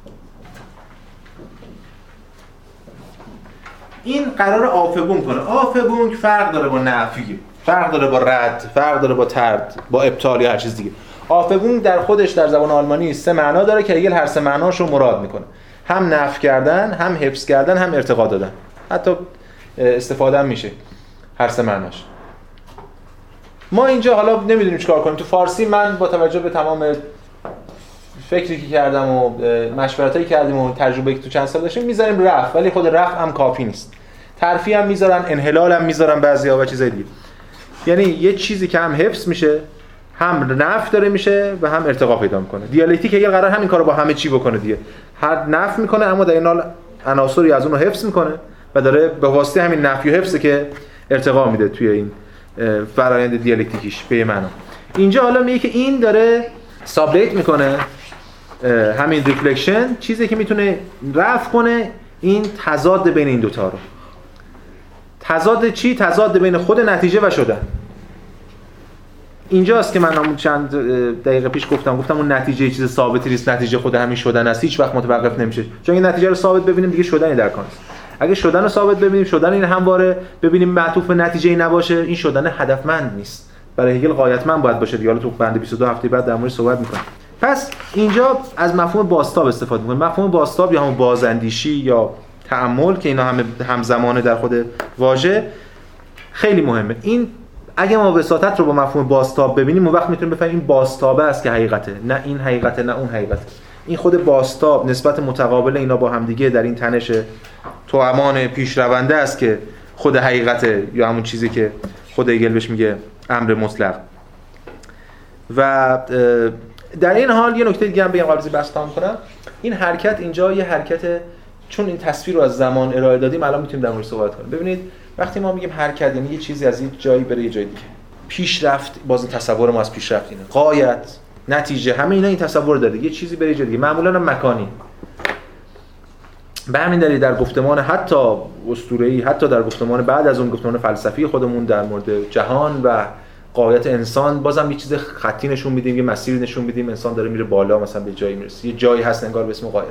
این قرار آفبونگ کنه. آفبونگ فرق داره با نفی، فرق داره با رد، فرق داره با طرد، با ابطال یا هر چیز دیگه. آفبونگ در خودش در زبان آلمانی سه معنا داره که هگل هر سه معناش رو مراد میکنه. هم نفی کردن، هم حفظ کردن، هم ارتقا دادن. حتی استفاده هم میشه هر سه معناش. ما اینجا حالا نمیدونیم چیکار کنیم. تو فارسی من با توجه به تمام فکری که کردم و مشورتایی کردیم و تجربه‌ای که تو چند سال داشتیم میذاریم رفع، ولی خود رفع هم کافی نیست. ترفیع هم میذارن، انحلال هم میذارن بعضیا و چیزای دیگه. یعنی یه چیزی که هم حفظ میشه، هم نفی داره میشه و هم ارتقا پیدا میکنه. دیالکتیک هگل قرار همین کارو با همه چی بکنه دیگه. هر نفی میکنه اما در این حال عناصری از اون رو حفظ میکنه و داره به واسطه همین نفی و حفظه که ارتقا میده توی این فرآیند دیالکتیکیش به معنا. اینجا حالا میگه که این داره سابلیت میکنه همین ریفلکشن، چیزی که میتونه رفع کنه این تضاد بین این دوتا رو. تضاد چی؟ تضاد بین خود نتیجه و شدن. اینجاست که من همون چند دقیقه پیش گفتم گفتم اون نتیجه چیز ثابتی نیست، نتیجه خود همین شدن است، هیچ وقت متوقف نمیشه. چون این نتیجه رو ثابت ببینیم دیگه شدنی در کار نیست. اگه شدن رو ثابت ببینیم، شدن این همواره ببینیم معطوف به نتیجه ای نباشه، این شدن هدفمند نیست. برای هگل غایتمند باید باشه. دیگه تو بند بیست و دو هفته بعد در موردش صحبت می‌کنیم. پس اینجا از مفهوم بازتاب استفاده می‌کنیم. مفهوم بازتاب یا همون بازاندیشی یا تأمل که اینا همه همزمانه در خود واژه خیلی مهمه. این اگه ما وساطت رو با مفهوم بازتاب ببینیم اون وقت میتونیم بفهمیم این بازتابه است که حقیقته، نه این حقیقته نه اون حقیقته. این خود بازتاب نسبت متقابل اینا با همدیگه در این تنش توامان پیشرونده است که خود حقیقته، یا همون چیزی که خود هگل بهش میگه امر مطلق. و در این حال یه نکته دیگه هم بگم قبل از بحث تمام کنم. این حرکت اینجا یه حرکت، چون این تصویر رو از زمان ارائه دادیم الان میتونیم در موردش صحبت کنیم. ببینید وقتی ما میگیم حرکت یعنی یه چیزی از یک جایی بره یه جای دیگه. پیشرفت، باز تصور ما از پیشرفت اینه. غایت، نتیجه، همه اینا این تصور داره. یه چیزی بره یه جای دیگه، معمولا هم مکانی. به همین دلیل در گفتمان حتی اسطوره‌ای، حتی در گفتمان بعد از اون گفتمان فلسفی خودمون در مورد جهان و غایت انسان بازم یه چیز خطی نشون میدیم، یه مسیری نشون میدیم، انسان داره میره بالا، مثلا به جایی میرسه. یه جایی هست انگار به اسم غایت.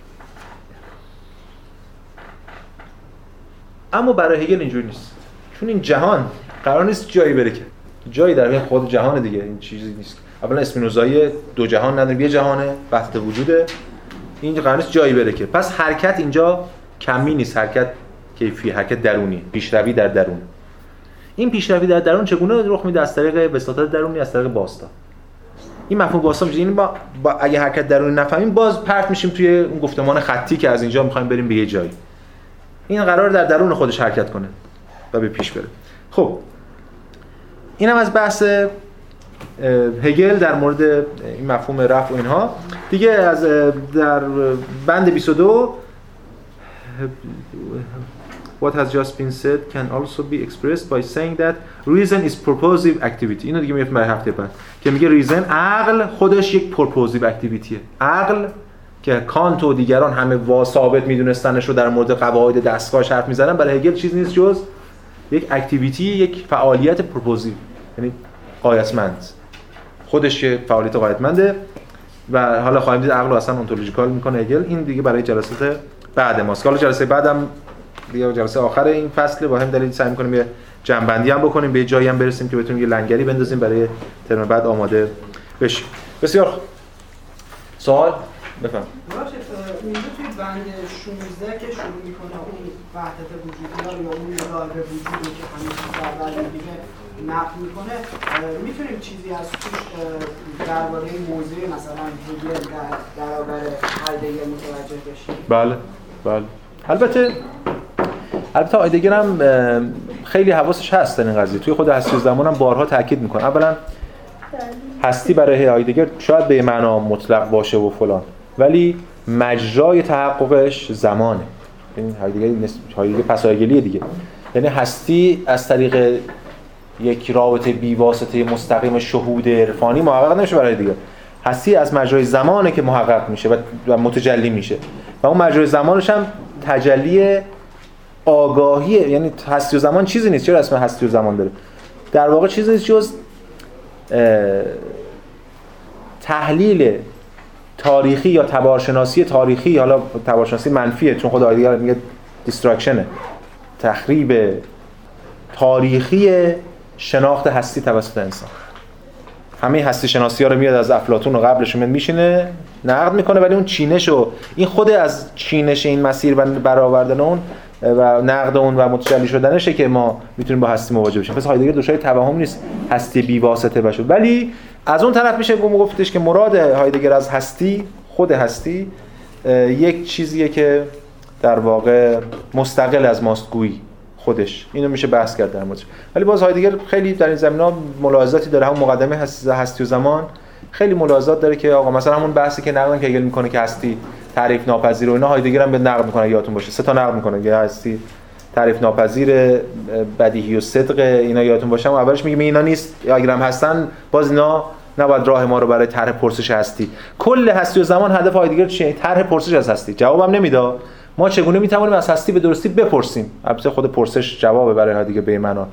اما برای هگل اینجوری نیست. چون این جهان قرار نیست جایی بره، که جایی در خود جهان دیگه، این چیزی نیست. اولا اسپینوزایی دو جهان نداریم، یه جهانه وحدت وجوده، این قرار نیست جایی بره که. پس حرکت اینجا کمی نیست، حرکت کیفی، حرکت درونی، پیشروی در درون. این پیشروی در درون چگونه رخ میده؟ از طریق وساطت درونی، از طریق بازتاب. این مفهوم بازتاب میشه. این با, با اگه حرکت درونی نفهمیم باز پرت میشیم توی اون گفتمان خطی که از اینجا میخوایم بریم به یه جایی. این قرار در درون خودش حرکت کنه و به پیش بره. خب اینم از بحث هگل در مورد این مفهوم رفع و اینها. دیگه از در بند بیست و دو What has just been said can also be expressed by saying that reason is purposive activity. اینو دیگه میگم برای هفته بعد که میگه ریزن، عقل خودش یک پرپوزیو اکتیویتیه. عقل که کانت و دیگران همه وا ثابت میدونستنش رو در مورد قواعد دستگاهش حرف میزنن، برای هگل چیز نیست جز یک اکتیویتی، یک فعالیت پرپوزیو، یعنی غایتمند. خودش که فعالیت غایتمنده و حالا خواهیم دید عقل رو اصلا اونتولوژیکال میکنه هگل. این دیگه برای جلسات بعد ماست. حالا جلسه بعدم دیگه جلسه آخر این فصله، با هم دلیل سعی می‌کنیم یه جنبندی هم بکنیم، به جایی هم برسیم که بتونیم یه لنگری بندازیم برای ترم بعد آماده بشیم. بسیار سوال بفهم. باشه اینجا توی بند شانزده که شروع میکنه اون وحدت وجودی یا اون نگاه به وجودی که همیشه در بند دیگه نقل میکنه، میتونیم چیزی از توش درباره موضوع مثلا هگل در برابر هایدگر متوجه بشیم؟ بله بله. البته البته هایدگر هم خیلی حواسش هست در این قضیه. توی خود هستی و زمان هم بارها تاکید میکنه. اولا هستی برای هایدگر شاید به معنا مطلق باشه و فلان، ولی مجرای تحققش زمانه. این هایدگر هایدگر پس هایگلیه دیگه. یعنی هستی از طریق یک رابطه بی‌واسطه مستقیم شهود عرفانی محقق نمیشه برای دیگه. هستی از مجرای زمانه که محقق میشه و متجلی میشه و اون مجرای زمانش هم تجلی آگاهیه. یعنی هستی و زمان چیزی نیست. چرا اسم هستی و زمان داره؟ در واقع چیزی نیست جز تحلیل تاریخی یا تبارشناسی تاریخی. حالا تبارشناسی منفیه چون خود هایدگر میگه دیستراکشنه، تخریب تاریخی شناخت هستی توسط انسان. همه هستی شناسی ها رو میاد از افلاطون و قبلش میاد میشینه نقد میکنه، ولی اون چینش و این خود از چینش این مسیر و برآوردن اون و نقد اون و متجلی شدنشه که ما میتونیم با هستی مواجه بشیم. پس هایدگر دچار توهم نیست هستی بی واسطه بشه، ولی از اون طرف میشه گفتش که مراد هایدگر از هستی، خود هستی یک چیزیه که در واقع مستقل از ماست گویی خودش. اینو میشه بحث کرد در موردش. ولی باز هایدگر خیلی در این زمینه‌ها ملاحظاتی داره. همون مقدمه هستی و زمان خیلی ملاحظات داره که آقا مثلا همون بحثی که نقدم که هگل میکنه که هستی تعریف ناپذیر و اینا، هایدگر هم به نقد میکنه. یادتون باشه سه تا نقد میکنه که هستی تعریف ناپذیر، بدیهی و صدق. اینا یادتون باشه. اما اولش میگه اینا نیست، اگرم هستن باز اینا نباید راه ما رو برای طرح پرسش هستی. کل هستی و زمان هدف هایدگر چیه؟ طرح پرسش از هستی. جوابم نمیده. ما چگونه میتوانیم از هستی به درستی بپرسیم؟ البته خود پرسش جوابه برای هایدگر به معنا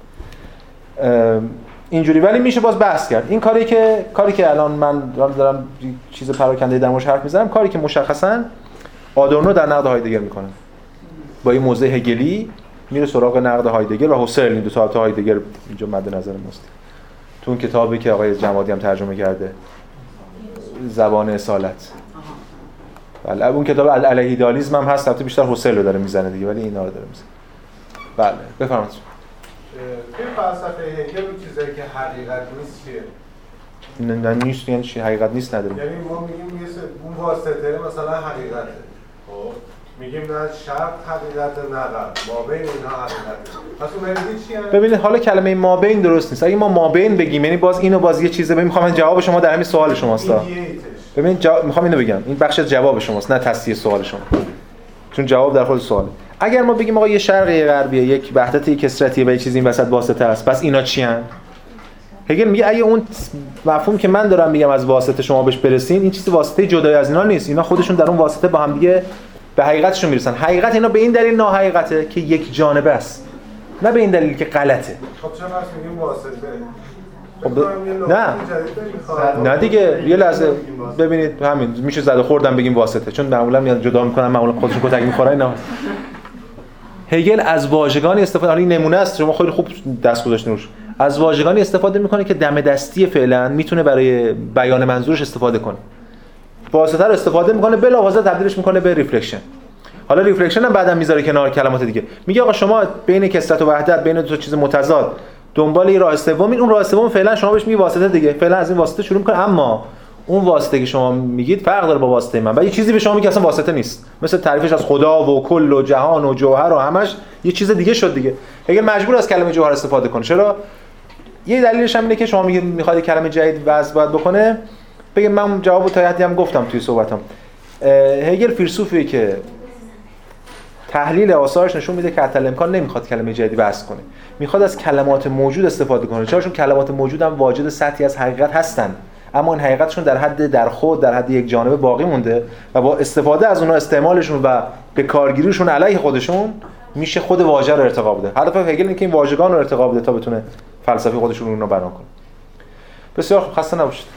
اینجوری، ولی میشه باز بحث کرد. این کاری که کاری که الان من دارم چیز پراکنده در موردش حرف میزنم، کاری که مشخصا آدورنو در نقد هایدگر میکنه. با این موضع هگلی میره سراغ نقد هایدگر و هوسرل. این دو تا تا هایدگر اینجا مد نظر ماست. تو اون کتابی که آقای جمادی هم ترجمه کرده، زبان اصالت. بله اون کتاب علیه ایدئالیسم هم هست، البته بیشتر حسین رو داره میزنه دیگه، ولی اینا رو داره میزنه. بله بفرمایید. توی فلسفه هگل اون چیزایی که حقیقت نیست چیه؟ نه نه نیست، یعنی چی حقیقت نیست نداریم. یعنی ما میگیم یه اون واسطه مثلا حقیقته. خب میگیم نه شرط حقیقت نه غرب، ما بین اینها حقیقته. پس اون معنی چیه؟ ببینید حالا کلمه ما بین درست نیست. اگه ما ما بین بگیم یعنی باز اینو باز یه چیزه، میخوام من جواب شما در همین سوال شماست. ببینید جا... میخوام اینو بگم، این بخش جواب شماست نه تصحیح سوال شما، چون جواب در خود سواله. اگر ما بگیم آقا یه شرقی غربیه، یک وحدت یک کثرتیه و یه چیزی این وسط واسطه است، پس اینا چی ان؟ هگل میگه اگه اون مفهوم که من دارم میگم از واسطه شما بهش برسین، این چیزی واسطه جدای از اینا نیست، اینا خودشون در اون واسطه با هم دیگه به حقیقتشون میرسن. حقیقت اینا به این دلیل ناحقیقته که یک جانبه است، نه به این دلیل که غلطه. خب چرا پس میگیم واسطه؟ خب نه نه دیگه یه لحظه ببینید، همین میشه زده خوردم بگیم واسطه، چون معمولا میاد جدا میکنن، معمولا خودشون کتک میخورن. نه هگل از واژگانی استفاده، حالا این نمونه است شما خیلی خوب دست گذاشتین روش، از واژگانی استفاده میکنه که دم دستی فعلا میتونه برای بیان منظورش استفاده کنه. واسطه رو استفاده میکنه بلاواسطه تبدیلش میکنه به ریفلکشن. حالا ریفلکشن هم بعدم میذاره کنار کلمات دیگه، میگه آقا شما بین کثرت و وحدت، بین دو تا چیز متضاد دنبال یه راه سومین، اون راه سوم فعلا شما بهش میگی واسطه دیگه، فعلا از این واسطه شروع میکنه، اما اون واسطه که شما میگید فرق داره با واسطه من و یه چیزی به شما میگه اصلا واسطه نیست، مثل تعریفش از خدا و کل و جهان و جوهر و همش یه چیز دیگه شد دیگه. اگه مجبور از کلمه جوهر استفاده کنه، چرا؟ یه دلیلش هم اینه که شما میگید میخواد کلمه جدید وضع باید بکنه. بگم من جوابو تا حدی هم گفتم توی صحبتام. هگل فیلسوفیه که تحلیل آثارش نشون میده که حتی الامکان نمیخواد کلمه جدیدی وضع کنه، میخواد از کلمات موجود استفاده کنه، چرا؟ چون کلمات موجود هم واجد سطحی از حقیقت هستن، اما این حقیقتشون در حد در خود در حد یک جانبه باقی مونده و با استفاده از اونها، استعمالشون و به کارگیریشون علیه خودشون میشه خود واژه رو ارتقا بده. هدف هگل اینه که این واژگان رو ارتقا بده تا بتونه فلسفه خودش رو اونها بیان کنه. بسیار خسته نباشید.